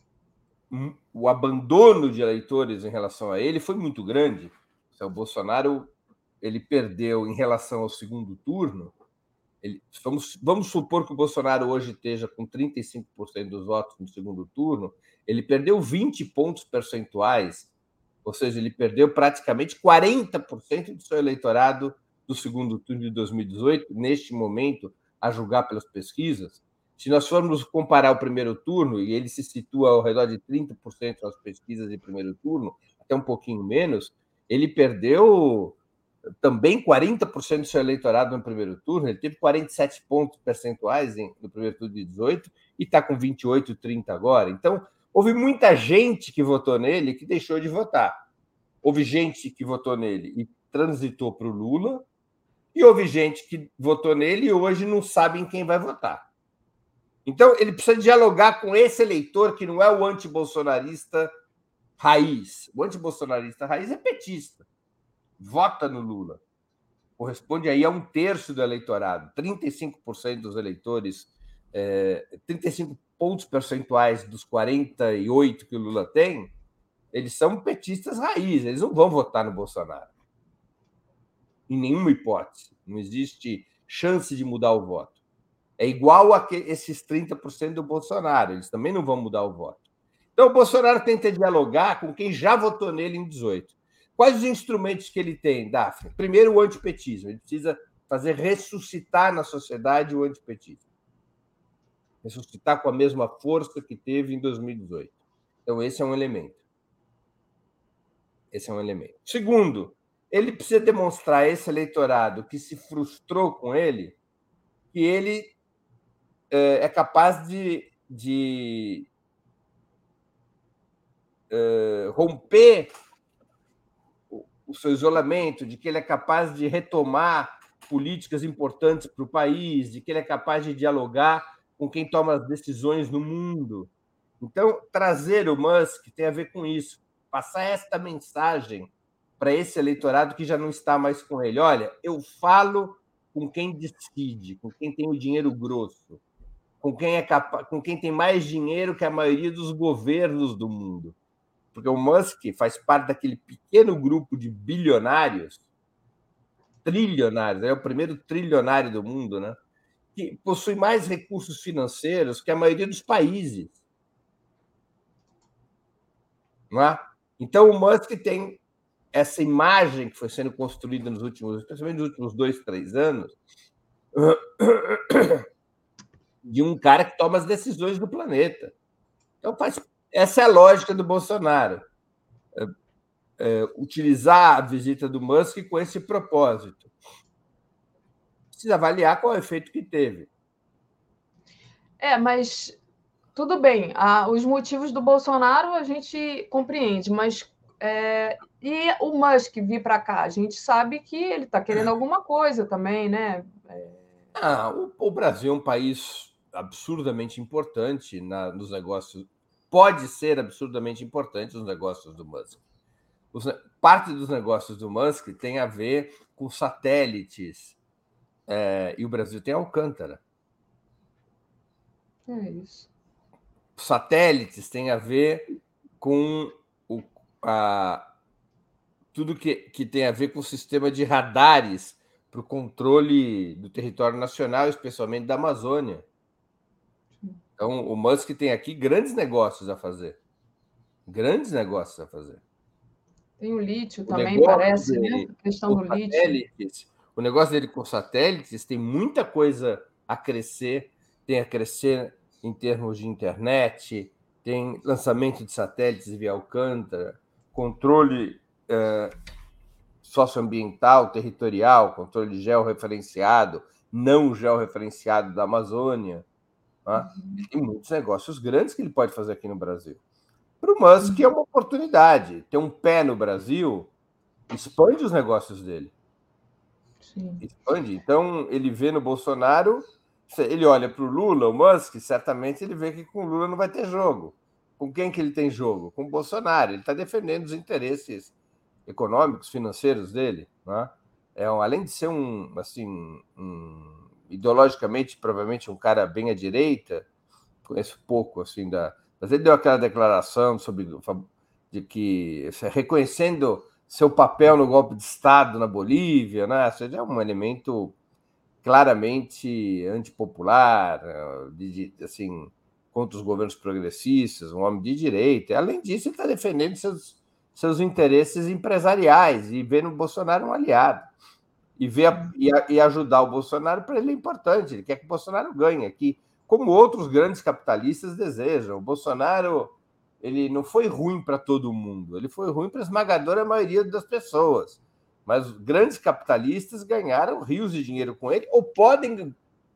O abandono de eleitores em relação a ele foi muito grande. O Bolsonaro ele perdeu em relação ao segundo turno. Ele, vamos, vamos supor que o Bolsonaro hoje esteja com trinta e cinco por cento dos votos no segundo turno. Ele perdeu vinte pontos percentuais, ou seja, ele perdeu praticamente quarenta por cento do seu eleitorado do segundo turno de dois mil e dezoito, neste momento, a julgar pelas pesquisas. Se nós formos comparar o primeiro turno, e ele se situa ao redor de trinta por cento nas pesquisas de primeiro turno, até um pouquinho menos, ele perdeu também quarenta por cento do seu eleitorado no primeiro turno, ele teve quarenta e sete pontos percentuais no primeiro turno de dezoito e está com vinte e oito, trinta agora. Então, houve muita gente que votou nele que deixou de votar. Houve gente que votou nele e transitou para o Lula, e houve gente que votou nele e hoje não sabe em quem vai votar. Então, ele precisa dialogar com esse eleitor que não é o antibolsonarista raiz. O antibolsonarista raiz é petista. Vota no Lula. Corresponde aí a um terço do eleitorado. trinta e cinco por cento dos eleitores, é, trinta e cinco pontos percentuais dos quarenta e oito que o Lula tem, eles são petistas raiz. Eles não vão votar no Bolsonaro. Em nenhuma hipótese. Não existe chance de mudar o voto. É igual a que esses trinta por cento do Bolsonaro. Eles também não vão mudar o voto. Então, o Bolsonaro tenta dialogar com quem já votou nele em dezoito. Quais os instrumentos que ele tem, Daphne? Primeiro, o antipetismo. Ele precisa fazer ressuscitar na sociedade o antipetismo. Ressuscitar com a mesma força que teve em dois mil e dezoito. Então, esse é um elemento. Esse é um elemento. Segundo, ele precisa demonstrar a esse eleitorado que se frustrou com ele que ele é, é capaz de, de é, romper o seu isolamento, de que ele é capaz de retomar políticas importantes para o país, de que ele é capaz de dialogar com quem toma as decisões no mundo. Então, trazer o Musk tem a ver com isso, passar esta mensagem para esse eleitorado que já não está mais com ele. Olha, eu falo com quem decide, com quem tem o dinheiro grosso, com quem, é capaz, com quem tem mais dinheiro que a maioria dos governos do mundo. Porque o Musk faz parte daquele pequeno grupo de bilionários, trilionários, é o primeiro trilionário do mundo, né? Que possui mais recursos financeiros que a maioria dos países. Não é? Então, o Musk tem essa imagem que foi sendo construída nos últimos, especialmente nos últimos dois, três anos, de um cara que toma as decisões do planeta. Então, faz, essa é a lógica do Bolsonaro. É, é, utilizar a visita do Musk com esse propósito. Precisa avaliar qual é o efeito que teve. É, mas tudo bem. Ah, os motivos do Bolsonaro a gente compreende, mas é, e o Musk vir para cá? A gente sabe que ele está querendo alguma coisa também, né? É... Ah, o, o Brasil é um país absurdamente importante na, nos negócios. Pode ser absurdamente importante nos negócios do Musk. Os, parte dos negócios do Musk tem a ver com satélites, é, e o Brasil tem Alcântara. É isso. Satélites tem a ver com o, a, tudo que, que tem a ver com o sistema de radares para o controle do território nacional, especialmente da Amazônia. Então, o Musk tem aqui grandes negócios a fazer. Grandes negócios a fazer. Tem o lítio o também, parece, dele, né? A questão do lítio. O negócio dele com satélites tem muita coisa a crescer, tem a crescer em termos de internet, tem lançamento de satélites via Alcântara, controle eh, socioambiental, territorial, controle georreferenciado, não georreferenciado da Amazônia. Né? Uhum. Tem muitos negócios grandes que ele pode fazer aqui no Brasil. Para o Musk é uma oportunidade. Ter um pé no Brasil expande os negócios dele. Sim. Expande. Então, ele vê no Bolsonaro, ele olha para o Lula, o Musk, certamente ele vê que com o Lula não vai ter jogo. Com quem que ele tem jogo? Com o Bolsonaro. Ele está defendendo os interesses econômicos, financeiros dele. Né? É, além de ser um, assim, um, ideologicamente, provavelmente um cara bem à direita, conheço pouco assim da... Mas ele deu aquela declaração sobre de que reconhecendo seu papel no golpe de Estado na Bolívia, né? Isso é um elemento claramente antipopular, de, de, assim, contra os governos progressistas, um homem de direita. Além disso, ele está defendendo seus, seus interesses empresariais e vê no Bolsonaro um aliado. E, ver a, e, a, e ajudar o Bolsonaro, para ele é importante. Ele quer que o Bolsonaro ganhe aqui, como outros grandes capitalistas desejam. O Bolsonaro ele não foi ruim para todo mundo, ele foi ruim para a esmagadora maioria das pessoas. Mas grandes capitalistas ganharam rios de dinheiro com ele, ou podem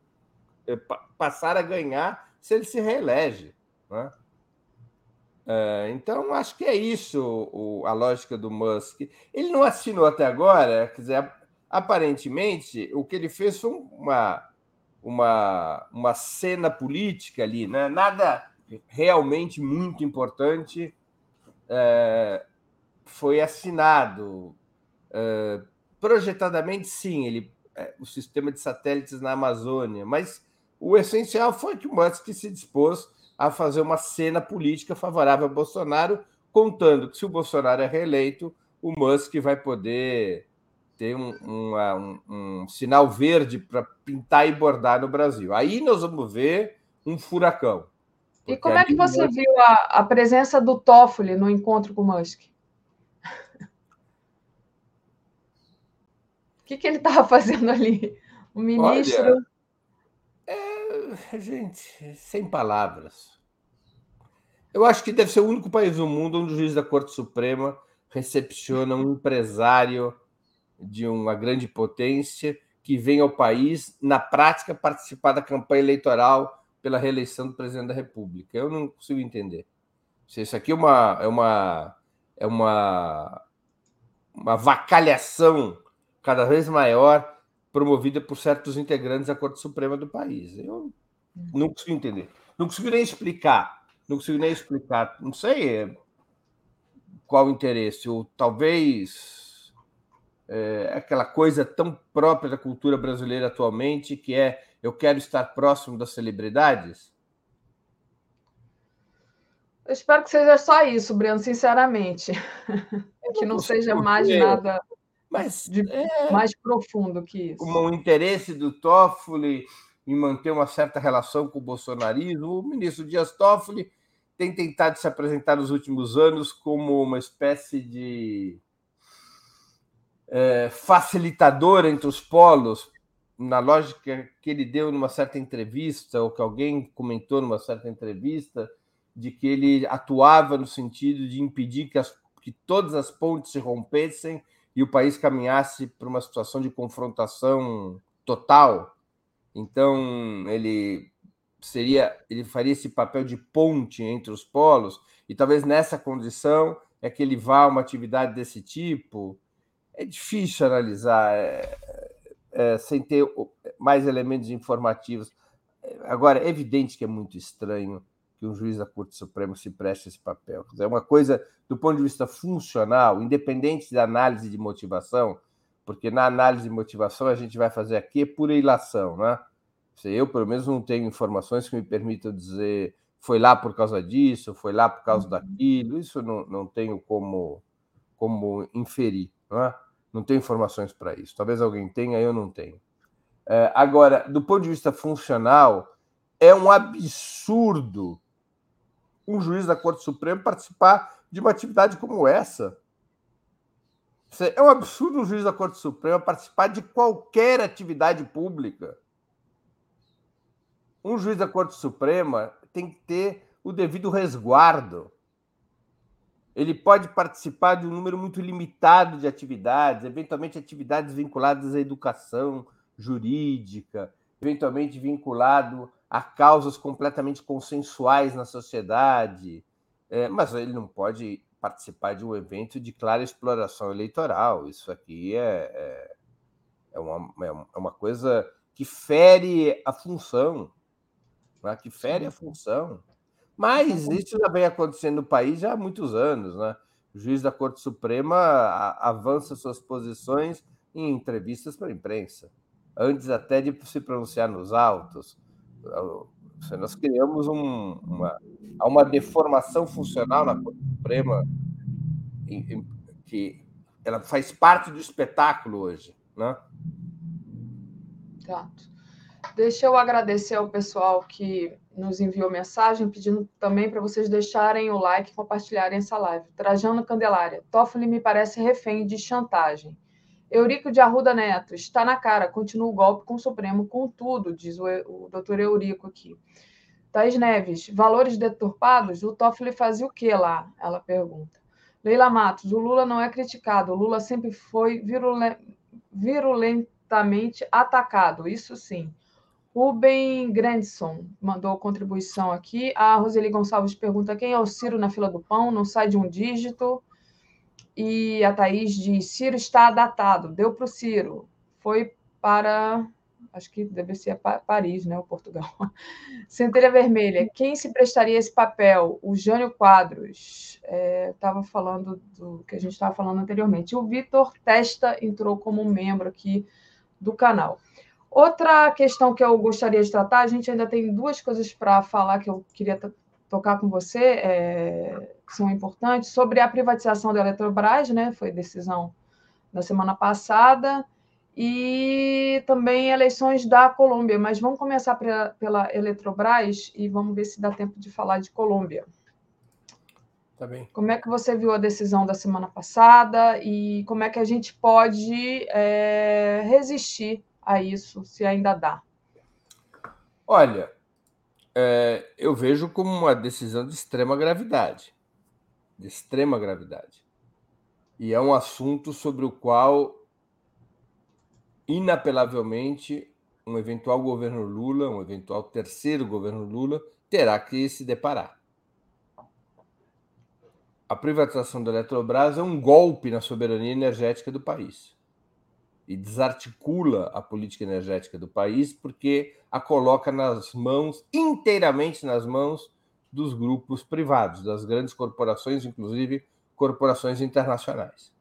passar a ganhar se ele se reelege. Né? Então, acho que é isso a lógica do Musk. Ele não assinou até agora, quer dizer, aparentemente, o que ele fez foi uma... Uma, uma cena política ali, né? Nada realmente muito importante é, foi assinado. É, projetadamente, sim, ele, é, o sistema de satélites na Amazônia, mas o essencial foi que o Musk se dispôs a fazer uma cena política favorável ao Bolsonaro, contando que se o Bolsonaro é reeleito, o Musk vai poder ter um, uma, um, um sinal verde para pintar e bordar no Brasil. Aí nós vamos ver um furacão. E como é que você Musk... viu a, a presença do Toffoli no encontro com o Musk? O que, que ele estava fazendo ali? O ministro... Olha, é, gente, sem palavras. Eu acho que deve ser o único país do mundo onde o juiz da Corte Suprema recepciona um empresário de uma grande potência que vem ao país, na prática, participar da campanha eleitoral pela reeleição do presidente da República. Eu não consigo entender. Se isso aqui é uma, é uma, é uma, uma vacalhação cada vez maior promovida por certos integrantes da Corte Suprema do país. Eu não consigo entender. Não consigo nem explicar. Não consigo nem explicar. Não sei qual o interesse. Ou talvez... É aquela coisa tão própria da cultura brasileira atualmente, que é eu quero estar próximo das celebridades? Eu espero que seja só isso, Breno, sinceramente. Que não seja mais nada Mas, de é, mais profundo que isso. Como o interesse do Toffoli em manter uma certa relação com o bolsonarismo, o ministro Dias Toffoli tem tentado se apresentar nos últimos anos como uma espécie de é, facilitador entre os polos, na lógica que ele deu numa certa entrevista, ou que alguém comentou numa certa entrevista, de que ele atuava no sentido de impedir que, as, que todas as pontes se rompessem e o país caminhasse para uma situação de confrontação total. Então, ele seria, ele faria esse papel de ponte entre os polos, e talvez nessa condição é que ele vá a uma atividade desse tipo. É difícil analisar é, é, sem ter mais elementos informativos. Agora, é evidente que é muito estranho que um juiz da Corte Suprema se preste esse papel. É uma coisa, do ponto de vista funcional, independente da análise de motivação, porque na análise de motivação a gente vai fazer aqui pura ilação, né? Eu, pelo menos, não tenho informações que me permitam dizer foi lá por causa disso, foi lá por causa daquilo, isso não, não tenho como, como inferir, né? Não tenho informações para isso. Talvez alguém tenha, eu não tenho. É, agora, do ponto de vista funcional, é um absurdo um juiz da Corte Suprema participar de uma atividade como essa. É um absurdo um juiz da Corte Suprema participar de qualquer atividade pública. Um juiz da Corte Suprema tem que ter o devido resguardo. Ele pode participar de um número muito limitado de atividades, eventualmente atividades vinculadas à educação jurídica, eventualmente vinculado a causas completamente consensuais na sociedade, é, mas ele não pode participar de um evento de clara exploração eleitoral. Isso aqui é, é, é, uma, é uma coisa que fere a função, né? que fere a função. Mas isso já vem acontecendo no país já há muitos anos, né? O juiz da Corte Suprema avança suas posições em entrevistas para a imprensa, antes até de se pronunciar nos autos. Nós criamos um, uma, uma deformação funcional na Corte Suprema que ela faz parte do espetáculo hoje, né? Exato. Deixa eu agradecer ao pessoal que nos enviou mensagem, pedindo também para vocês deixarem o like e compartilharem essa live. Trajano Candelária, Toffoli me parece refém de chantagem. Eurico de Arruda Neto, está na cara, continua o golpe com o Supremo, com tudo, diz o, o doutor Eurico aqui. Thaís Neves, valores deturpados? O Toffoli fazia o que lá? Ela pergunta. Leila Matos, o Lula não é criticado, o Lula sempre foi virule, virulentamente atacado, isso sim. Rubem Grandson mandou contribuição aqui. A Roseli Gonçalves pergunta quem é o Ciro na fila do pão, não sai de um dígito. E a Thaís diz, Ciro está datado, deu para o Ciro. Foi para, acho que deve ser Paris, né, o Portugal. Centelha Vermelha, quem se prestaria esse papel? O Jânio Quadros. Estava é, falando do que a gente estava falando anteriormente. O Vitor Testa entrou como membro aqui do canal. Outra questão que eu gostaria de tratar, a gente ainda tem duas coisas para falar que eu queria tocar com você, é, que são importantes, sobre a privatização da Eletrobras, né? Foi decisão da semana passada, e também eleições da Colômbia. Mas vamos começar pra, pela Eletrobras e vamos ver se dá tempo de falar de Colômbia. Tá bem. Como é que você viu a decisão da semana passada e como é que a gente pode é, resistir a isso, se ainda dá? Olha, é, eu vejo como uma decisão de extrema gravidade, de extrema gravidade. E é um assunto sobre o qual, inapelavelmente, um eventual governo Lula, um eventual terceiro governo Lula, terá que se deparar. A privatização da Eletrobras é um golpe na soberania energética do país. E desarticula a política energética do país porque a coloca nas mãos, inteiramente nas mãos dos grupos privados, das grandes corporações, inclusive corporações internacionais.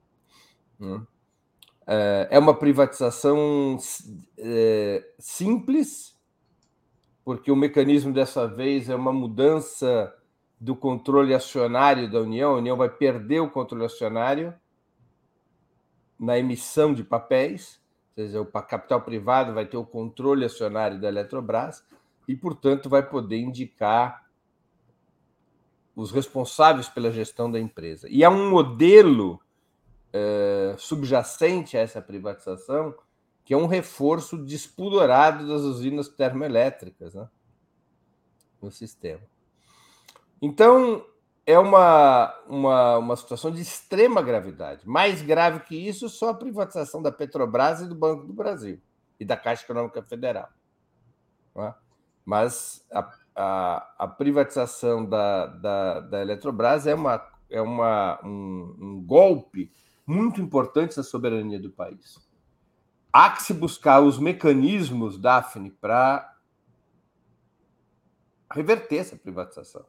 É uma privatização simples, porque o mecanismo dessa vez é uma mudança do controle acionário da União. A União vai perder o controle acionário na emissão de papéis, ou seja, o capital privado vai ter o controle acionário da Eletrobras e, portanto, vai poder indicar os responsáveis pela gestão da empresa. E há um modelo é, subjacente a essa privatização, que é um reforço despudorado das usinas termoelétricas, né, no sistema. Então, é uma, uma, uma situação de extrema gravidade. Mais grave que isso, só a privatização da Petrobras e do Banco do Brasil e da Caixa Econômica Federal. Né? Mas a, a, a privatização da, da, da Eletrobras é, uma, é uma, um, um golpe muito importante na soberania do país. Há que se buscar os mecanismos, Daphne, para reverter essa privatização.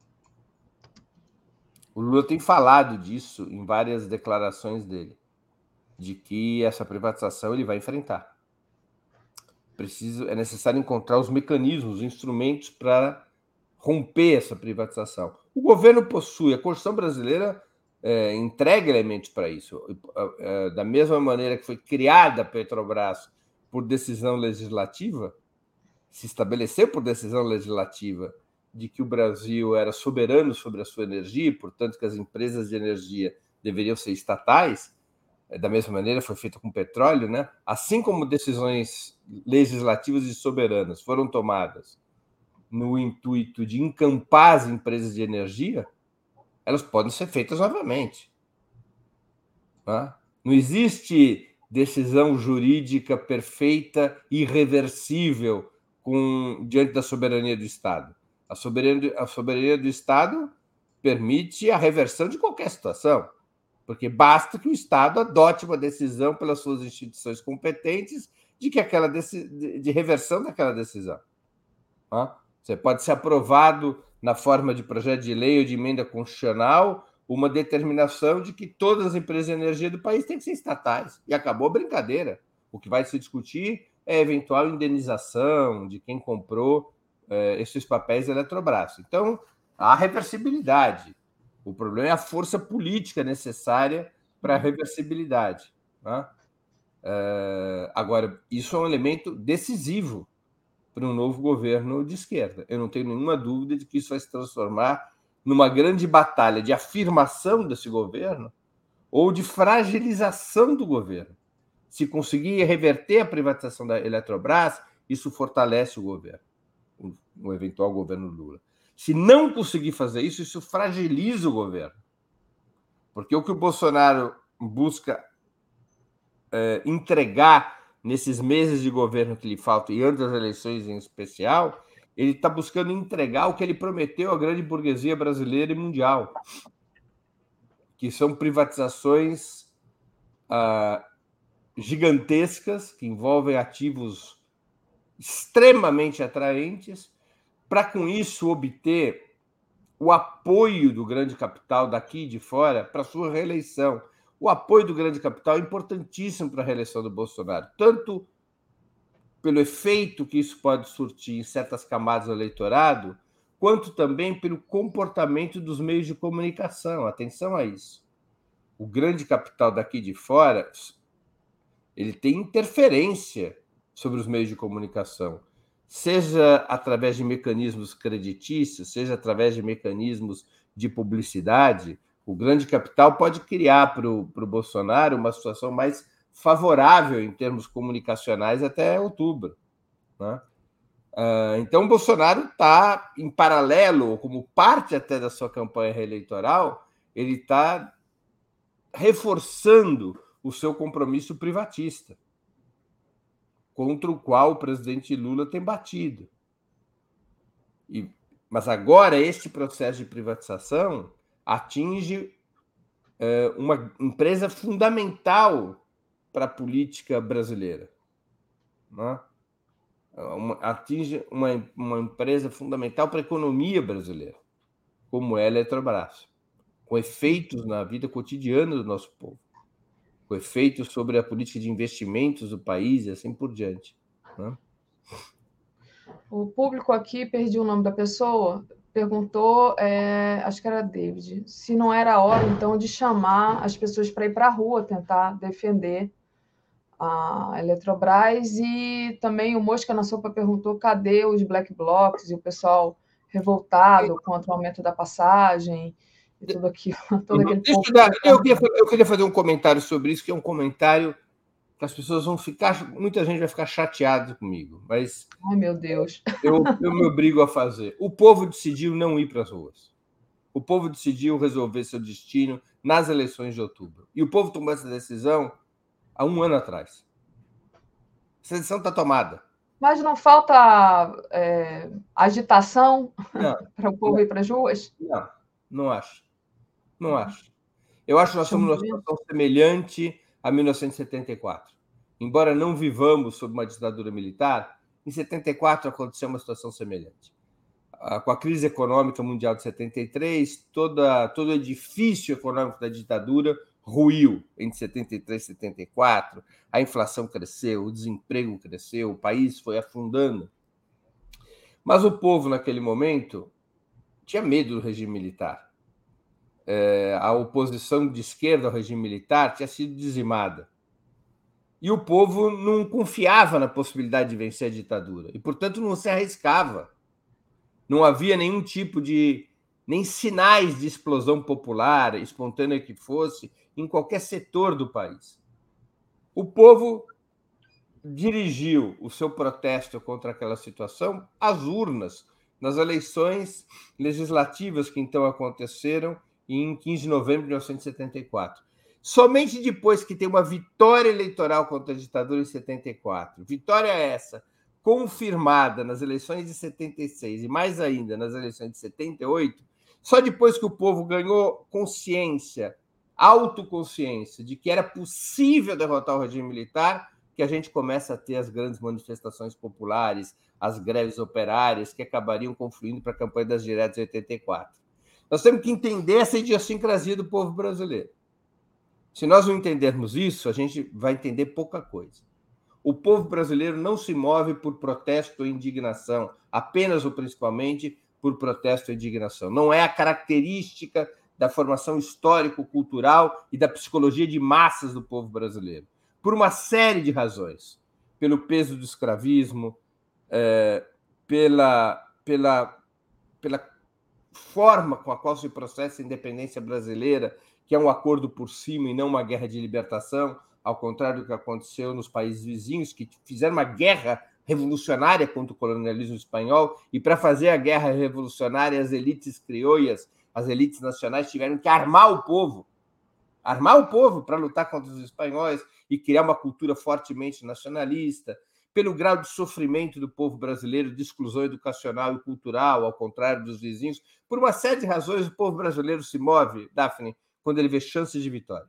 O Lula tem falado disso em várias declarações dele, de que essa privatização ele vai enfrentar. Preciso, é necessário encontrar os mecanismos, os instrumentos para romper essa privatização. O governo possui, a Constituição brasileira é, entrega elementos para isso. É, da mesma maneira que foi criada a Petrobras por decisão legislativa, se estabeleceu por decisão legislativa de que o Brasil era soberano sobre a sua energia, e, portanto, que as empresas de energia deveriam ser estatais, da mesma maneira foi feito com petróleo, né? Assim como decisões legislativas e soberanas foram tomadas no intuito de encampar as empresas de energia, elas podem ser feitas novamente. Tá? Não existe decisão jurídica perfeita, irreversível com, diante da soberania do Estado. A soberania, a soberania do Estado permite a reversão de qualquer situação, porque basta que o Estado adote uma decisão pelas suas instituições competentes de que aquela de, de reversão daquela decisão. Tá? Você pode ser aprovado na forma de projeto de lei ou de emenda constitucional uma determinação de que todas as empresas de energia do país têm que ser estatais. E acabou a brincadeira. O que vai se discutir é a eventual indenização de quem comprou eh, esses papéis da Eletrobras. Então, há reversibilidade. O problema é a força política necessária para a reversibilidade. Né? Eh, agora, isso é um elemento decisivo para um novo governo de esquerda. Eu não tenho nenhuma dúvida de que isso vai se transformar numa grande batalha de afirmação desse governo ou de fragilização do governo. Se conseguir reverter a privatização da Eletrobras, isso fortalece o governo, o eventual governo Lula. Se não conseguir fazer isso, isso fragiliza o governo. Porque o que o Bolsonaro busca é, entregar nesses meses de governo que lhe faltam, e antes das eleições em especial, ele está buscando entregar o que ele prometeu à grande burguesia brasileira e mundial, que são privatizações ah, gigantescas, que envolvem ativos extremamente atraentes, para, com isso, obter o apoio do grande capital daqui e de fora para a sua reeleição. O apoio do grande capital é importantíssimo para a reeleição do Bolsonaro, tanto pelo efeito que isso pode surtir em certas camadas do eleitorado, quanto também pelo comportamento dos meios de comunicação. Atenção a isso. O grande capital daqui de fora, ele tem interferência sobre os meios de comunicação, seja através de mecanismos creditícios, seja através de mecanismos de publicidade. O grande capital pode criar para o Bolsonaro uma situação mais favorável em termos comunicacionais até outubro. Né? Então, o Bolsonaro está, em paralelo, ou como parte até da sua campanha reeleitoral, ele está reforçando o seu compromisso privatista, contra o qual o presidente Lula tem batido. E, mas agora, este processo de privatização atinge é, uma empresa fundamental para a política brasileira. Né? Uma, atinge uma, uma empresa fundamental para a economia brasileira, como é a Eletrobras, com efeitos na vida cotidiana do nosso povo, com efeitos sobre a política de investimentos do país e assim por diante. Né? O público aqui, perdi o nome da pessoa, perguntou, é, acho que era David, se não era a hora, então, de chamar as pessoas para ir para a rua tentar defender a Eletrobras. E também o Mosca na Sopa perguntou cadê os black blocs, e o pessoal revoltado contra o aumento da passagem e tudo aquilo. Todo aquele Deixa povo eu, dar, eu, queria, eu queria fazer um comentário sobre isso, que é um comentário que as pessoas vão ficar, muita gente vai ficar chateada comigo, mas ai, meu Deus. Eu, eu me obrigo a fazer. O povo decidiu não ir para as ruas. O povo decidiu resolver seu destino nas eleições de outubro. E o povo tomou essa decisão há um ano atrás. Essa decisão está tomada. Mas não falta é, agitação para o povo não, ir para as ruas? Não, não acho. Não acho. Eu acho que nós estamos numa situação semelhante a mil novecentos e setenta e quatro. Embora não vivamos sob uma ditadura militar, em setenta e quatro aconteceu uma situação semelhante. Com a crise econômica mundial de setenta e três, toda, todo o edifício econômico da ditadura ruiu entre setenta e três e setenta e quatro, a inflação cresceu, o desemprego cresceu, o país foi afundando. Mas o povo, naquele momento, tinha medo do regime militar. É, a oposição de esquerda ao regime militar tinha sido dizimada. E o povo não confiava na possibilidade de vencer a ditadura. E, portanto, não se arriscava. Não havia nenhum tipo de... nem sinais de explosão popular, espontânea que fosse, em qualquer setor do país. O povo dirigiu o seu protesto contra aquela situação às urnas, nas eleições legislativas que então aconteceram em quinze de novembro de mil novecentos e setenta e quatro. Somente depois que tem uma vitória eleitoral contra a ditadura em setenta e quatro, vitória essa confirmada nas eleições de setenta e seis e mais ainda nas eleições de setenta e oito, só depois que o povo ganhou consciência, autoconsciência de que era possível derrotar o regime militar, que a gente começa a ter as grandes manifestações populares, as greves operárias, que acabariam confluindo para a campanha das diretas de oitenta e quatro. Nós temos que entender essa idiosincrasia do povo brasileiro. Se nós não entendermos isso, a gente vai entender pouca coisa. O povo brasileiro não se move por protesto ou indignação, apenas ou principalmente por protesto ou indignação. Não é a característica da formação histórico-cultural e da psicologia de massas do povo brasileiro. Por uma série de razões. Pelo peso do escravismo, é, pela, pela, pela forma com a qual se processa a independência brasileira, que é um acordo por cima e não uma guerra de libertação, ao contrário do que aconteceu nos países vizinhos, que fizeram uma guerra revolucionária contra o colonialismo espanhol, e para fazer a guerra revolucionária, as elites crioulas, as elites nacionais tiveram que armar o povo, armar o povo para lutar contra os espanhóis e criar uma cultura fortemente nacionalista, pelo grau de sofrimento do povo brasileiro, de exclusão educacional e cultural, ao contrário dos vizinhos. Por uma série de razões, o povo brasileiro se move, Daphne, quando ele vê chances de vitória.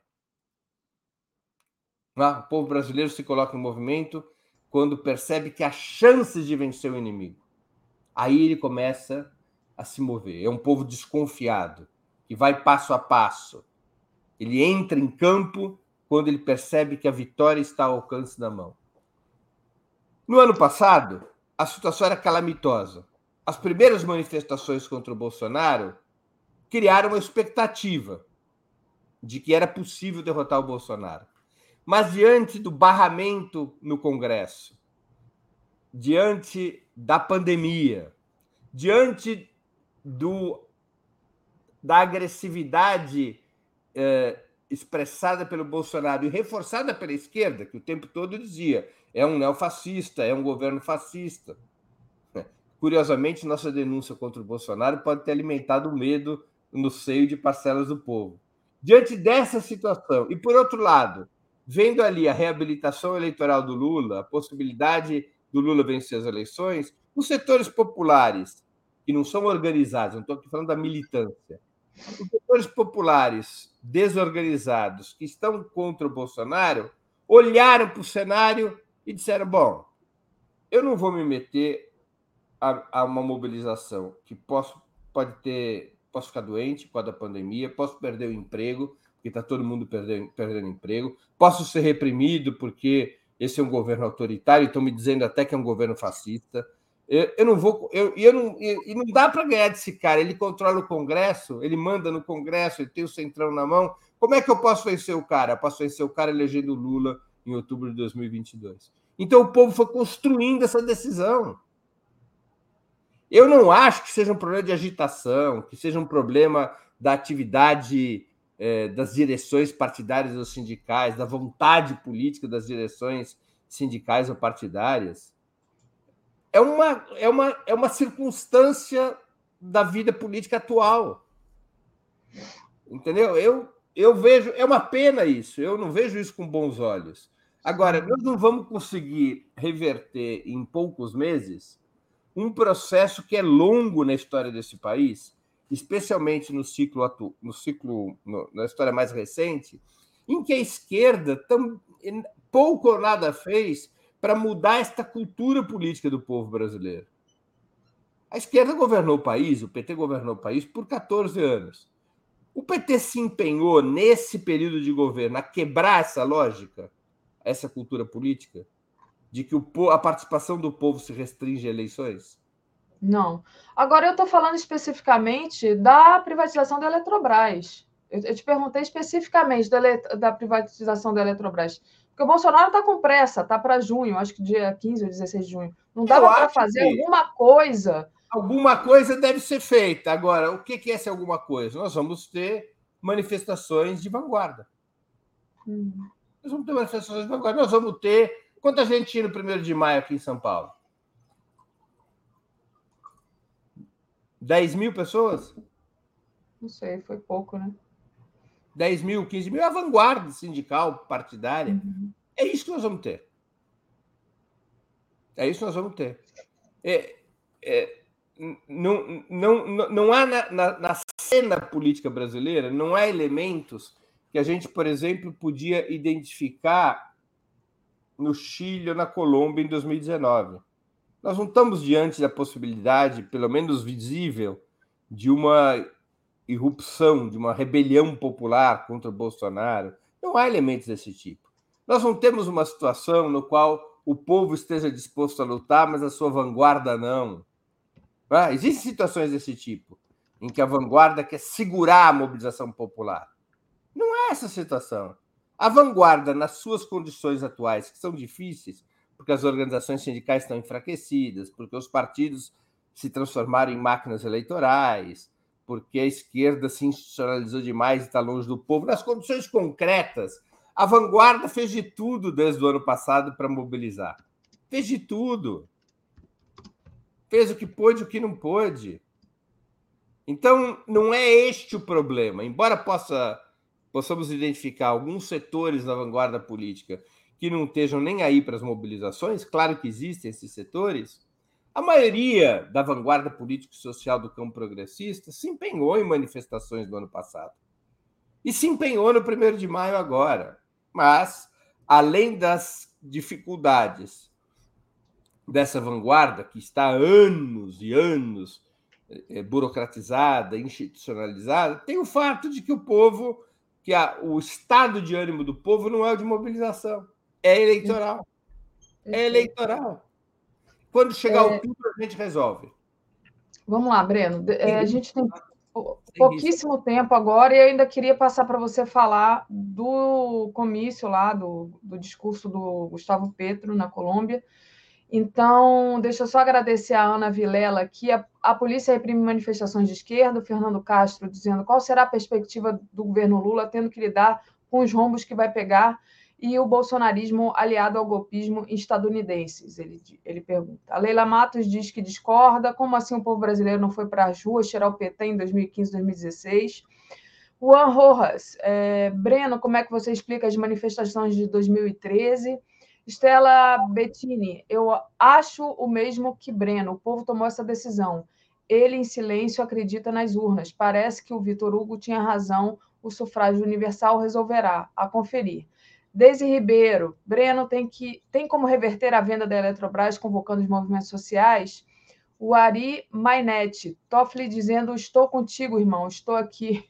O povo brasileiro se coloca em movimento quando percebe que há chances de vencer o inimigo. Aí ele começa a se mover. É um povo desconfiado, que vai passo a passo. Ele entra em campo quando ele percebe que a vitória está ao alcance da mão. No ano passado, a situação era calamitosa. As primeiras manifestações contra o Bolsonaro criaram uma expectativa de que era possível derrotar o Bolsonaro. Mas diante do barramento no Congresso, diante da pandemia, diante do, da agressividade eh, expressada pelo Bolsonaro e reforçada pela esquerda, que o tempo todo dizia é um neofascista, é um governo fascista. Curiosamente, nossa denúncia contra o Bolsonaro pode ter alimentado o medo no seio de parcelas do povo. Diante dessa situação, e por outro lado, vendo ali a reabilitação eleitoral do Lula, a possibilidade do Lula vencer as eleições, os setores populares, que não são organizados, não estou aqui falando da militância, os setores populares desorganizados que estão contra o Bolsonaro olharam para o cenário e disseram, bom, eu não vou me meter a, a uma mobilização que posso, pode ter, posso ficar doente por causa da pandemia, posso perder o emprego, porque está todo mundo perdendo, perdendo emprego, posso ser reprimido porque esse é um governo autoritário, estão me dizendo até que é um governo fascista. Eu, eu não vou, eu, eu não, e não dá para ganhar desse cara. Ele controla o Congresso, ele manda no Congresso, ele tem o centrão na mão. Como é que eu posso vencer o cara? Eu posso vencer o cara elegendo o Lula em outubro de dois mil e vinte e dois. Então o povo foi construindo essa decisão. Eu não acho que seja um problema de agitação, que seja um problema da atividade eh, das direções partidárias ou sindicais, da vontade política das direções sindicais ou partidárias. É uma, é uma, é uma circunstância da vida política atual. Entendeu? Eu, eu vejo... É uma pena isso. Eu não vejo isso com bons olhos. Agora, nós não vamos conseguir reverter em poucos meses um processo que é longo na história desse país, especialmente no ciclo, atu... no ciclo no, na história mais recente, em que a esquerda tão, pouco ou nada fez para mudar esta cultura política do povo brasileiro. A esquerda governou o país, o P T governou o país por quatorze anos. O P T se empenhou, nesse período de governo, a quebrar essa lógica, essa cultura política, de que o, a participação do povo se restringe a eleições? Não. Agora, eu estou falando especificamente da privatização da Eletrobras. Eu, eu te perguntei especificamente da, da privatização da Eletrobras. Porque o Bolsonaro está com pressa, está para junho, acho que dia quinze ou dezesseis de junho. Não dava para fazer que... alguma coisa? Alguma coisa deve ser feita. Agora, o que é ser alguma coisa? Nós vamos ter manifestações de vanguarda. Hum. Nós vamos ter manifestações de vanguarda. Nós vamos ter... Quanta gente tinha no primeiro de maio aqui em São Paulo? dez mil pessoas? Não sei, foi pouco, né? dez mil, quinze mil, a vanguarda sindical, partidária. Uhum. É isso que nós vamos ter. É isso que nós vamos ter. É, é, não, não, não há na, na, na cena política brasileira, não há elementos que a gente, por exemplo, podia identificar no Chile ou na Colômbia em dois mil e dezenove. Nós não estamos diante da possibilidade, pelo menos visível, de uma irrupção, de uma rebelião popular contra o Bolsonaro. Não há elementos desse tipo. Nós não temos uma situação no qual o povo esteja disposto a lutar, mas a sua vanguarda não. Ah, existem situações desse tipo, em que a vanguarda quer segurar a mobilização popular. Não é essa situação. A vanguarda, nas suas condições atuais, que são difíceis, porque as organizações sindicais estão enfraquecidas, porque os partidos se transformaram em máquinas eleitorais, porque a esquerda se institucionalizou demais e está longe do povo. Nas condições concretas, a vanguarda fez de tudo desde o ano passado para mobilizar. Fez de tudo. Fez o que pôde e o que não pôde. Então, não é este o problema. Embora possa, possamos identificar alguns setores da vanguarda política que não estejam nem aí para as mobilizações, claro que existem esses setores, a maioria da vanguarda política e social do campo progressista se empenhou em manifestações do ano passado. E se empenhou no primeiro de maio agora. Mas, além das dificuldades dessa vanguarda, que está há anos e anos é, burocratizada, institucionalizada, tem o fato de que o povo, que a, o estado de ânimo do povo não é o de mobilização, é eleitoral. É eleitoral. Quando chegar é... outubro, a gente resolve. Vamos lá, Breno. É, a gente tem pouquíssimo tempo agora e eu ainda queria passar para você falar do comício lá, do, do discurso do Gustavo Petro na Colômbia. Então, deixa eu só agradecer a Ana Vilela, que a, a polícia reprime manifestações de esquerda, o Fernando Castro dizendo qual será a perspectiva do governo Lula tendo que lidar com os rombos que vai pegar, e o bolsonarismo aliado ao golpismo estadunidense, ele, ele pergunta. A Leila Matos diz que discorda, como assim o povo brasileiro não foi para as ruas tirar o P T em dois mil e quinze, dois mil e dezesseis? Juan Rojas, é, Breno, como é que você explica as manifestações de dois mil e treze? Estela Bettini, eu acho o mesmo que Breno, o povo tomou essa decisão. Ele, em silêncio, acredita nas urnas. Parece que o Vitor Hugo tinha razão, o sufrágio universal resolverá. A conferir. Deise Ribeiro, Breno tem, que, tem como reverter a venda da Eletrobras convocando os movimentos sociais? O Ari Mainete, Toffoli dizendo, estou contigo, irmão, estou aqui.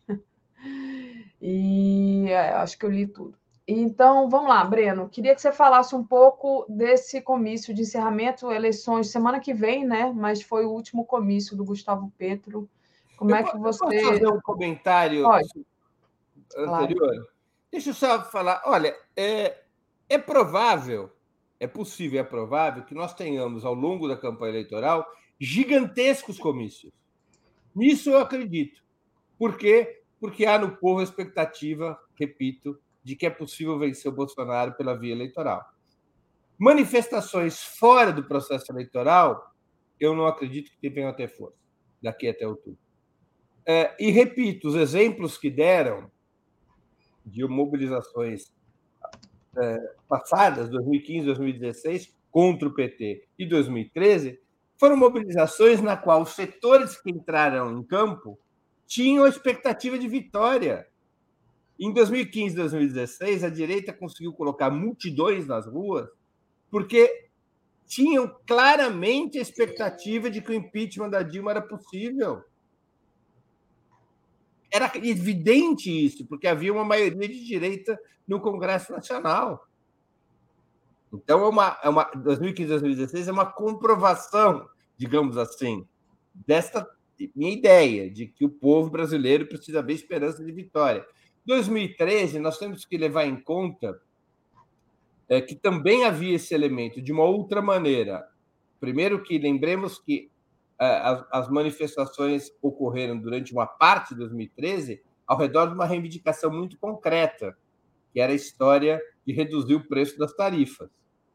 E é, acho que eu li tudo. Então, vamos lá, Breno. Queria que você falasse um pouco desse comício de encerramento, eleições semana que vem, né? Mas foi o último comício do Gustavo Petro. Como eu é que você... Posso fazer um comentário Pode. anterior? Claro. Deixa eu só falar. Olha, é, é provável, é possível, é provável que nós tenhamos, ao longo da campanha eleitoral, gigantescos comícios. Nisso eu acredito. Por quê? Porque há no povo a expectativa, repito, de que é possível vencer o Bolsonaro pela via eleitoral. Manifestações fora do processo eleitoral, eu não acredito que venham a ter força daqui até outubro. É, e, repito, os exemplos que deram de mobilizações é, passadas, dois mil e quinze, dois mil e dezesseis, contra o P T, e dois mil e treze, foram mobilizações na qual os setores que entraram em campo tinham a expectativa de vitória. Em dois mil e quinze, dois mil e dezesseis, a direita conseguiu colocar multidões nas ruas porque tinham claramente a expectativa de que o impeachment da Dilma era possível. Era evidente isso, porque havia uma maioria de direita no Congresso Nacional. Então, é uma, é uma, dois mil e quinze, dois mil e dezesseis é uma comprovação, digamos assim, desta minha ideia de que o povo brasileiro precisa ver esperança de vitória. dois mil e treze, nós temos que levar em conta é, que também havia esse elemento de uma outra maneira. Primeiro que lembremos que é, as, as manifestações ocorreram durante uma parte de dois mil e treze ao redor de uma reivindicação muito concreta, que era a história de reduzir o preço das tarifas.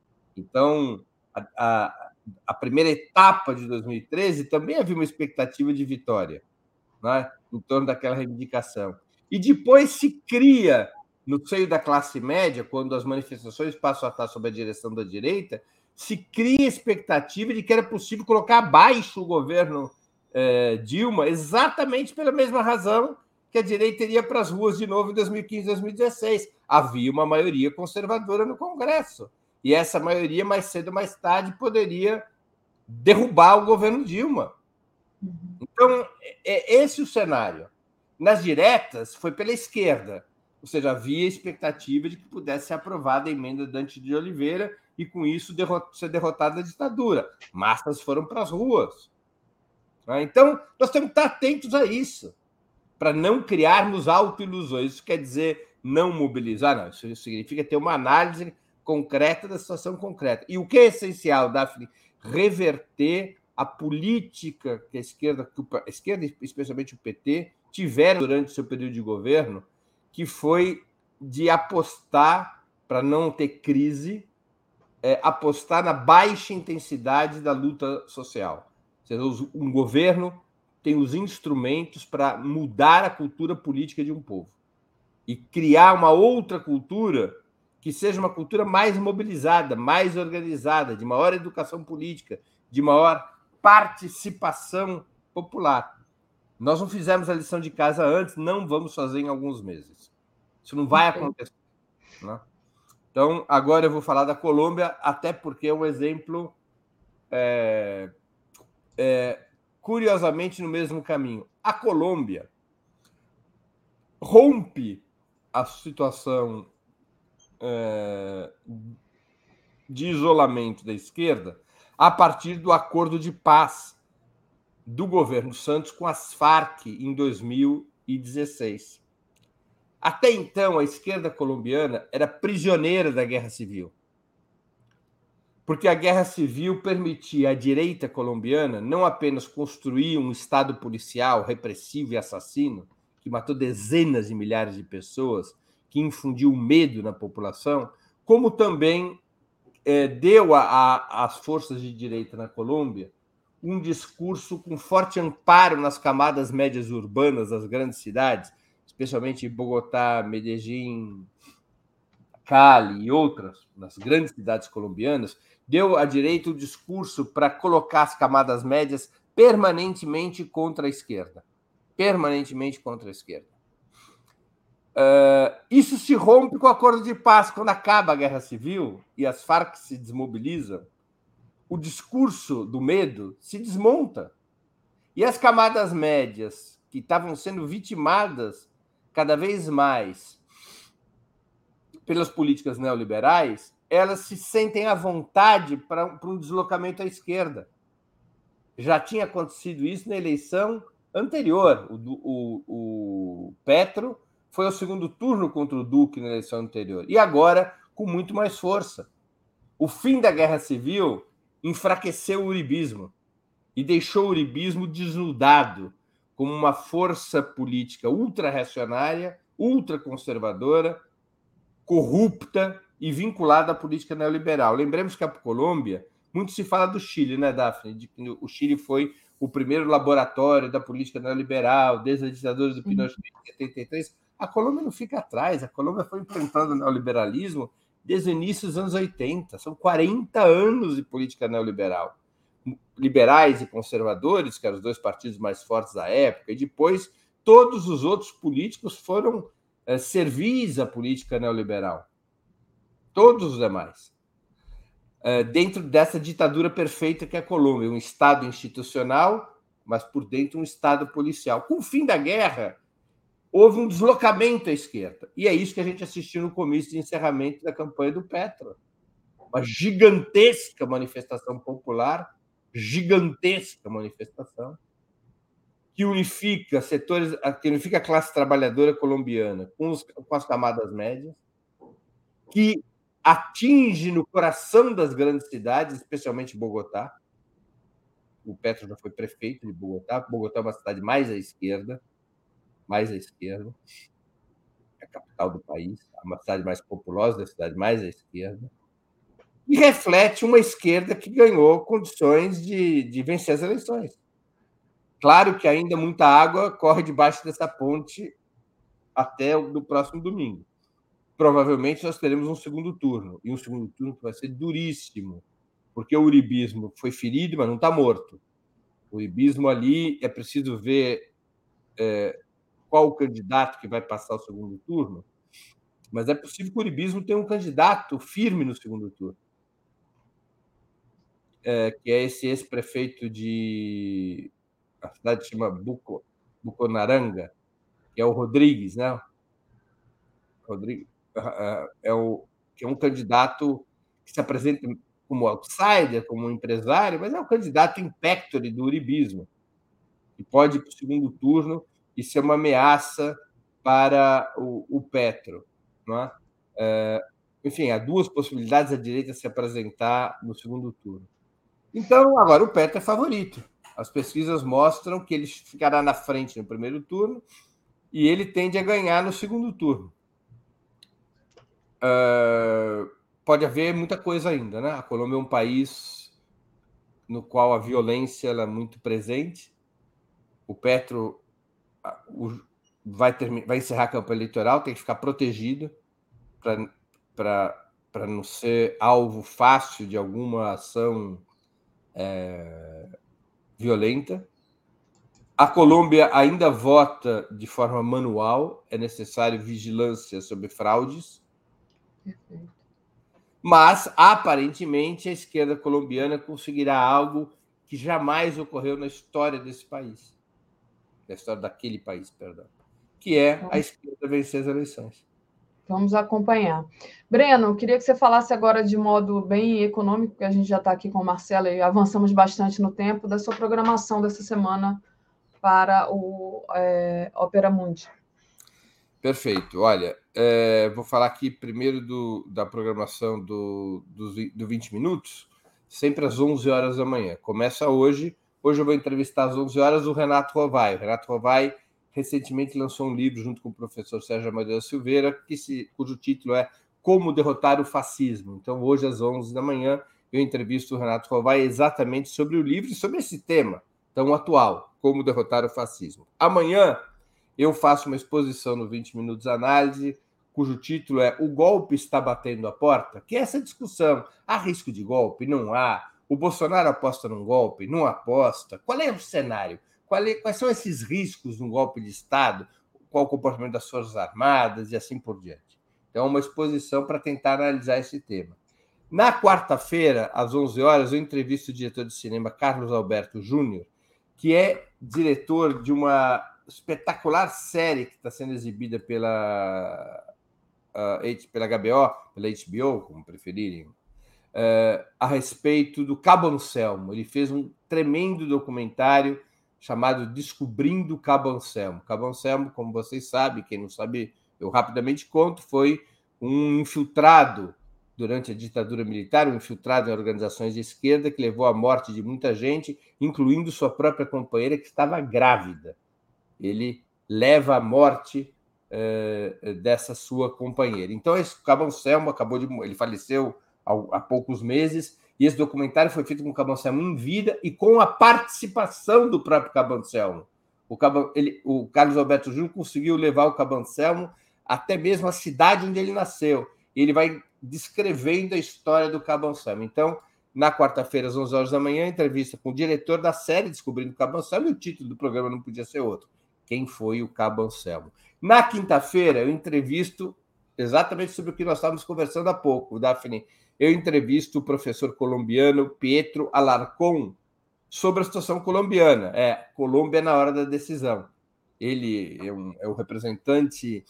Então, a, a, a primeira etapa de dois mil e treze também havia uma expectativa de vitória, né, em torno daquela reivindicação. E depois se cria, no seio da classe média, quando as manifestações passam a estar sob a direção da direita, se cria a expectativa de que era possível colocar abaixo o governo eh, Dilma, exatamente pela mesma razão que a direita iria para as ruas de novo em dois mil e quinze, dois mil e dezesseis. Havia uma maioria conservadora no Congresso. E essa maioria, mais cedo ou mais tarde, poderia derrubar o governo Dilma. Então, é esse o cenário. Nas diretas, foi pela esquerda. Ou seja, havia expectativa de que pudesse ser aprovada a emenda Dante de Oliveira e, com isso, ser derrotada a ditadura. Massas foram para as ruas. Então, nós temos que estar atentos a isso, para não criarmos autoilusões. Isso quer dizer não mobilizar, não. Isso significa ter uma análise concreta da situação concreta. E o que é essencial, Daphne? Reverter a política que a esquerda, que a esquerda, especialmente o P T, tiveram durante o seu período de governo, que foi de apostar, para não ter crise, é, apostar na baixa intensidade da luta social. Ou seja, um governo tem os instrumentos para mudar a cultura política de um povo e criar uma outra cultura que seja uma cultura mais mobilizada, mais organizada, de maior educação política, de maior participação popular. Nós não fizemos a lição de casa antes, não vamos fazer em alguns meses. Isso não vai acontecer. Né? Então, agora eu vou falar da Colômbia, até porque é um exemplo, é, é, curiosamente, no mesmo caminho. A Colômbia rompe a situação é, de isolamento da esquerda a partir do acordo de paz do governo Santos com as Farc em dois mil e dezesseis. Até então, a esquerda colombiana era prisioneira da guerra civil, porque a guerra civil permitia à direita colombiana não apenas construir um Estado policial repressivo e assassino, que matou dezenas de milhares de pessoas, que infundiu medo na população, como também é, deu às forças de direita na Colômbia um discurso com forte amparo nas camadas médias urbanas das grandes cidades, especialmente Bogotá, Medellín, Cali e outras, nas grandes cidades colombianas, deu à direita o discurso para colocar as camadas médias permanentemente contra a esquerda. Permanentemente contra a esquerda. Uh, isso se rompe com o acordo de paz. Quando acaba a guerra civil e as Farc se desmobilizam, o discurso do medo se desmonta. E as camadas médias, que estavam sendo vitimadas cada vez mais pelas políticas neoliberais, elas se sentem à vontade para, para um deslocamento à esquerda. Já tinha acontecido isso na eleição anterior. O, o, o Petro foi ao segundo turno contra o Duque na eleição anterior. E agora, com muito mais força. O fim da guerra civil enfraqueceu o uribismo. e deixou o uribismo desnudado como uma força política ultra-reacionária, ultraconservadora, corrupta e vinculada à política neoliberal. Lembremos que a Colômbia, muito se fala do Chile, né, Daphne? De que o Chile foi o primeiro laboratório da política neoliberal, desde a ditadura do Pinochet em setenta e três. A Colômbia não fica atrás, a Colômbia foi enfrentando o neoliberalismo desde o início dos anos oitenta. São quarenta anos de política neoliberal. Liberais e conservadores, que eram os dois partidos mais fortes da época, e depois todos os outros políticos foram é, servis à política neoliberal. Todos os demais. É, dentro dessa ditadura perfeita que é a Colômbia, um Estado institucional, mas por dentro um Estado policial. Com o fim da guerra, houve um deslocamento à esquerda. E é isso que a gente assistiu no comício de encerramento da campanha do Petro. Uma gigantesca manifestação popular, gigantesca manifestação, que unifica setores, que unifica a classe trabalhadora colombiana com, os, com as camadas médias, que atinge no coração das grandes cidades, especialmente Bogotá. O Petro já foi prefeito de Bogotá. Bogotá é uma cidade mais à esquerda, mais à esquerda, é a capital do país, é uma cidade mais populosa, é a cidade mais à esquerda, e reflete uma esquerda que ganhou condições de, de vencer as eleições. Claro que ainda muita água corre debaixo dessa ponte até o próximo domingo. Provavelmente nós teremos um segundo turno, e um segundo turno que vai ser duríssimo, porque o uribismo foi ferido, mas não está morto. O uribismo ali, é preciso ver é, qual o candidato que vai passar o segundo turno, mas é possível que o uribismo tenha um candidato firme no segundo turno. É, que é esse ex-prefeito de... A cidade se chama Buco, Buconaranga, que é o Rodrigues, né? Rodrigues é, o, que é um candidato que se apresenta como outsider, como um empresário, mas é um candidato impectore do uribismo, que pode ir para o segundo turno e ser uma ameaça para o, o Petro. Não é? É, enfim, há duas possibilidades da direita se apresentar no segundo turno. Então, agora o Petro é favorito. As pesquisas mostram que ele ficará na frente no primeiro turno e ele tende a ganhar no segundo turno. Uh, pode haver muita coisa ainda, né? A Colômbia é um país no qual a violência ela é muito presente. O Petro o, vai, terminar, vai encerrar a campanha eleitoral, tem que ficar protegido para não ser alvo fácil de alguma ação É, violenta. A Colômbia ainda vota de forma manual, é necessário vigilância sobre fraudes. Perfeito. Mas, aparentemente, a esquerda colombiana conseguirá algo que jamais ocorreu na história desse país, na história daquele país, perdão, que é a esquerda vencer as eleições. Vamos acompanhar. Breno, queria que você falasse agora de modo bem econômico, porque a gente já está aqui com o Marcelo e avançamos bastante no tempo, da sua programação dessa semana para o é, Opera Mundi. Perfeito. Olha, é, vou falar aqui primeiro do, da programação do, do, do vinte minutos, sempre às onze horas da manhã. Começa hoje. Hoje eu vou entrevistar às onze horas o Renato Rovai. O Renato Rovai recentemente lançou um livro junto com o professor Sérgio Amadeu Silveira, que se, cujo título é Como Derrotar o Fascismo. Então, hoje, às onze da manhã, eu entrevisto o Renato Rovai exatamente sobre o livro e sobre esse tema tão atual, Como Derrotar o Fascismo. Amanhã, eu faço uma exposição no vinte minutos Análise, cujo título é O Golpe Está Batendo a Porta, que é essa discussão. Há risco de golpe? Não há. O Bolsonaro aposta num golpe? Não aposta. Qual é o cenário? Quais são esses riscos no golpe de Estado? Qual o comportamento das Forças Armadas e assim por diante? Então, é uma exposição para tentar analisar esse tema. Na quarta-feira, às onze horas, eu entrevisto o diretor de cinema Carlos Alberto Júnior, que é diretor de uma espetacular série que está sendo exibida pela, uh, pela H B O, pela H B O, como preferirem, uh, a respeito do Cabo Anselmo. Ele fez um tremendo documentário chamado Descobrindo Cabo Anselmo. Cabo Anselmo, como vocês sabem, quem não sabe, eu rapidamente conto, foi um infiltrado durante a ditadura militar, um infiltrado em organizações de esquerda que levou à morte de muita gente, incluindo sua própria companheira, que estava grávida. Ele leva à morte eh, dessa sua companheira. Então, esse Cabo Anselmo acabou de... Ele faleceu há, há poucos meses, e esse documentário foi feito com o Cabo Anselmo em vida e com a participação do próprio Cabo Anselmo. O, Cabo, ele, o Carlos Alberto Júnior conseguiu levar o Cabo Anselmo até mesmo a cidade onde ele nasceu. E ele vai descrevendo a história do Cabo Anselmo. Então, na quarta-feira, às onze horas da manhã, entrevista com o diretor da série Descobrindo o Cabo Anselmo, e o título do programa não podia ser outro: Quem foi o Cabo Anselmo? Na quinta-feira, eu entrevisto exatamente sobre o que nós estávamos conversando há pouco, Daphne. Eu entrevisto o professor colombiano Pietro Alarcón sobre a situação colombiana. É, Colômbia na hora da decisão. Ele é um, é um representante...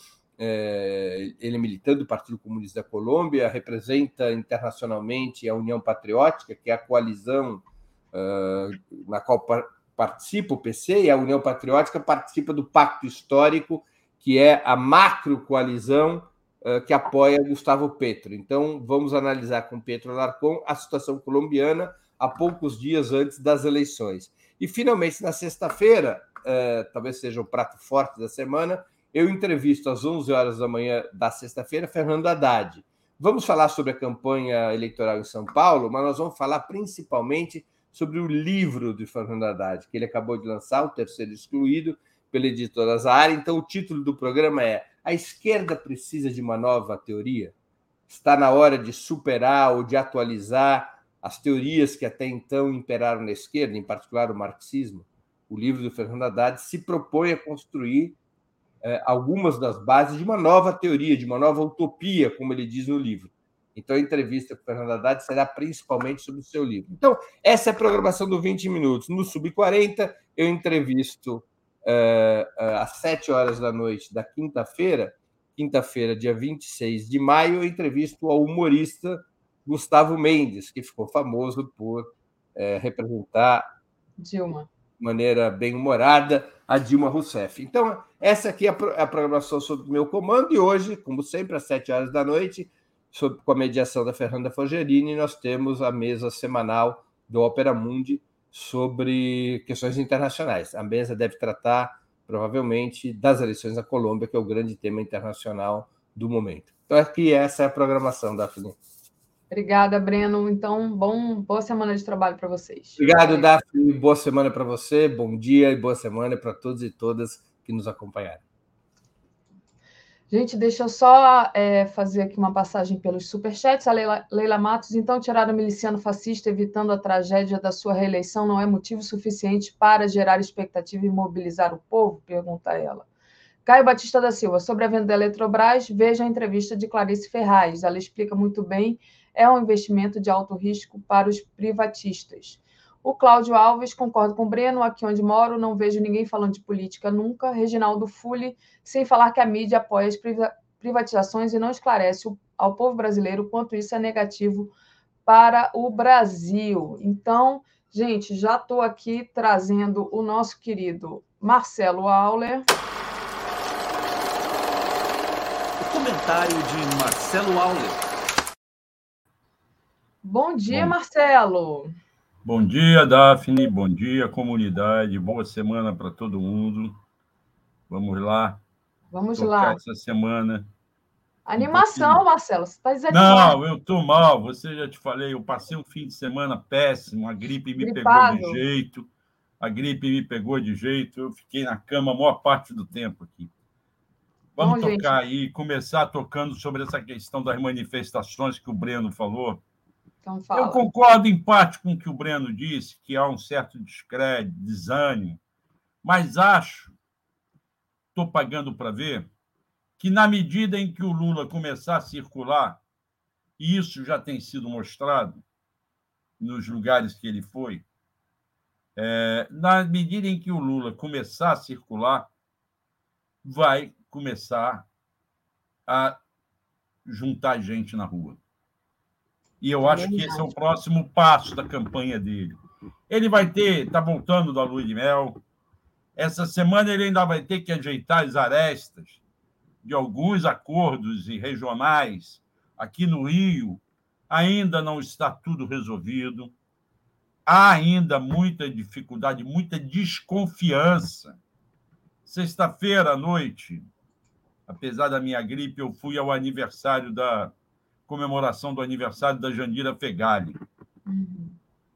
É, ele é militante do Partido Comunista da Colômbia, representa internacionalmente a União Patriótica, que é a coalizão uh, na qual par participa o P C, e a União Patriótica participa do Pacto Histórico, que é a macro-coalizão uh, que apoia Gustavo Petro. Então, vamos analisar com Pietro Alarcón a situação colombiana há poucos dias antes das eleições. E, finalmente, na sexta-feira, uh, talvez seja o prato forte da semana, eu entrevisto às onze horas da manhã da sexta-feira Fernando Haddad. Vamos falar sobre a campanha eleitoral em São Paulo, mas nós vamos falar principalmente sobre o livro de Fernando Haddad, que ele acabou de lançar, O Terceiro Excluído, pela editora Zahara. Então, o título do programa é A Esquerda Precisa de uma Nova Teoria? Está na hora de superar ou de atualizar as teorias que até então imperaram na esquerda, em particular o marxismo? O livro do Fernando Haddad se propõe a construir algumas das bases de uma nova teoria, de uma nova utopia, como ele diz no livro. Então, a entrevista com o Fernando Haddad será principalmente sobre o seu livro. Então, essa é a programação do vinte minutos. No Sub quarenta, eu entrevisto uh, uh, às sete horas da noite da quinta-feira, quinta-feira, dia vinte e seis de maio, eu entrevisto o humorista Gustavo Mendes, que ficou famoso por uh, representar Dilma de maneira bem humorada a Dilma Rousseff. Então, essa aqui é a programação sob o meu comando, e hoje, como sempre, às sete horas da noite, sob, com a mediação da Fernanda Forgerini, nós temos a mesa semanal do Opera Mundi sobre questões internacionais. A mesa deve tratar, provavelmente, das eleições na Colômbia, que é o grande tema internacional do momento. Então, aqui essa é a programação, Daphne. Obrigada, Breno. Então, bom, boa semana de trabalho para vocês. Obrigado, Daphne. Boa semana para você, bom dia e boa semana para todos e todas que nos acompanharam. Gente, deixa eu só é, fazer aqui uma passagem pelos superchats. A Leila, Leila Matos, então, tirar o miliciano fascista evitando a tragédia da sua reeleição não é motivo suficiente para gerar expectativa e mobilizar o povo? Pergunta ela. Caio Batista da Silva, sobre a venda da Eletrobras, veja a entrevista de Clarice Ferraz. Ela explica muito bem, é um investimento de alto risco para os privatistas. O Cláudio Alves, concordo com o Breno, aqui onde moro, não vejo ninguém falando de política nunca. Reginaldo Fulli, sem falar que a mídia apoia as privatizações e não esclarece ao povo brasileiro o quanto isso é negativo para o Brasil. Então, gente, já estou aqui trazendo o nosso querido Marcelo Auler. O comentário de Marcelo Auler. Bom dia, Bom. Marcelo. Bom dia, Daphne. Bom dia, comunidade. Boa semana para todo mundo. Vamos lá. Vamos tocar lá. essa semana. Animação, um Marcelo. Você está Não, desanimado. eu estou mal. Você já te falei, eu passei um fim de semana péssimo. A gripe me Gripado. pegou de jeito. A gripe me pegou de jeito. Eu fiquei na cama a maior parte do tempo aqui. Vamos Bom, gente. tocar aí, começar tocando sobre essa questão das manifestações que o Breno falou. Então fala. Eu concordo em parte com o que o Breno disse, que há um certo descrédito, desânimo, mas acho, estou pagando para ver, que na medida em que o Lula começar a circular, e isso já tem sido mostrado nos lugares que ele foi, é, na medida em que o Lula começar a circular, vai começar a juntar gente na rua. E eu acho que esse é o próximo passo da campanha dele. Ele vai ter, está voltando da lua de mel. Essa semana ele ainda vai ter que ajeitar as arestas de alguns acordos regionais aqui no Rio, ainda não está tudo resolvido, há ainda muita dificuldade, muita desconfiança. Sexta-feira à noite, apesar da minha gripe, eu fui ao aniversário da comemoração do aniversário da Jandira Fegali. Uhum.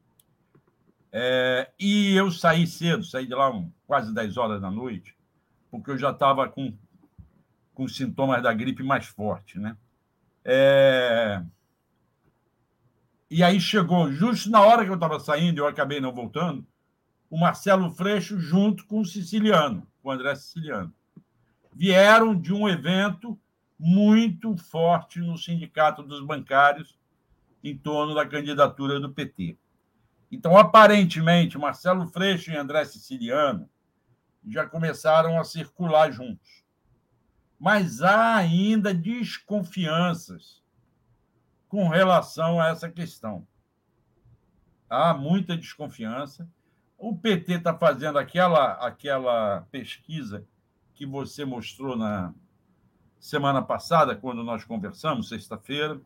É, e eu saí cedo, saí de lá um, quase dez horas da noite, porque eu já estava com, com sintomas da gripe mais forte, né? É... E aí chegou, justo na hora que eu estava saindo, eu acabei não voltando, o Marcelo Freixo junto com o Siciliano, o André Siciliano. Vieram de um evento muito forte no Sindicato dos Bancários em torno da candidatura do P T. Então, aparentemente, Marcelo Freixo e André Siciliano já começaram a circular juntos. Mas há ainda desconfianças com relação a essa questão. Há muita desconfiança. O P T está fazendo aquela, aquela pesquisa que você mostrou na semana passada, quando nós conversamos, sexta-feira,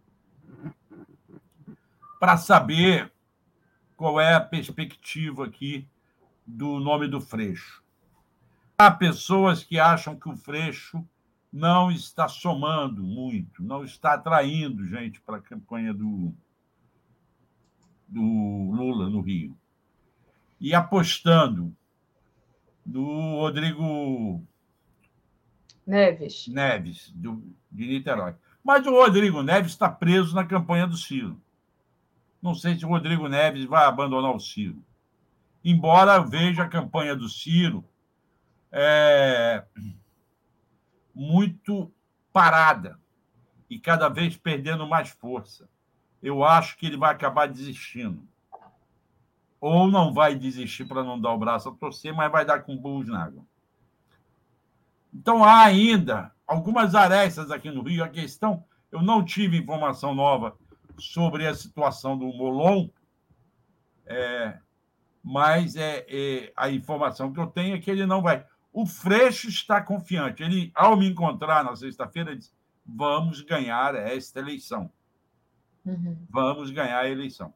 para saber qual é a perspectiva aqui do nome do Freixo. Há pessoas que acham que o Freixo não está somando muito, não está atraindo gente para a campanha do, do Lula no Rio. E apostando no Rodrigo Neves, Neves do, de Niterói. Mas o Rodrigo Neves está preso na campanha do Ciro. Não sei se o Rodrigo Neves vai abandonar o Ciro. Embora eu veja a campanha do Ciro é, muito parada e cada vez perdendo mais força. Eu acho que ele vai acabar desistindo. Ou não vai desistir para não dar o braço a torcer, mas vai dar com burros na água. Então, há ainda algumas arestas aqui no Rio. A questão, eu não tive informação nova sobre a situação do Molon, é, mas é, é, a informação que eu tenho é que ele não vai. O Freixo está confiante. Ele, ao me encontrar na sexta-feira, disse: vamos ganhar esta eleição. uhum. Vamos ganhar a eleição.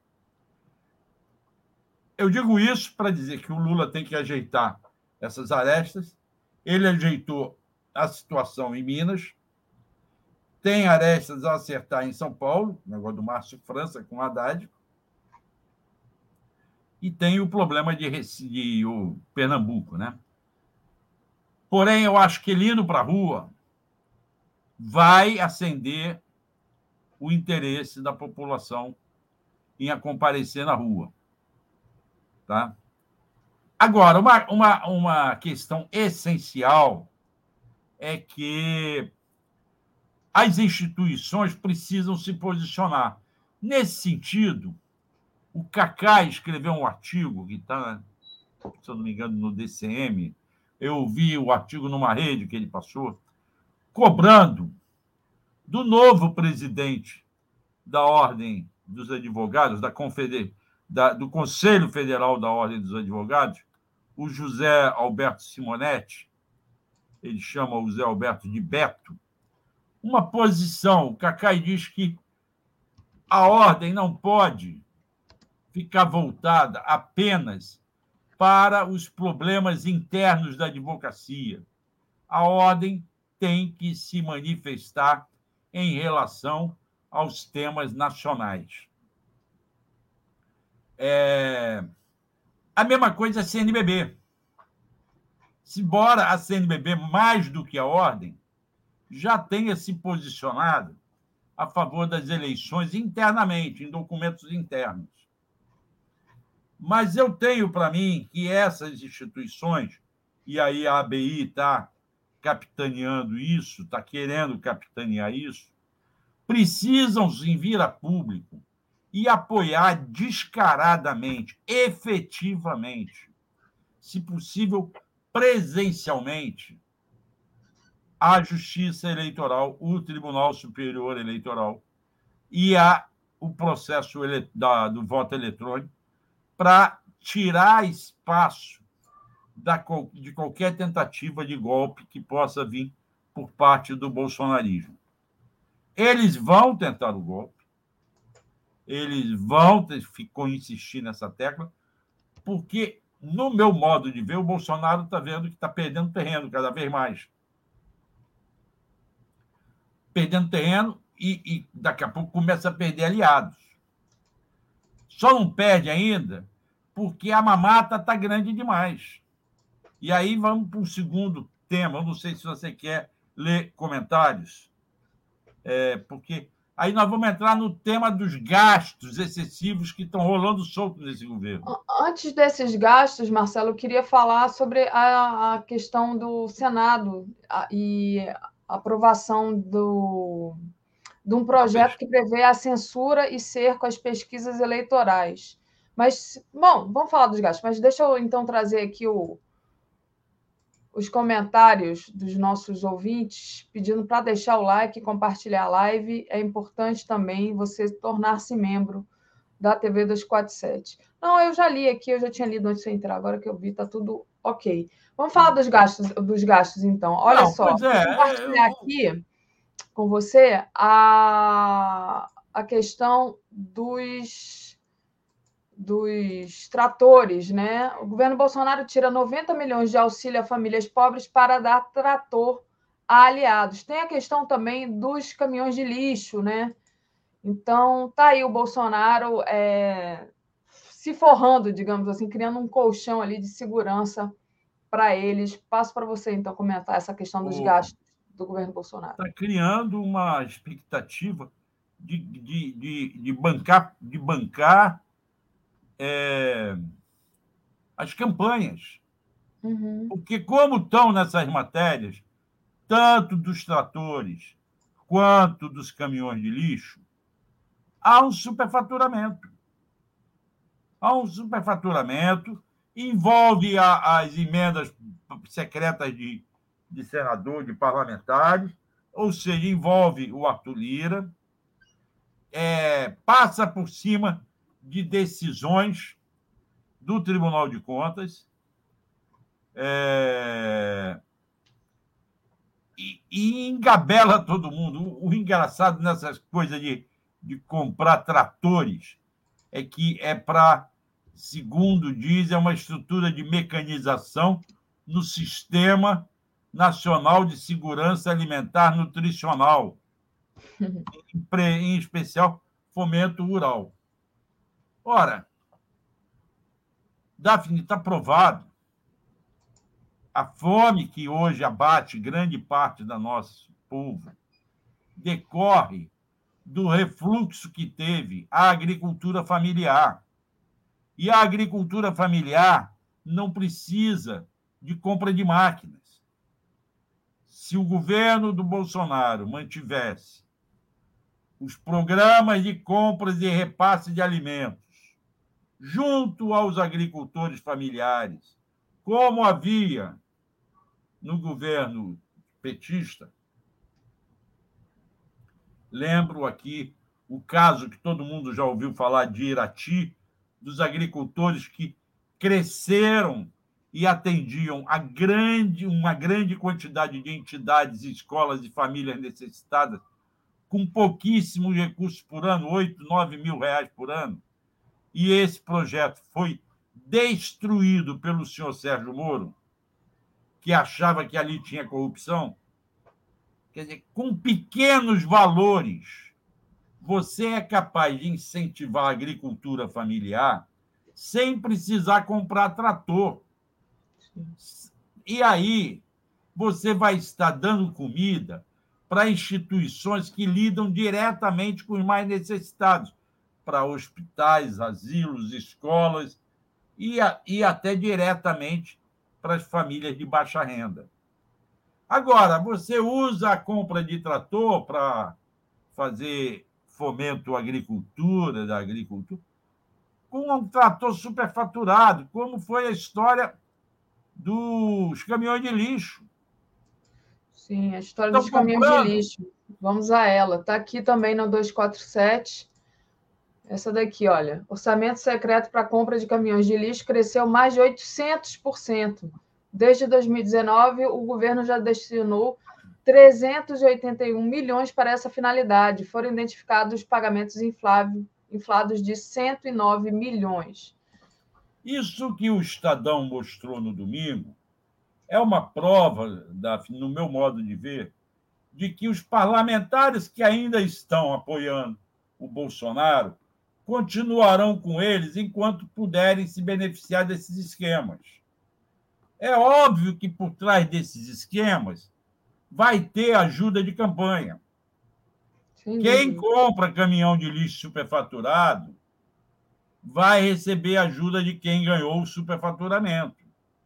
Eu digo isso para dizer que o Lula tem que ajeitar essas arestas. Ele ajeitou a situação em Minas, tem arestas a acertar em São Paulo, o negócio do Márcio França com Haddad, e tem o problema de, de o Pernambuco, né? Porém, eu acho que ele indo para a rua vai acender o interesse da população em a comparecer na rua. Tá? Agora, uma, uma, uma questão essencial é que as instituições precisam se posicionar. Nesse sentido, o Cacá escreveu um artigo que está, se eu não me engano, no D C M. Eu vi o artigo numa rede que ele passou, cobrando do novo presidente da Ordem dos Advogados, da Confeder... da... do Conselho Federal da Ordem dos Advogados, o José Alberto Simonetti, ele chama o José Alberto de Beto, uma posição. O Cacá diz que a ordem não pode ficar voltada apenas para os problemas internos da advocacia. A ordem tem que se manifestar em relação aos temas nacionais. É... A mesma coisa a C N B B. Embora a C N B B, mais do que a ordem, já tenha se posicionado a favor das eleições internamente, em documentos internos. Mas eu tenho para mim que essas instituições, e aí a A B I está capitaneando isso, está querendo capitanear isso, precisam vir a público e apoiar descaradamente, efetivamente, se possível, presencialmente, a Justiça Eleitoral, o Tribunal Superior Eleitoral e a, o processo ele, da, do voto eletrônico para tirar espaço da, de qualquer tentativa de golpe que possa vir por parte do bolsonarismo. Eles vão tentar o golpe, eles vão ter, ficou insistir nessa tecla, porque, no meu modo de ver, o Bolsonaro está vendo que está perdendo terreno cada vez mais. Perdendo terreno e, e daqui a pouco começa a perder aliados. Só não perde ainda porque a mamata está grande demais. E aí vamos para um segundo tema. Eu não sei se você quer ler comentários, é, porque aí nós vamos entrar no tema dos gastos excessivos que estão rolando solto nesse governo. Antes desses gastos, Marcelo, eu queria falar sobre a, a questão do Senado a, e a aprovação do, de um projeto que prevê a censura e cerco às pesquisas eleitorais. Mas, bom, vamos falar dos gastos, mas deixa eu então trazer aqui o, os comentários dos nossos ouvintes, pedindo para deixar o like e compartilhar a live. É importante também você tornar-se membro da T V dois quatro sete. Não, eu já li aqui, eu já tinha lido antes de entrar, agora que eu vi, está tudo ok. Vamos falar dos gastos, dos gastos então. Olha Não, só, vou é, compartilhar eu... aqui com você a, a questão dos, dos tratores, né? O governo Bolsonaro tira noventa milhões de auxílio a famílias pobres para dar trator a aliados. Tem a questão também dos caminhões de lixo, né? Então, tá aí o Bolsonaro é, se forrando, digamos assim, criando um colchão ali de segurança para eles. Passo para você, então, comentar essa questão dos o... gastos do governo Bolsonaro. Está criando uma expectativa de, de, de, de bancar, de bancar é, as campanhas. Uhum. Porque, como estão nessas matérias, tanto dos tratores quanto dos caminhões de lixo, há um superfaturamento. Há um superfaturamento, envolve a, as emendas secretas de, de senador, de parlamentares, ou seja, envolve o Arthur Lira, é, passa por cima de decisões do Tribunal de Contas, é, e, e engabela todo mundo. O, o engraçado nessas coisas de de comprar tratores é que é para, segundo diz, é uma estrutura de mecanização no Sistema Nacional de Segurança Alimentar Nutricional, em especial fomento rural. Ora, Daphne, está provado, a fome que hoje abate grande parte do nosso povo decorre do refluxo que teve a agricultura familiar. E a agricultura familiar não precisa de compra de máquinas. Se o governo do Bolsonaro mantivesse os programas de compras e repasse de alimentos junto aos agricultores familiares, como havia no governo petista, lembro aqui o caso que todo mundo já ouviu falar de Irati, dos agricultores que cresceram e atendiam a grande, uma grande quantidade de entidades, escolas e famílias necessitadas, com pouquíssimos recursos por ano, oito, nove mil reais por ano. E esse projeto foi destruído pelo senhor Sérgio Moro, que achava que ali tinha corrupção. Quer dizer, com pequenos valores, você é capaz de incentivar a agricultura familiar sem precisar comprar trator. E aí você vai estar dando comida para instituições que lidam diretamente com os mais necessitados, para hospitais, asilos, escolas e, e até diretamente para as famílias de baixa renda. Agora, você usa a compra de trator para fazer fomento à agricultura, da agricultura, com um trator superfaturado, como foi a história dos caminhões de lixo. Sim, a história Estão dos caminhões comprando. de lixo. Vamos a ela. Está aqui também no dois quatro sete. Essa daqui, olha. Orçamento secreto para compra de caminhões de lixo cresceu mais de oitocentos por cento. Desde dois mil e dezenove, o governo já destinou trezentos e oitenta e um milhões para essa finalidade. Foram identificados pagamentos inflados de cento e nove milhões. Isso que o Estadão mostrou no domingo é uma prova, Daphne, no meu modo de ver, de que os parlamentares que ainda estão apoiando o Bolsonaro continuarão com eles enquanto puderem se beneficiar desses esquemas. É óbvio que por trás desses esquemas vai ter ajuda de campanha. Sim, Quem sim. compra caminhão de lixo superfaturado vai receber ajuda de quem ganhou o superfaturamento.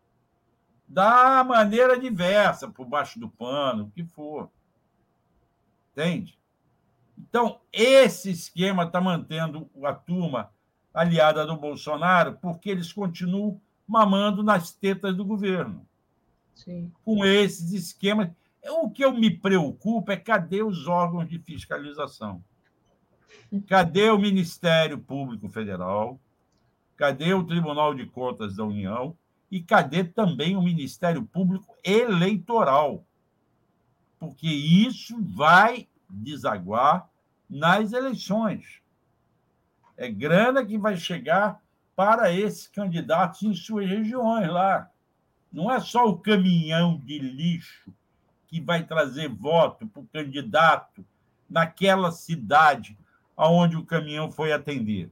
Da maneira diversa, por baixo do pano, o que for. Entende? Então, esse esquema está mantendo a turma aliada do Bolsonaro porque eles continuam mamando nas tetas do governo. Sim. Com esses esquemas. O que eu me preocupo é cadê os órgãos de fiscalização? Cadê o Ministério Público Federal? Cadê o Tribunal de Contas da União? E cadê também o Ministério Público Eleitoral? Porque isso vai desaguar nas eleições. É grana que vai chegar para esses candidatos em suas regiões lá. Não é só o caminhão de lixo que vai trazer voto para o candidato naquela cidade onde o caminhão foi atender.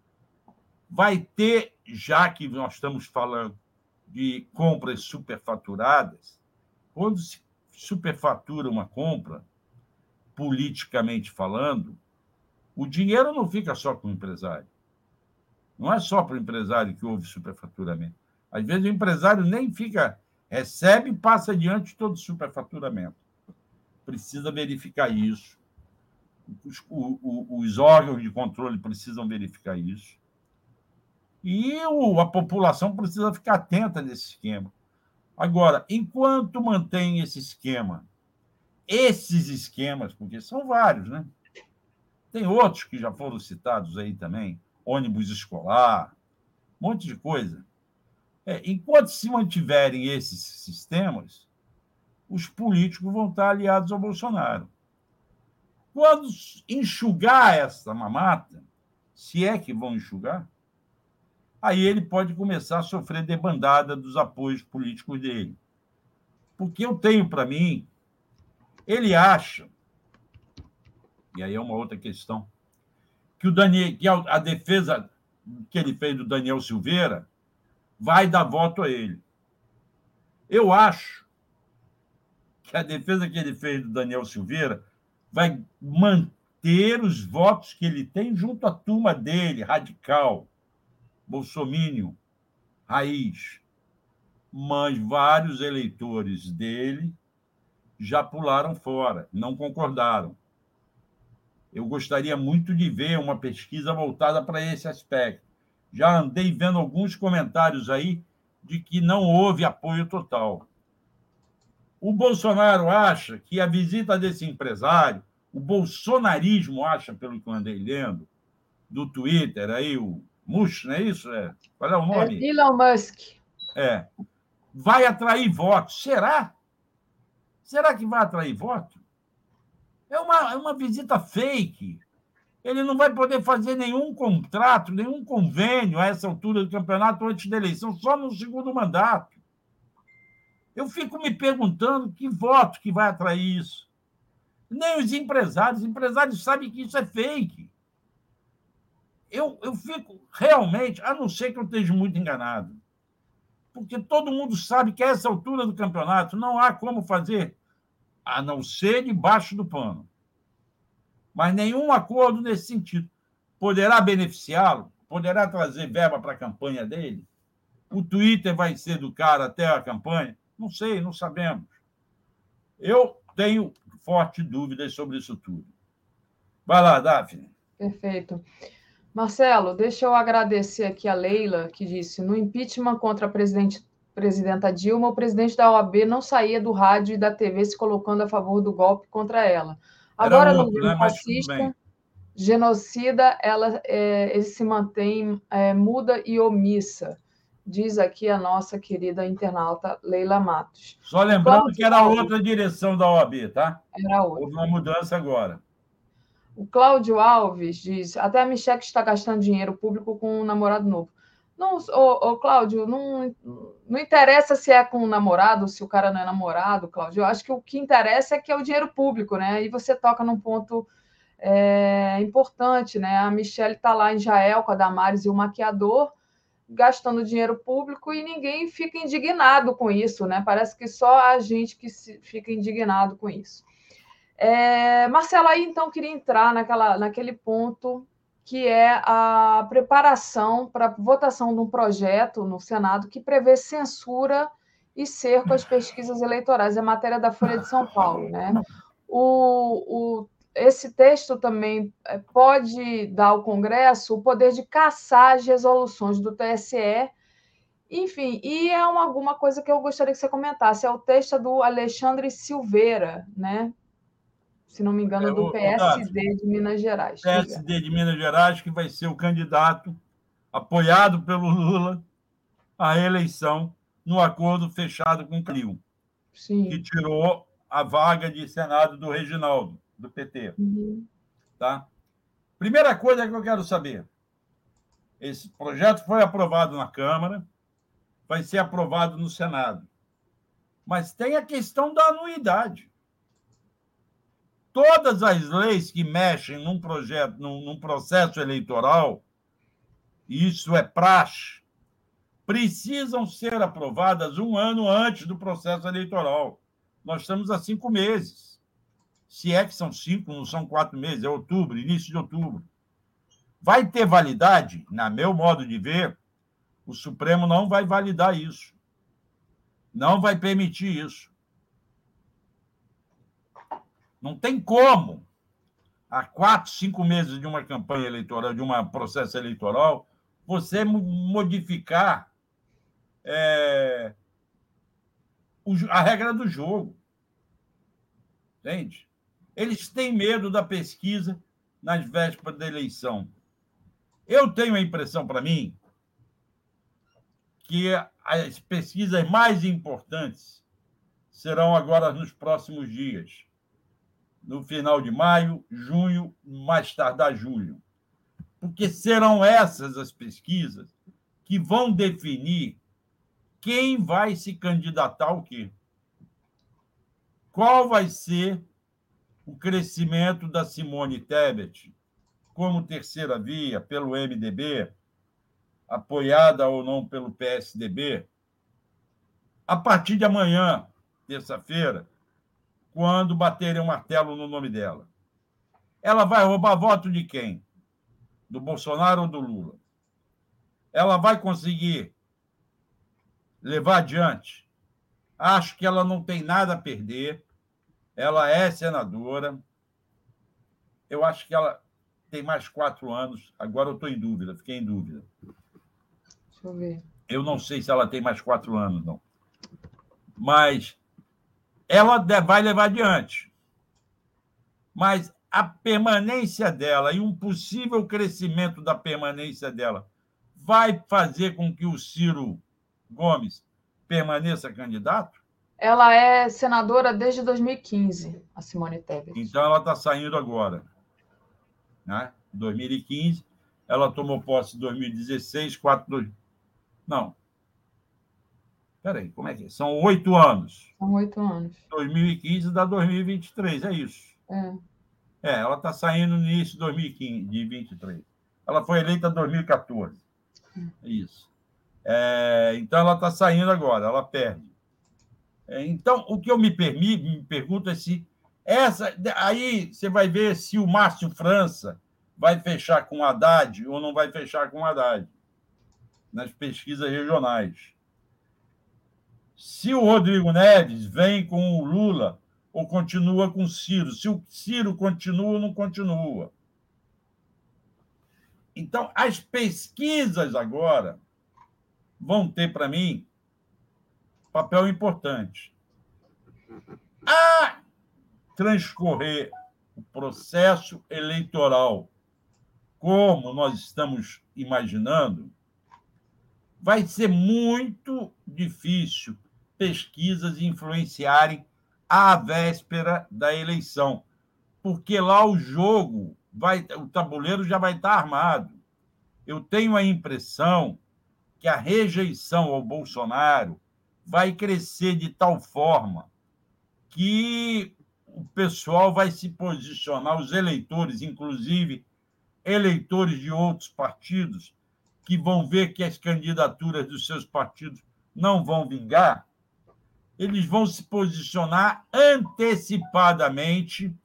Vai ter, já que nós estamos falando de compras superfaturadas, quando se superfatura uma compra, politicamente falando, o dinheiro não fica só com o empresário. Não é só para o empresário que houve superfaturamento. Às vezes o empresário nem fica, recebe e passa adiante todo o superfaturamento. Precisa verificar isso. Os, o, os órgãos de controle precisam verificar isso. E o, a população precisa ficar atenta nesse esquema. Agora, enquanto mantém esse esquema, esses esquemas, porque são vários, né? Tem outros que já foram citados aí também, ônibus escolar, um monte de coisa. É, enquanto se mantiverem esses sistemas, os políticos vão estar aliados ao Bolsonaro. Quando enxugar essa mamata, se é que vão enxugar, aí ele pode começar a sofrer debandada dos apoios políticos dele. Porque eu tenho para mim, ele acha, e aí é uma outra questão, que, o Daniel, que a defesa que ele fez do Daniel Silveira vai dar voto a ele. Eu acho que a defesa que ele fez do Daniel Silveira vai manter os votos que ele tem junto à turma dele, radical, bolsomínio, raiz. Mas vários eleitores dele já pularam fora, não concordaram. Eu gostaria muito de ver uma pesquisa voltada para esse aspecto. Já andei vendo alguns comentários aí de que não houve apoio total. O Bolsonaro acha que a visita desse empresário, o bolsonarismo acha, pelo que eu andei lendo, do Twitter, aí o Musk, não é isso? É. Qual é o nome? É Elon Musk. É. Vai atrair votos. Será? Será que vai atrair voto? É uma, é uma visita fake. Ele não vai poder fazer nenhum contrato, nenhum convênio a essa altura do campeonato antes da eleição, só no segundo mandato. Eu fico me perguntando que voto que vai atrair isso. Nem os empresários. Os empresários sabem que isso é fake. Eu, eu fico realmente, a não ser que eu esteja muito enganado, porque todo mundo sabe que a essa altura do campeonato não há como fazer, a não ser debaixo do pano. Mas nenhum acordo nesse sentido. Poderá beneficiá-lo? Poderá trazer verba para a campanha dele? O Twitter vai ser do cara até a campanha? Não sei, não sabemos. Eu tenho fortes dúvidas sobre isso tudo. Vai lá, Daphne. Perfeito. Marcelo, deixa eu agradecer aqui a Leila, que disse: no impeachment contra a presidente, presidenta Dilma, o presidente da O A B não saía do rádio e da T V se colocando a favor do golpe contra ela. Agora, no governo fascista, genocida, ela, é, ele se mantém é, muda e omissa, diz aqui a nossa querida internauta Leila Matos. Só lembrando que era outra direção da O A B, tá? Era outra. Houve uma mudança agora. O Cláudio Alves diz, até a Michelle está gastando dinheiro público com um namorado novo. Não, ô, ô, Cláudio, não, não interessa se é com um namorado ou se o cara não é namorado, Cláudio. Eu acho que o que interessa é que é o dinheiro público, né? E você toca num ponto é, importante, né? A Michelle está lá em Israel com a Damares e o maquiador, gastando dinheiro público e ninguém fica indignado com isso, né? Parece que só a gente que se, fica indignado com isso. É, Marcelo, aí então queria entrar naquela, naquele ponto que é a preparação para a votação de um projeto no Senado que prevê censura e cerco às pesquisas eleitorais. É matéria da Folha de São Paulo, né? O, o, esse texto também pode dar ao Congresso o poder de cassar as resoluções do T S E. Enfim, e é uma, alguma coisa que eu gostaria que você comentasse. É o texto do Alexandre Silveira, né? Se não me engano, do P S D de Minas Gerais. P S D de Minas Gerais, que vai ser o candidato apoiado pelo Lula à reeleição no acordo fechado com o Calil, que tirou a vaga de Senado do Reginaldo, do P T. Uhum. Tá? Primeira coisa que eu quero saber, esse projeto foi aprovado na Câmara, vai ser aprovado no Senado, mas tem a questão da anuidade. Todas as leis que mexem num projeto, num, num processo eleitoral, isso é praxe, precisam ser aprovadas um ano antes do processo eleitoral. Nós estamos há cinco meses. Se é que são cinco, não são quatro meses, é outubro, início de outubro. Vai ter validade? Na meu modo de ver, o Supremo não vai validar isso. Não vai permitir isso. Não tem como, há quatro, cinco meses de uma campanha eleitoral, de um processo eleitoral, você modificar é, a regra do jogo. Entende? Eles têm medo da pesquisa nas vésperas da eleição. Eu tenho a impressão, para mim, que as pesquisas mais importantes serão agora nos próximos dias. No final de maio, junho, mais tardar julho. Porque serão essas as pesquisas que vão definir quem vai se candidatar ao quê. Qual vai ser o crescimento da Simone Tebet como terceira via, pelo M D B, apoiada ou não pelo P S D B, a partir de amanhã, terça-feira, quando baterem o martelo no nome dela. Ela vai roubar voto de quem? Do Bolsonaro ou do Lula? Ela vai conseguir levar adiante? Acho que ela não tem nada a perder. Ela é senadora. Eu acho que ela tem mais quatro anos. Agora eu estou em dúvida, fiquei em dúvida. Deixa eu ver. Eu não sei se ela tem mais quatro anos, não. Mas ela vai levar adiante. Mas a permanência dela e um possível crescimento da permanência dela vai fazer com que o Ciro Gomes permaneça candidato? Ela é senadora desde dois mil e quinze, a Simone Tebet. Então, ela está saindo agora. Né? Em dois mil e quinze, ela tomou posse em dois mil e dezesseis, quatro... Não. Peraí, como é que é? São oito anos. São oito anos. dois mil e quinze dá dois mil e vinte e três, é isso. É. É, ela está saindo no início de dois mil e quinze, de vinte e três. Ela foi eleita em dois mil e quatorze. É isso. É, então, ela está saindo agora, ela perde. É, então, o que eu me, permi, me pergunto é se essa... Aí você vai ver se o Márcio França vai fechar com o Haddad ou não vai fechar com o Haddad nas pesquisas regionais. Se o Rodrigo Neves vem com o Lula ou continua com o Ciro, se o Ciro continua ou não continua. Então, as pesquisas agora vão ter, para mim, papel importante. A transcorrer o processo eleitoral como nós estamos imaginando, vai ser muito difícil pesquisas influenciarem à véspera da eleição, porque lá o jogo vai, o tabuleiro já vai estar armado. Eu tenho a impressão que a rejeição ao Bolsonaro vai crescer de tal forma que o pessoal vai se posicionar, os eleitores, inclusive eleitores de outros partidos, que vão ver que as candidaturas dos seus partidos não vão vingar, eles vão se posicionar antecipadamente,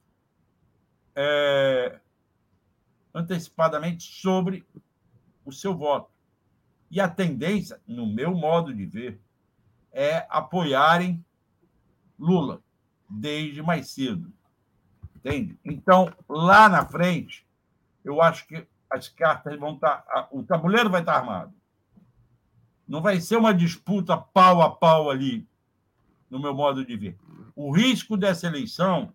é, antecipadamente sobre o seu voto. E a tendência, no meu modo de ver, é apoiarem Lula desde mais cedo. Entende? Então, lá na frente, eu acho que as cartas vão estar... O tabuleiro vai estar armado. Não vai ser uma disputa pau a pau ali, no meu modo de ver. O risco dessa eleição,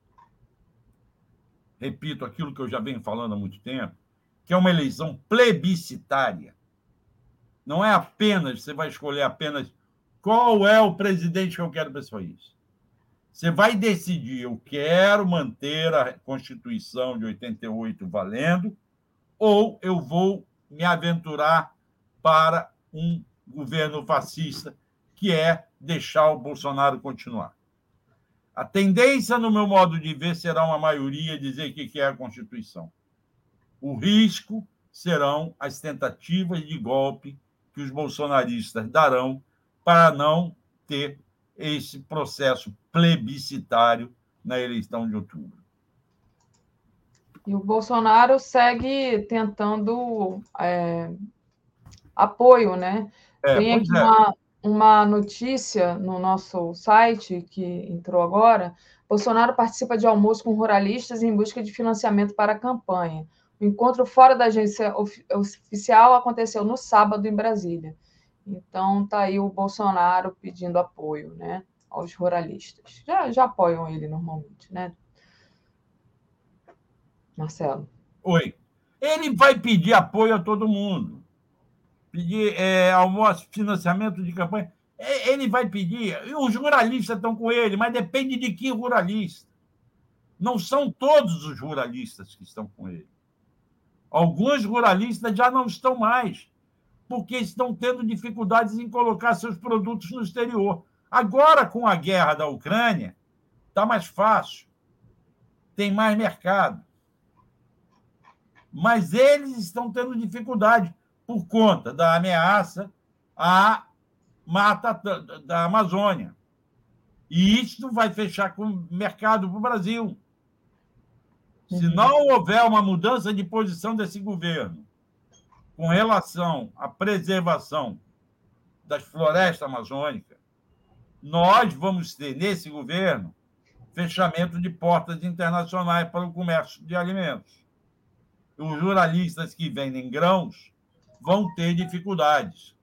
repito aquilo que eu já venho falando há muito tempo, que é uma eleição plebiscitária. Não é apenas, você vai escolher apenas qual é o presidente que eu quero para esse país. Você vai decidir, eu quero manter a Constituição de oitenta e oito valendo, ou eu vou me aventurar para um governo fascista, que é deixar o Bolsonaro continuar. A tendência, no meu modo de ver, será uma maioria dizer que quer a Constituição. O risco serão as tentativas de golpe que os bolsonaristas darão para não ter esse processo plebiscitário na eleição de outubro. E o Bolsonaro segue tentando é, apoio, né? É, Tem aqui é. uma, uma notícia no nosso site que entrou agora. Bolsonaro participa de almoço com ruralistas em busca de financiamento para a campanha. O encontro fora da agência oficial aconteceu no sábado em Brasília. Então, está aí o Bolsonaro pedindo apoio, né, aos ruralistas. Já, já apoiam ele normalmente, né, Marcelo? Oi. Ele vai pedir apoio a todo mundo. Pedir é, almoço, financiamento de campanha. Ele vai pedir. E os ruralistas estão com ele, mas depende de que ruralista. Não são todos os ruralistas que estão com ele. Alguns ruralistas já não estão mais, porque estão tendo dificuldades em colocar seus produtos no exterior. Agora, com a guerra da Ucrânia, está mais fácil, tem mais mercado. Mas eles estão tendo dificuldade por conta da ameaça à mata da Amazônia. E isso vai fechar com o mercado para o Brasil. Se não houver uma mudança de posição desse governo com relação à preservação das florestas amazônicas, nós vamos ter, nesse governo, fechamento de portas internacionais para o comércio de alimentos. Os ruralistas que vendem grãos vão ter dificuldades.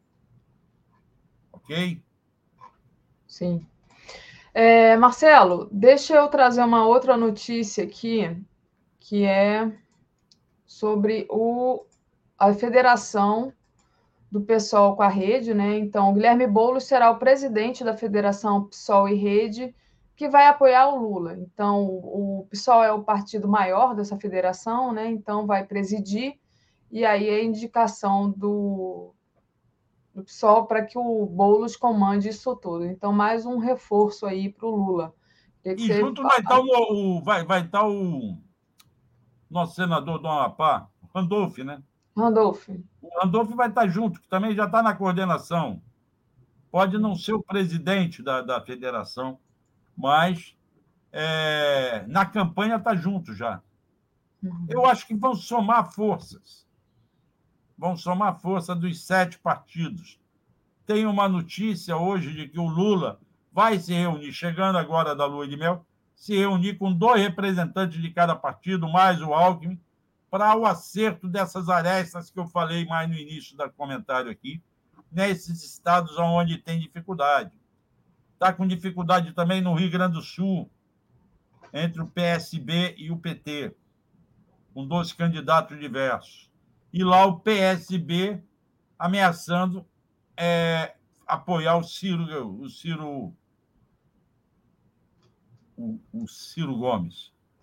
Ok? Sim. É, Marcelo, deixa eu trazer uma outra notícia aqui, que é sobre o, a federação do PSOL com a Rede, né? Então, o Guilherme Boulos será o presidente da Federação PSOL e Rede, que vai apoiar o Lula. Então, o PSOL é o partido maior dessa federação, né? Então, vai presidir, e aí a indicação do, do PSOL para que o Boulos comande isso tudo. Então, mais um reforço aí para o Lula. E você... junto vai estar o, o, vai, vai estar o nosso senador do Amapá, Randolph, né? Randolph. O Randolph vai estar junto, que também já está na coordenação. Pode não ser o presidente da, da federação, mas é, na campanha está junto já. Uhum. Eu acho que vão somar forças. Vão somar força dos sete partidos. Tem uma notícia hoje de que o Lula vai se reunir, chegando agora da lua de mel, se reunir com dois representantes de cada partido, mais o Alckmin, para o acerto dessas arestas que eu falei mais no início do comentário aqui, nesses estados onde tem dificuldade. Está com dificuldade também no Rio Grande do Sul, entre o P S B e o P T, com dois candidatos diversos. E lá o P S B ameaçando é, apoiar o Ciro, o Ciro, o, o Ciro Gomes.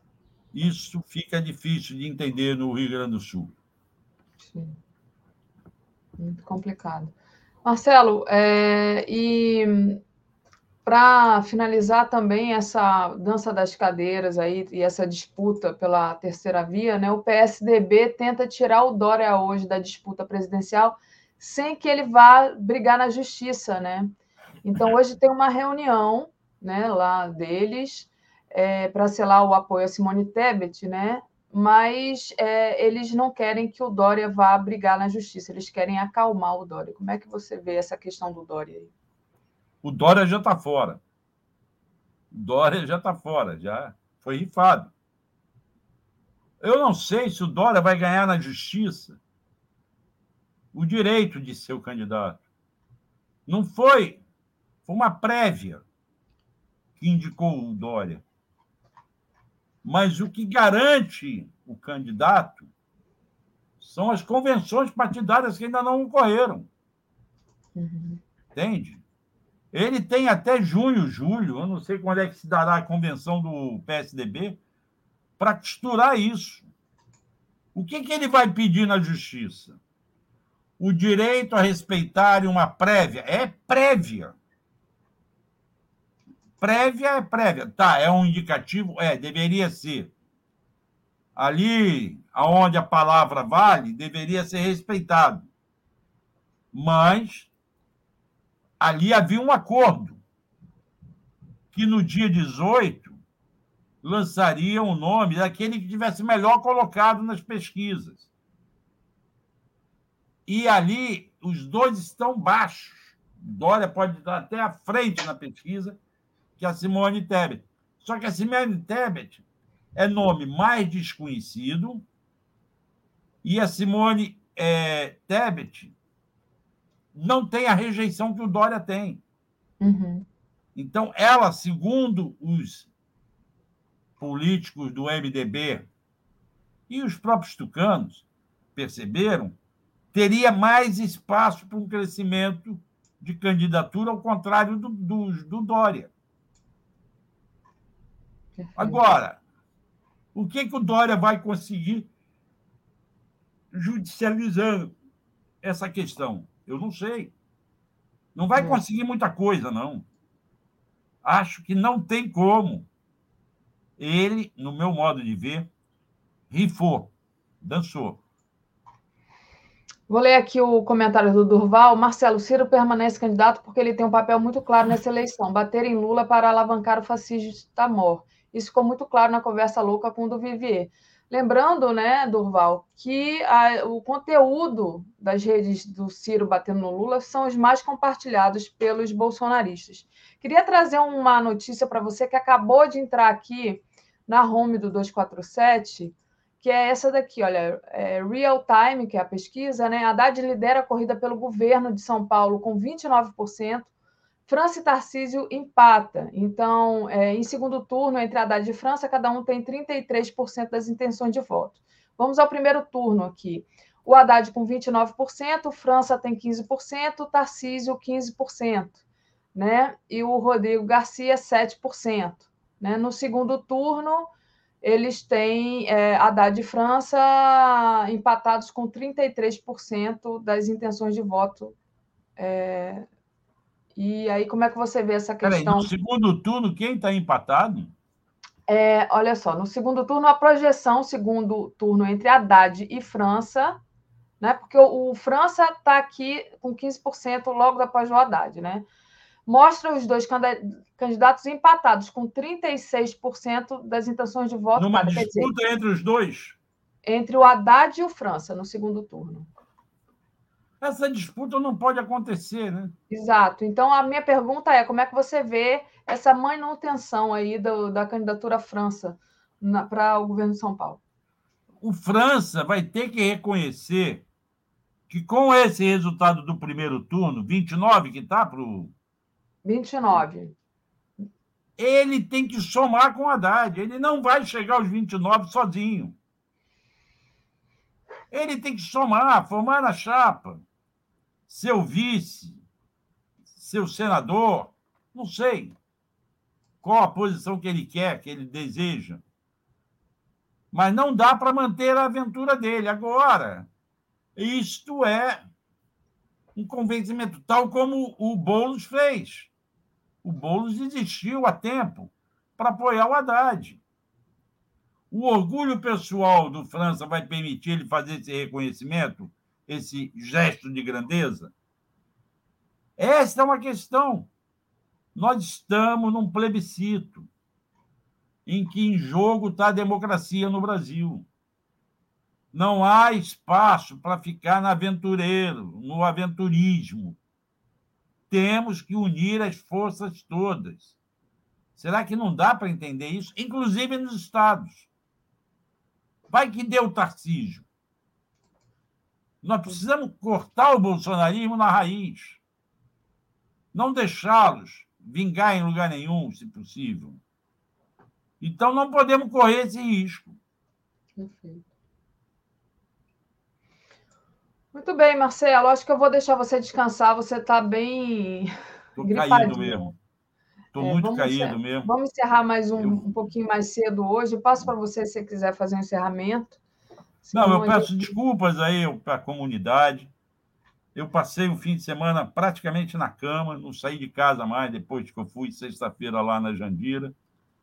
Isso fica difícil de entender no Rio Grande do Sul. Sim. Muito complicado. Marcelo, é, e para finalizar também essa dança das cadeiras aí e essa disputa pela terceira via, né, o P S D B tenta tirar o Dória hoje da disputa presidencial sem que ele vá brigar na justiça, né? Então, hoje tem uma reunião, né, lá deles é, para selar o apoio a Simone Tebet, né? Mas é, eles não querem que o Dória vá brigar na justiça, eles querem acalmar o Dória. Como é que você vê essa questão do Dória aí? O Dória já está fora. O Dória já está fora, já foi rifado. Eu não sei se o Dória vai ganhar na justiça o direito de ser o candidato. Não foi, foi uma prévia que indicou o Dória. Mas o que garante o candidato são as convenções partidárias que ainda não ocorreram. Uhum. Entende? Ele tem até junho, julho, eu não sei quando é que se dará a convenção do P S D B, para costurar isso. O que, que ele vai pedir na justiça? O direito a respeitar uma prévia. É prévia. Prévia é prévia. Tá, é um indicativo? É, deveria ser. Ali, onde a palavra vale, deveria ser respeitado. Mas ali havia um acordo que no dia dezoito lançaria o nome daquele que tivesse melhor colocado nas pesquisas. E ali os dois estão baixos. Dória pode estar até à frente na pesquisa que a Simone Tebet. Só que a Simone Tebet é nome mais desconhecido e a Simone é, Tebet não tem a rejeição que o Dória tem. Uhum. Então, ela, segundo os políticos do M D B e os próprios tucanos perceberam, teria mais espaço para um crescimento de candidatura, ao contrário do, do, do Dória. Agora, o que, que o Dória vai conseguir judicializando essa questão? Eu não sei. Não vai conseguir muita coisa, não. Acho que não tem como. Ele, no meu modo de ver, rifou, dançou. Vou ler aqui o comentário do Durval. Marcelo, Ciro permanece candidato porque ele tem um papel muito claro nessa eleição, bater em Lula para alavancar o fascista mor. Isso ficou muito claro na conversa louca com o do Vivier. Lembrando, né, Durval, que a, o conteúdo das redes do Ciro batendo no Lula são os mais compartilhados pelos bolsonaristas. Queria trazer uma notícia para você que acabou de entrar aqui na home do duzentos e quarenta e sete, que é essa daqui, olha, é Real Time, que é a pesquisa, né? Haddad lidera a corrida pelo governo de São Paulo com vinte e nove por cento, França e Tarcísio empata. Então, é, em segundo turno, entre Haddad e França, cada um tem trinta e três por cento das intenções de voto. Vamos ao primeiro turno aqui. O Haddad com vinte e nove por cento, França tem quinze por cento, Tarcísio quinze por cento, né? E o Rodrigo Garcia sete por cento. Né? No segundo turno, eles têm é, Haddad e França empatados com trinta e três por cento das intenções de voto. É... E aí, como é que você vê essa questão? Peraí, no segundo turno, quem está empatado? É, olha só, no segundo turno, a projeção, segundo turno entre Haddad e França, né? Porque o, o França está aqui com quinze por cento logo após o Haddad, né? Mostra os dois candidatos empatados, com trinta e seis por cento das intenções de voto. Numa cada, disputa dizer, entre os dois? Entre o Haddad e o França, no segundo turno. Essa disputa não pode acontecer, né? Exato. Então, a minha pergunta é, como é que você vê essa manutenção aí do, da candidatura França para o governo de São Paulo? O França vai ter que reconhecer que, com esse resultado do primeiro turno, vinte e nove que está para o... vinte e nove. Ele tem que somar com o Haddad. Ele não vai chegar aos vinte e nove sozinho. Ele tem que somar, formar a chapa. Seu vice, seu senador, não sei qual a posição que ele quer, que ele deseja. Mas não dá para manter a aventura dele. Agora, isto é um convencimento, tal como o Boulos fez. O Boulos desistiu a tempo para apoiar o Haddad. O orgulho pessoal do França vai permitir ele fazer esse reconhecimento, esse gesto de grandeza? Esta é uma questão. Nós estamos num plebiscito em que em jogo está a democracia no Brasil. Não há espaço para ficar no aventureiro, no aventurismo. Temos que unir as forças todas. Será que não dá para entender isso? Inclusive nos estados. Vai que deu Tarcísio. Nós precisamos cortar o bolsonarismo na raiz. Não deixá-los vingar em lugar nenhum, se possível. Então, não podemos correr esse risco. Perfeito. Muito bem, Marcelo. Acho que eu vou deixar você descansar. Você está bem Estou gripadinho. caído mesmo. Estou É, muito vamos caído encerrar, mesmo. Vamos encerrar mais um, Eu... um pouquinho mais cedo hoje. Eu passo para você se você quiser fazer um encerramento. Não, Senão, eu a peço gente... desculpas aí para a comunidade. Eu passei o fim de semana praticamente na cama, não saí de casa mais depois que eu fui sexta-feira lá na Jandira.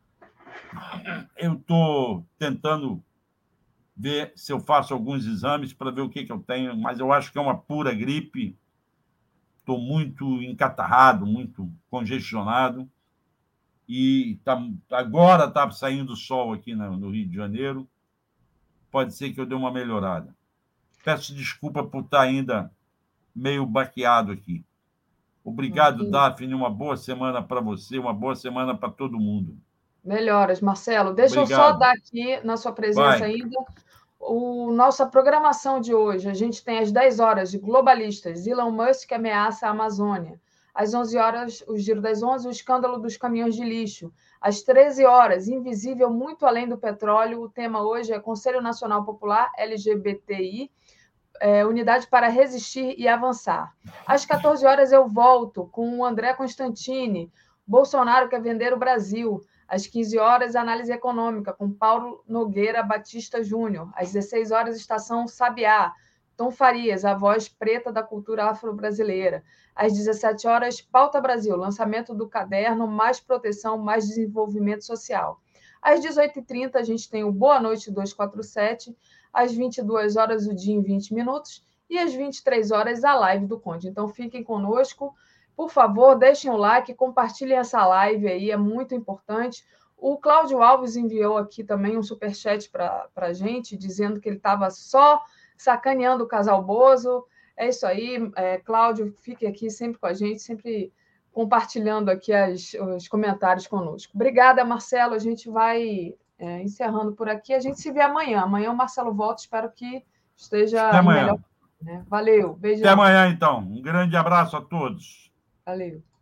Eu estou tentando ver se eu faço alguns exames para ver o que, que eu tenho, mas eu acho que é uma pura gripe. Estou muito encatarrado, muito congestionado. E tá, agora está saindo sol aqui no Rio de Janeiro. Pode ser que eu dê uma melhorada. Peço desculpa por estar ainda meio baqueado aqui. Obrigado, Aqui. Daphne. Uma boa semana para você, uma boa semana para todo mundo. Melhoras, Marcelo. Deixa Obrigado. eu só dar aqui, na sua presença Vai. ainda, o nossa programação de hoje. A gente tem às dez horas de Globalistas, Elon Musk ameaça a Amazônia. Às onze horas, o Giro das onze, o escândalo dos caminhões de lixo. Às treze horas, Invisível muito além do petróleo. O tema hoje é Conselho Nacional Popular L G B T I, é, Unidade para Resistir e Avançar. Às quatorze horas, eu volto com o André Constantini. Bolsonaro quer vender o Brasil. Às quinze horas, análise econômica, com Paulo Nogueira Batista Júnior. Às dezesseis horas, Estação Sabiá, Tom Farias, a voz preta da cultura afro-brasileira. Às dezessete horas, Pauta Brasil, lançamento do caderno Mais Proteção, Mais Desenvolvimento Social. Às dezoito e trinta, a gente tem o Boa Noite duzentos e quarenta e sete. Às vinte e duas horas, o Dia em vinte minutos. E às vinte e três horas, a live do Conde. Então, fiquem conosco. Por favor, deixem o like, compartilhem essa live aí, é muito importante. O Cláudio Alves enviou aqui também um superchat para a gente, dizendo que ele estava só sacaneando o casal Bozo. É isso aí, é, Cláudio, fique aqui sempre com a gente, sempre compartilhando aqui as, os comentários conosco. Obrigada, Marcelo, a gente vai é, encerrando por aqui. A gente se vê amanhã. Amanhã o Marcelo volta, espero que esteja Até amanhã. melhor. Né? Valeu, beijão. Até amanhã, então. Um grande abraço a todos. Valeu.